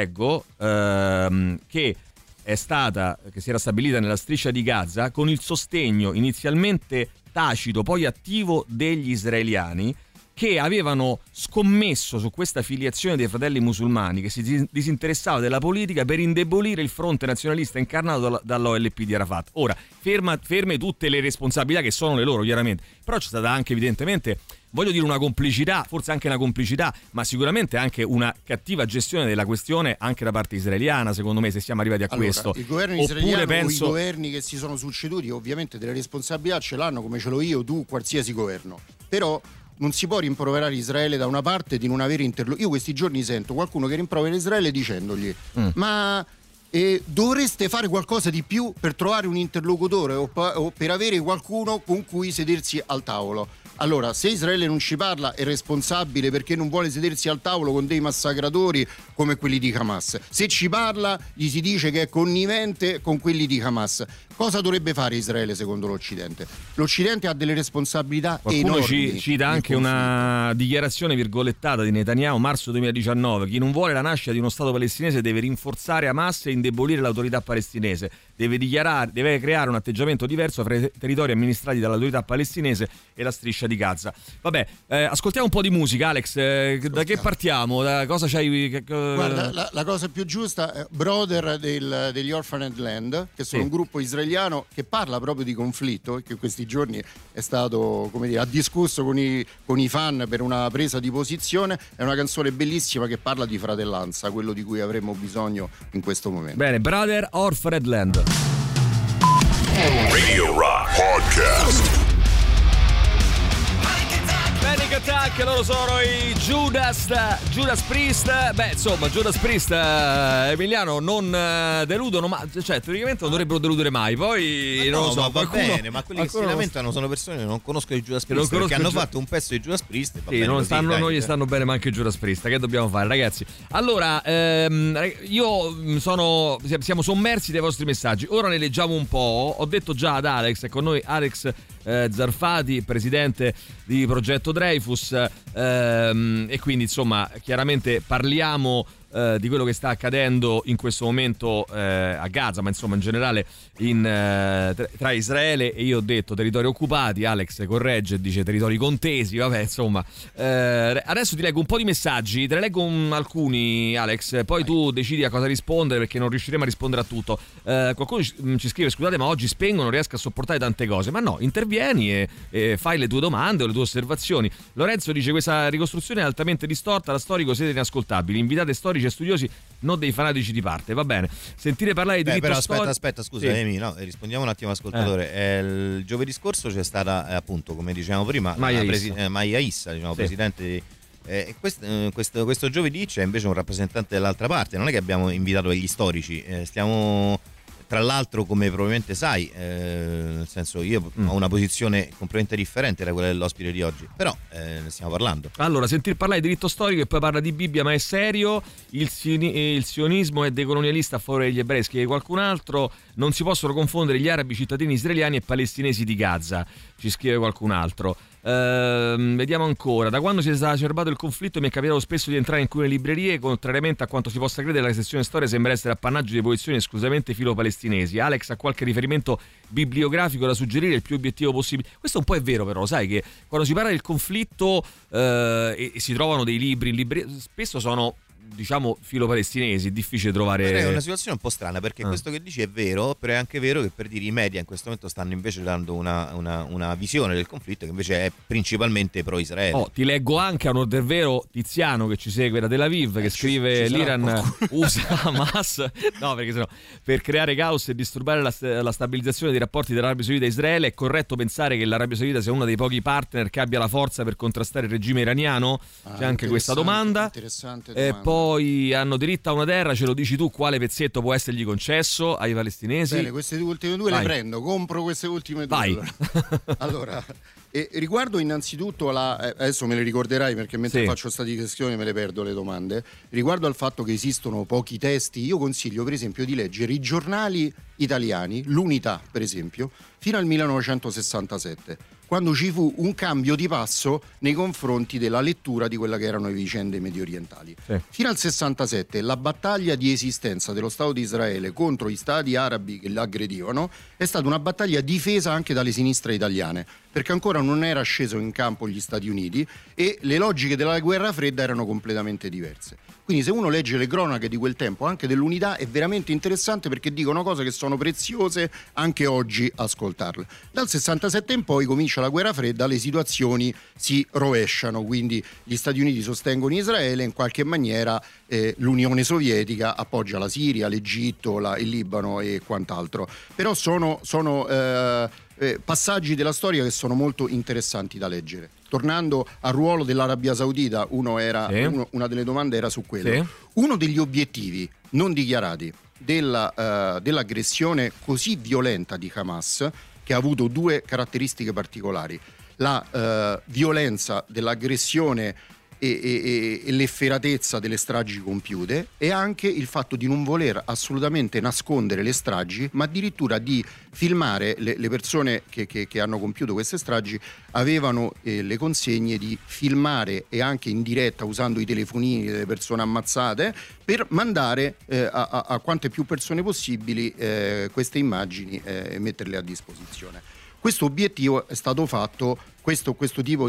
che si era stabilita nella striscia di Gaza con il sostegno inizialmente tacito, poi attivo degli israeliani, che avevano scommesso su questa filiazione dei fratelli musulmani, che si disinteressava della politica per indebolire il fronte nazionalista incarnato dall'OLP di Arafat. Ora, ferme tutte le responsabilità che sono le loro, chiaramente, però c'è stata anche evidentemente, voglio dire, una complicità, forse anche una complicità, ma sicuramente anche una cattiva gestione della questione anche da parte israeliana, secondo me, se siamo arrivati a questo. Il governo israeliano o i governi che si sono succeduti ovviamente delle responsabilità ce l'hanno, come ce l'ho io, tu, qualsiasi governo. Però non si può rimproverare Israele da una parte di non avere interlocutore. Io questi giorni sento qualcuno che rimprovera Israele dicendogli ma dovreste fare qualcosa di più per trovare un interlocutore o per avere qualcuno con cui sedersi al tavolo. Allora, se Israele non ci parla è responsabile perché non vuole sedersi al tavolo con dei massacratori come quelli di Hamas. Se ci parla gli si dice che è connivente con quelli di Hamas. Cosa dovrebbe fare Israele secondo l'Occidente? L'Occidente ha delle responsabilità Qualcuno enormi. Cita anche una dichiarazione virgolettata di Netanyahu, marzo 2019: chi non vuole la nascita di uno Stato palestinese deve rinforzare Hamas e indebolire l'autorità palestinese, deve creare un atteggiamento diverso fra i territori amministrati dall'autorità palestinese e la striscia di Gaza. Vabbè, ascoltiamo un po' di musica, Alex. Da che partiamo? Da cosa c'hai? Guarda, la cosa più giusta è Brother degli Orphaned Land, che sono un gruppo israeliano che parla proprio di conflitto e che questi giorni è stato, come dire, ha discusso con i fan per una presa di posizione. È una canzone bellissima che parla di fratellanza, quello di cui avremmo bisogno in questo momento. Bene, Brother Orphaned Land. Radio Rock Podcast. Panic Attack, loro sono i Judas Priest. Beh, insomma, Judas Priest, Emiliano, non deludono, ma cioè teoricamente non dovrebbero deludere mai. Poi non lo so, ma va qualcuno, bene, ma quelli che si lamentano sono persone che non conoscono i Judas Priest, perché hanno fatto un pezzo di Judas Priest. Non gli stanno bene, ma anche i Judas Priest. Che dobbiamo fare, ragazzi? Allora, siamo sommersi dai vostri messaggi. Ora ne leggiamo un po'. Ho detto già ad Alex, è con noi Alex Zarfati, presidente di Progetto Dreyfus, e quindi insomma chiaramente parliamo di quello che sta accadendo in questo momento a Gaza, ma insomma in generale tra Israele e, io ho detto, territori occupati. Alex corregge e dice territori contesi. Vabbè, insomma, adesso ti leggo un po' di messaggi, te ne leggo alcuni, Alex, poi tu decidi a cosa rispondere, perché non riusciremo a rispondere a tutto. Qualcuno ci scrive: scusate, ma oggi spengo, non riesco a sopportare tante cose. Ma no, intervieni e fai le tue domande o le tue osservazioni. Lorenzo dice: questa ricostruzione è altamente distorta, da storico siete inascoltabili, invitate storici e studiosi, non dei fanatici di parte. Va bene, sentire parlare di diritto però aspetta, scusa, sì. Emi, no, rispondiamo un attimo ascoltatore. Il giovedì scorso c'è stata appunto, come dicevamo prima, Maya Issa, diciamo, sì, presidente questo giovedì c'è invece un rappresentante dell'altra parte. Non è che abbiamo invitato gli storici, stiamo, tra l'altro, come probabilmente sai, nel senso, io ho una posizione completamente differente da quella dell'ospite di oggi, però ne stiamo parlando. Allora, sentir parlare di diritto storico e poi parla di Bibbia, ma è serio? Il sionismo è decolonialista a favore degli ebrei, scrive qualcun altro. Non si possono confondere gli arabi cittadini israeliani e palestinesi di Gaza, ci scrive qualcun altro. Vediamo ancora. Da quando si è esacerbato il conflitto mi è capitato spesso di entrare in alcune librerie. Contrariamente a quanto si possa credere, la sezione storia sembra essere appannaggio di posizioni esclusivamente filo-palestinesi. Alex ha qualche riferimento bibliografico da suggerire, il più obiettivo possibile? Questo un po' è vero, però sai che quando si parla del conflitto e si trovano dei libri in libreria, spesso sono, diciamo, filo-palestinesi. È difficile trovare. È una situazione un po' strana, perché questo che dici è vero, però è anche vero che, per dire, i media in questo momento stanno invece dando una visione del conflitto che invece è principalmente pro-Israele. Ti leggo anche a onor vero Tiziano, che ci segue da Tel Aviv, che scrive: l'Iran usa Hamas perché sennò, per creare caos e disturbare la stabilizzazione dei rapporti tra Arabia Saudita e Israele. È corretto pensare che l'Arabia Saudita sia uno dei pochi partner che abbia la forza per contrastare il regime iraniano? C'è anche questa domanda. Interessante domanda. Poi hanno diritto a una terra, ce lo dici tu, quale pezzetto può essergli concesso ai palestinesi? Bene, queste ultime due le prendo, compro queste ultime due. Vai. Allora, riguardo innanzitutto adesso me le ricorderai, perché mentre faccio sta digressione me le perdo le domande. Riguardo al fatto che esistono pochi testi, io consiglio per esempio di leggere i giornali italiani, l'Unità per esempio, fino al 1967, quando ci fu un cambio di passo nei confronti della lettura di quella che erano le vicende mediorientali. Fino al 67 la battaglia di esistenza dello Stato di Israele contro gli stati arabi che l'aggredivano è stata una battaglia difesa anche dalle sinistre italiane, perché ancora non era sceso in campo gli Stati Uniti e le logiche della guerra fredda erano completamente diverse. Quindi se uno legge le cronache di quel tempo, anche dell'Unità, è veramente interessante, perché dicono cose che sono preziose anche oggi ascoltarle. Dal 67 in poi comincia la guerra fredda, le situazioni si rovesciano, quindi gli Stati Uniti sostengono Israele, in qualche maniera l'Unione Sovietica appoggia la Siria, l'Egitto, il Libano e quant'altro. Però sono passaggi della storia che sono molto interessanti da leggere. Tornando al ruolo dell'Arabia Saudita, una delle domande era su quello. Sì. Uno degli obiettivi non dichiarati dell'aggressione così violenta di Hamas, che ha avuto due caratteristiche particolari: la violenza dell'aggressione e l'efferatezza delle stragi compiute, e anche il fatto di non voler assolutamente nascondere le stragi, ma addirittura di filmare le persone che hanno compiuto queste stragi avevano le consegne di filmare, e anche in diretta usando i telefonini delle persone ammazzate, per mandare a quante più persone possibili queste immagini e metterle a disposizione. Questo obiettivo è stato fatto, questo tipo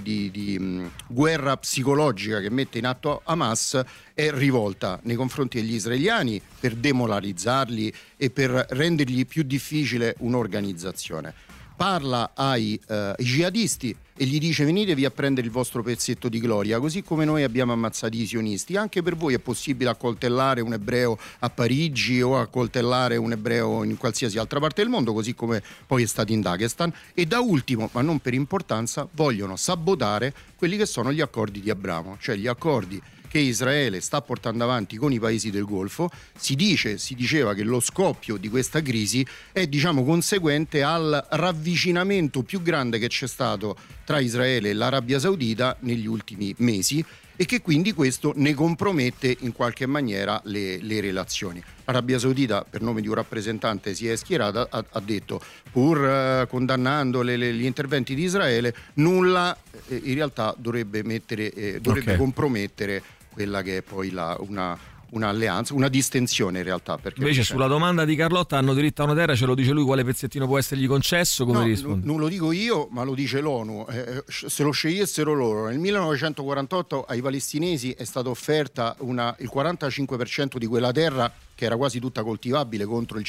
di guerra psicologica che mette in atto Hamas è rivolta nei confronti degli israeliani per demoralizzarli e per rendergli più difficile un'organizzazione. Parla ai jihadisti e gli dice: venitevi a prendere il vostro pezzetto di gloria, così come noi abbiamo ammazzato i sionisti. Anche per voi è possibile accoltellare un ebreo a Parigi o accoltellare un ebreo in qualsiasi altra parte del mondo, così come poi è stato in Dagestan. E da ultimo, ma non per importanza, vogliono sabotare quelli che sono gli accordi di Abramo, cioè gli accordi che Israele sta portando avanti con i paesi del Golfo. Si diceva che lo scoppio di questa crisi è, conseguente al ravvicinamento più grande che c'è stato tra Israele e l'Arabia Saudita negli ultimi mesi, e che quindi questo ne compromette in qualche maniera le relazioni. L'Arabia Saudita, per nome di un rappresentante, si è schierata, ha detto, pur condannando gli interventi di Israele, nulla in realtà dovrebbe compromettere quella che è poi un'alleanza, una distensione in realtà. Perché invece sulla domanda di Carlotta, hanno diritto a una terra, ce lo dice lui, quale pezzettino può essergli concesso? Come risponde? Non lo dico io, ma lo dice l'ONU. Se lo scegliessero loro, nel 1948 ai palestinesi è stata offerta il 45% di quella terra, che era quasi tutta coltivabile, contro il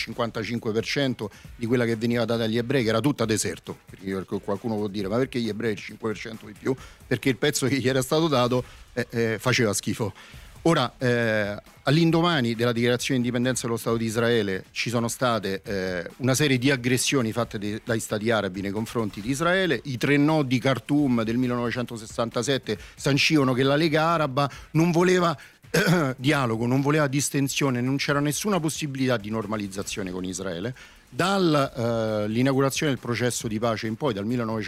55% di quella che veniva data agli ebrei, che era tutta deserto. Perché qualcuno può dire: ma perché gli ebrei il 5% di più? Perché il pezzo che gli era stato dato faceva schifo. Ora, all'indomani della dichiarazione di indipendenza dello Stato di Israele ci sono state una serie di aggressioni fatte dai Stati arabi nei confronti di Israele. I 3 no di Khartoum del 1967 sancivano che la Lega Araba non voleva dialogo, non voleva distensione, non c'era nessuna possibilità di normalizzazione con Israele. Dall'inaugurazione del processo di pace in poi, dal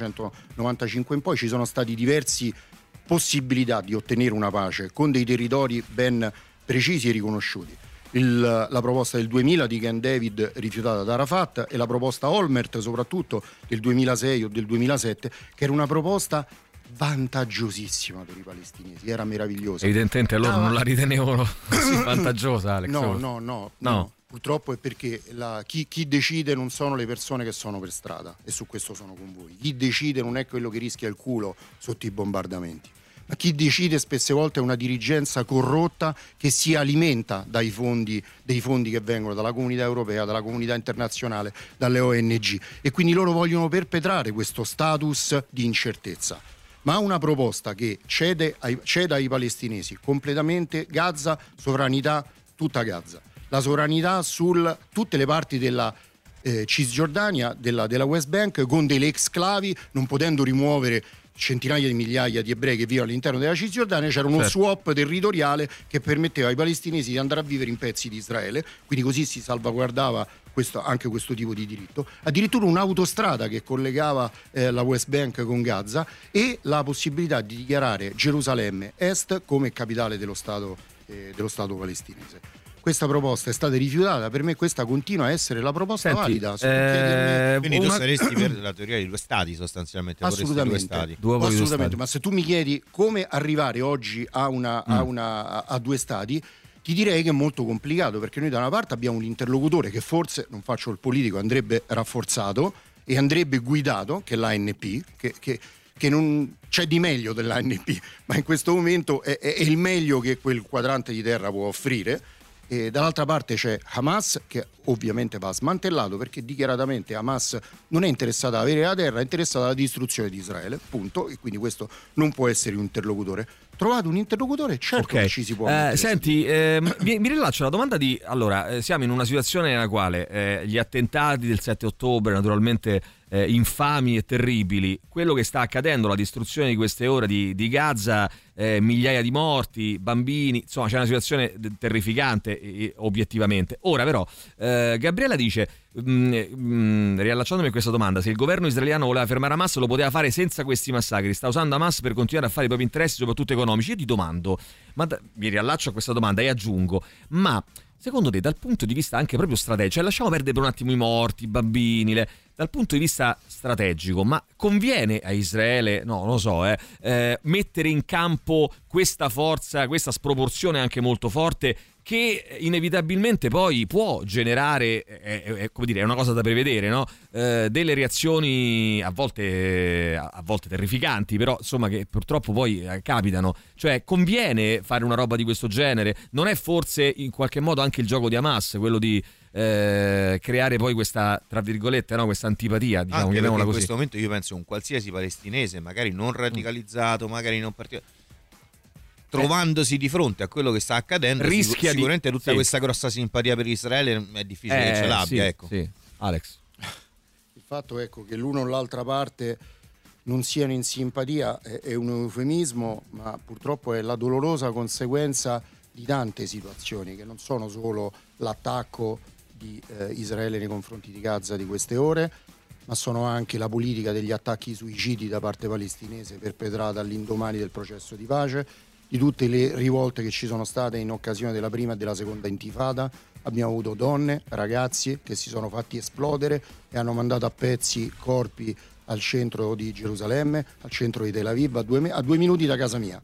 1995 in poi, ci sono stati diversi possibilità di ottenere una pace con dei territori ben precisi e riconosciuti. La proposta del 2000 di Camp David rifiutata da Arafat, e la proposta Olmert soprattutto del 2006 o del 2007, che era una proposta vantaggiosissima per i palestinesi, era meravigliosa. Evidentemente loro non la ritenevano così vantaggiosa, Alex. No. Purtroppo è perché chi decide non sono le persone che sono per strada, e su questo sono con voi. Chi decide non è quello che rischia il culo sotto i bombardamenti, ma chi decide spesse volte è una dirigenza corrotta che si alimenta dei fondi che vengono dalla comunità europea, dalla comunità internazionale, dalle ONG, e quindi loro vogliono perpetrare questo status di incertezza. Ma una proposta che ceda ai palestinesi completamente Gaza, sovranità tutta Gaza, la sovranità su tutte le parti della Cisgiordania, della West Bank, con delle exclavi, non potendo rimuovere centinaia di migliaia di ebrei che vivono all'interno della Cisgiordania. C'era uno swap territoriale che permetteva ai palestinesi di andare a vivere in pezzi di Israele, quindi così si salvaguardava anche questo tipo di diritto. Addirittura un'autostrada che collegava la West Bank con Gaza, e la possibilità di dichiarare Gerusalemme Est come capitale dello Stato palestinese. Questa proposta è stata rifiutata. Per me questa continua a essere la proposta valida. Quindi tu saresti per la teoria di 2 stati sostanzialmente? Assolutamente, ma se tu mi chiedi come arrivare oggi a 2 stati, ti direi che è molto complicato, perché noi da una parte abbiamo un interlocutore che forse, non faccio il politico, andrebbe rafforzato e andrebbe guidato, che è l'ANP, che non c'è di meglio dell'ANP, ma in questo momento è il meglio che quel quadrante di terra può offrire. E dall'altra parte c'è Hamas, che ovviamente va smantellato, perché dichiaratamente Hamas non è interessata ad avere la terra, è interessata alla distruzione di Israele, punto. E quindi questo non può essere un interlocutore. Trovate un interlocutore, certo che ci si può senti, mi rilascio la domanda di... Allora, siamo in una situazione nella quale gli attentati del 7 ottobre naturalmente infami e terribili. Quello che sta accadendo, la distruzione di queste ore di Gaza, migliaia di morti, bambini, insomma c'è una situazione terrificante obiettivamente. Ora però Gabriella dice, riallacciandomi a questa domanda, se il governo israeliano voleva fermare Hamas lo poteva fare senza questi massacri, sta usando Hamas per continuare a fare i propri interessi, soprattutto economici. Io ti domando, mi riallaccio a questa domanda e aggiungo, ma secondo te dal punto di vista anche proprio strategico, cioè lasciamo perdere per un attimo i morti, i bambini, dal punto di vista strategico, ma conviene a Israele, no, non lo so, mettere in campo questa forza, questa sproporzione anche molto forte che inevitabilmente poi può generare, come dire, è una cosa da prevedere, no? Delle reazioni a volte terrificanti, però insomma che purtroppo poi capitano. Cioè conviene fare una roba di questo genere? Non è forse in qualche modo anche il gioco di Hamas, quello di creare poi questa, tra virgolette, no, questa antipatia, diciamo, anche chiamiamola così. In questo momento io penso un qualsiasi palestinese, magari non radicalizzato, magari non particolare, trovandosi di fronte a quello che sta accadendo, rischia sicuramente tutta questa grossa simpatia per Israele è difficile che ce l'abbia. Ecco. Sì. Alex, il fatto, ecco, che l'uno o l'altra parte non siano in simpatia è un eufemismo, ma purtroppo è la dolorosa conseguenza di tante situazioni che non sono solo l'attacco di Israele nei confronti di Gaza di queste ore, ma sono anche la politica degli attacchi suicidi da parte palestinese perpetrata all'indomani del processo di pace, di tutte le rivolte che ci sono state in occasione della prima e della seconda intifada. Abbiamo avuto donne, ragazzi che si sono fatti esplodere e hanno mandato a pezzi corpi al centro di Gerusalemme, al centro di Tel Aviv, a 2 minuti da casa mia.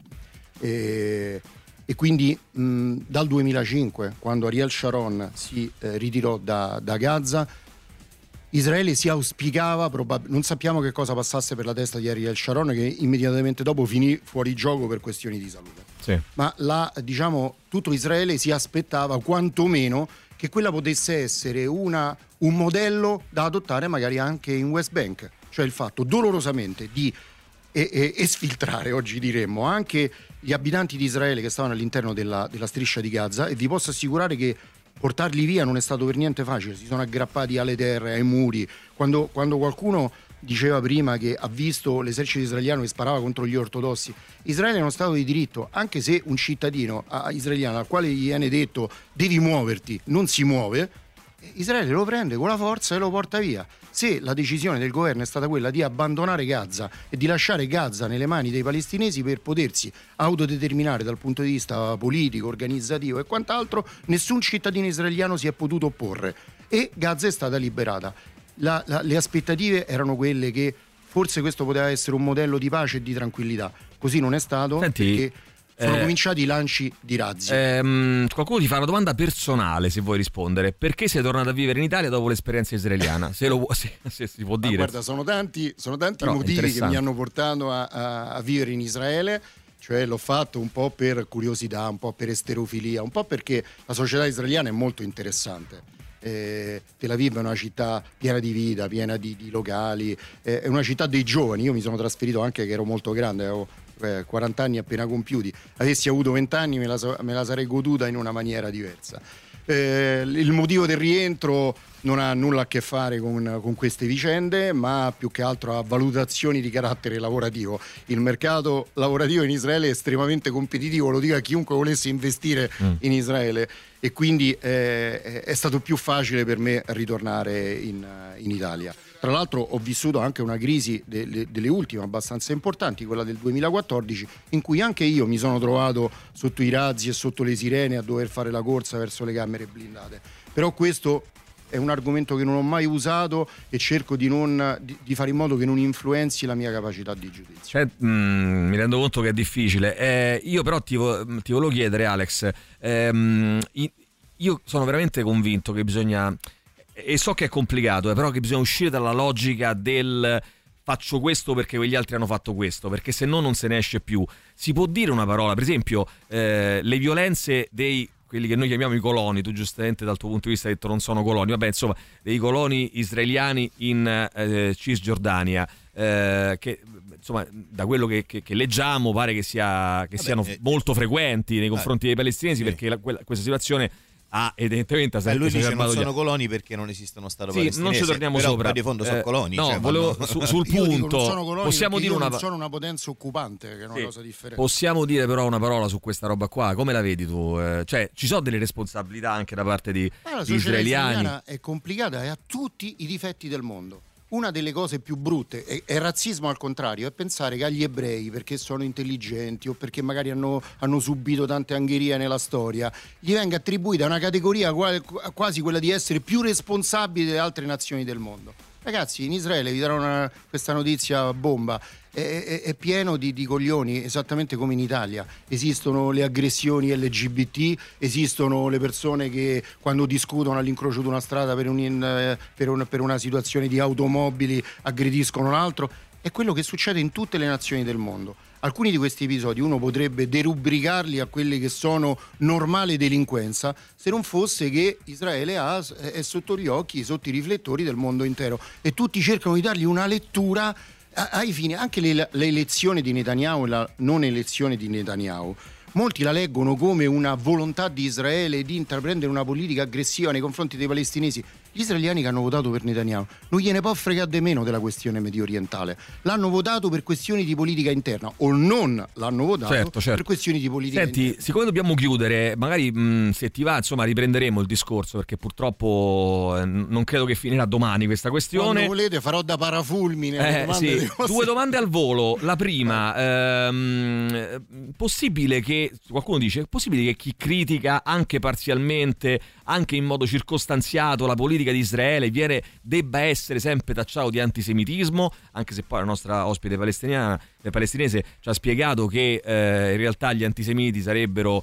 E quindi dal 2005, quando Ariel Sharon si ritirò da Gaza, Israele si auspicava, non sappiamo che cosa passasse per la testa di Ariel Sharon, che immediatamente dopo finì fuori gioco per questioni di salute. Sì. Ma tutto Israele si aspettava quantomeno che quella potesse essere un modello da adottare magari anche in West Bank, cioè il fatto dolorosamente di esfiltrare, oggi diremmo, anche gli abitanti di Israele che stavano all'interno della striscia di Gaza, e vi posso assicurare che portarli via non è stato per niente facile, si sono aggrappati alle terre, ai muri. Quando qualcuno diceva prima che ha visto l'esercito israeliano che sparava contro gli ortodossi, Israele è uno stato di diritto, anche se un cittadino israeliano al quale gli viene detto devi muoverti, non si muove, Israele lo prende con la forza e lo porta via. Se la decisione del governo è stata quella di abbandonare Gaza e di lasciare Gaza nelle mani dei palestinesi per potersi autodeterminare dal punto di vista politico, organizzativo e quant'altro, nessun cittadino israeliano si è potuto opporre e Gaza è stata liberata. Le aspettative erano quelle che forse questo poteva essere un modello di pace e di tranquillità. Così non è stato. Senti, perché sono cominciati i lanci di razzi. Qualcuno ti fa una domanda personale, se vuoi rispondere. Perché sei tornato a vivere in Italia dopo l'esperienza israeliana? Se si può dire. Guarda, sono tanti motivi che mi hanno portato a vivere in Israele. Cioè l'ho fatto un po' per curiosità, un po' per esterofilia, un po' perché la società israeliana è molto interessante. Tel Aviv è una città piena di vita, piena di locali, è una città dei giovani. Io mi sono trasferito anche che ero molto grande, avevo 40 anni appena compiuti. Avessi avuto 20 anni me la sarei goduta in una maniera diversa. Il motivo del rientro non ha nulla a che fare con queste vicende, ma più che altro a valutazioni di carattere lavorativo. Il mercato lavorativo in Israele è estremamente competitivo, lo dico a chiunque volesse investire in Israele, e quindi è stato più facile per me ritornare in Italia. Tra l'altro ho vissuto anche una crisi delle ultime abbastanza importanti, quella del 2014, in cui anche io mi sono trovato sotto i razzi e sotto le sirene a dover fare la corsa verso le camere blindate. Però questo è un argomento che non ho mai usato e cerco di fare in modo che non influenzi la mia capacità di giudizio. Mi rendo conto che è difficile. Io però ti volevo chiedere, Alex, io sono veramente convinto che bisogna, e so che è complicato, però che bisogna uscire dalla logica del faccio questo perché quegli altri hanno fatto questo, perché se no non se ne esce più. Si può dire una parola, per esempio le violenze dei quelli che noi chiamiamo i coloni, tu giustamente dal tuo punto di vista hai detto non sono coloni, vabbè, insomma, dei coloni israeliani in Cisgiordania, che insomma da quello che leggiamo pare che siano molto frequenti nei confronti dei palestinesi, sì. Perché questa situazione evidentemente lui dice non sono coloni perché non esistono stato palestinese. Non ci torniamo però sopra. Di fondo sono coloni. No, volevo sul punto. Non sono coloni, possiamo dire non sono una potenza occupante, che è una cosa differente. Possiamo dire però una parola su questa roba qua. Come la vedi tu? Cioè, ci sono delle responsabilità anche da parte di israeliani. La è complicata e ha tutti i difetti del mondo. Una delle cose più brutte è razzismo al contrario, è pensare che agli ebrei, perché sono intelligenti o perché magari hanno subito tante angherie nella storia, gli venga attribuita una categoria quasi quella di essere più responsabili delle altre nazioni del mondo. Ragazzi, in Israele, vi darò questa notizia bomba, è pieno di coglioni, esattamente come in Italia. Esistono le aggressioni LGBT, esistono le persone che quando discutono all'incrocio di una strada per una situazione di automobili aggrediscono l'altro. È quello che succede in tutte le nazioni del mondo. Alcuni di questi episodi uno potrebbe derubricarli a quelli che sono normale delinquenza, se non fosse che Israele è sotto gli occhi, sotto i riflettori del mondo intero, e tutti cercano di dargli una lettura ai fini. Anche l'elezione di Netanyahu e la non elezione di Netanyahu, molti la leggono come una volontà di Israele di intraprendere una politica aggressiva nei confronti dei palestinesi. Gli israeliani che hanno votato per Netanyahu non gliene può fregare di meno della questione medio orientale. L'hanno votato per questioni di politica interna o non l'hanno votato per questioni di politica interna. Senti, siccome dobbiamo chiudere, magari se ti va, insomma, riprenderemo il discorso, perché purtroppo non credo che finirà domani questa questione. Quando volete farò da parafulmine. Due domande al volo. La prima, possibile che qualcuno dice, è possibile che chi critica anche parzialmente, anche in modo circostanziato la politica di Israele debba essere sempre tacciato di antisemitismo, anche se poi la nostra ospite palestinese ci ha spiegato che in realtà gli antisemiti sarebbero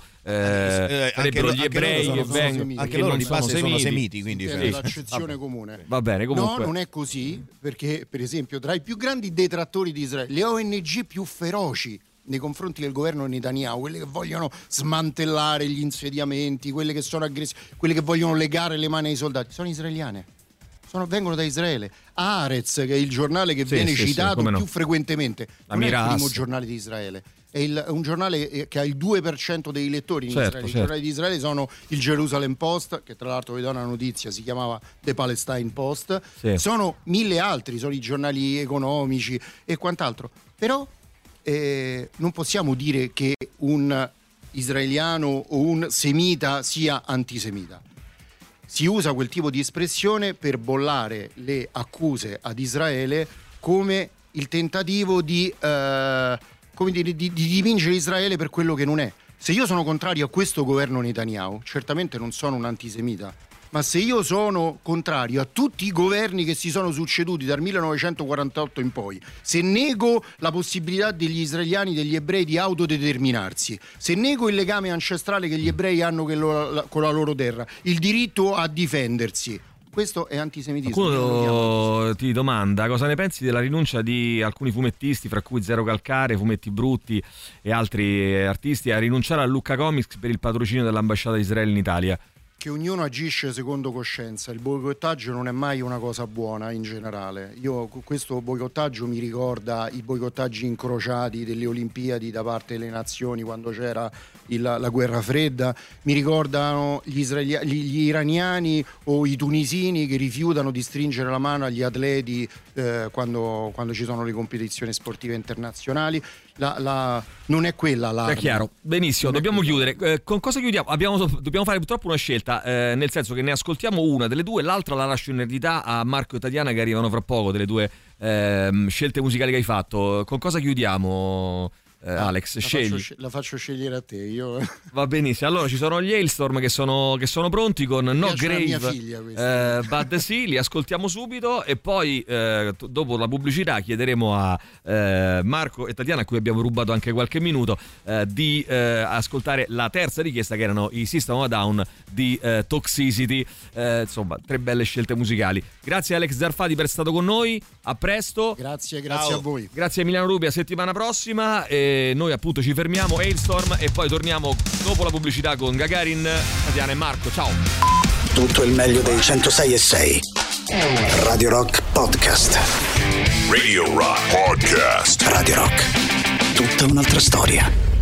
gli ebrei che vengono, anche loro di base sono semiti, quindi è l'accezione comune. Va bene, comunque. No, non è così, perché per esempio tra i più grandi detrattori di Israele, le ONG più feroci nei confronti del governo Netanyahu, quelle che vogliono smantellare gli insediamenti, quelle che sono aggressive, quelle che vogliono legare le mani ai soldati, sono israeliane, vengono da Israele. Haaretz, che è il giornale che viene citato più frequentemente, non è il primo giornale di Israele, è un giornale che ha il 2% dei lettori in Israele. I giornali di Israele sono il Jerusalem Post, che tra l'altro vi do una notizia, si chiamava The Palestine Post, sono 1000 altri, sono i giornali economici e quant'altro. Però non possiamo dire che un israeliano o un semita sia antisemita. Si usa quel tipo di espressione per bollare le accuse ad Israele come il tentativo di dipingere Israele per quello che non è. Se io sono contrario a questo governo Netanyahu, certamente non sono un antisemita, ma se io sono contrario a tutti i governi che si sono succeduti dal 1948 in poi, se nego la possibilità degli israeliani, degli ebrei di autodeterminarsi, se nego il legame ancestrale che gli ebrei hanno con la loro terra, il diritto a difendersi, questo è antisemitismo. Qualcuno ti domanda cosa ne pensi della rinuncia di alcuni fumettisti, fra cui Zero Calcare, Fumetti Brutti e altri artisti, a rinunciare a Lucca Comics per il patrocinio dell'ambasciata di Israele in Italia. Che ognuno agisce secondo coscienza. Il boicottaggio non è mai una cosa buona in generale. Questo boicottaggio mi ricorda i boicottaggi incrociati delle Olimpiadi da parte delle nazioni quando c'era la guerra fredda, mi ricordano gli iraniani o i tunisini che rifiutano di stringere la mano agli atleti quando ci sono le competizioni sportive internazionali. Non è quella la. È chiaro, benissimo, dobbiamo chiudere. Con cosa chiudiamo? Dobbiamo fare purtroppo una scelta, nel senso che ne ascoltiamo una delle due, l'altra la lascio in eredità a Marco e Tatiana, che arrivano fra poco, delle due scelte musicali che hai fatto. Con cosa chiudiamo? Alex, scegli. La faccio scegliere a te. Io. Va benissimo. Allora ci sono gli Hailstorm che sono pronti con No Grave, Bad Sea. Li ascoltiamo subito e poi dopo la pubblicità chiederemo a Marco e Tatiana, a cui abbiamo rubato anche qualche minuto, di ascoltare la terza richiesta, che erano i System of a Down di Toxicity. Insomma, 3 belle scelte musicali. Grazie Alex Zarfati per essere stato con noi. A presto. Grazie a voi. Grazie a Emiliano Rubi, a settimana prossima. Noi appunto ci fermiamo, Hailstorm, e poi torniamo dopo la pubblicità con Gagarin, Tatiana e Marco. Ciao. Tutto il meglio dei 106.6 Radio Rock Podcast. Radio Rock Podcast. Radio Rock, tutta un'altra storia.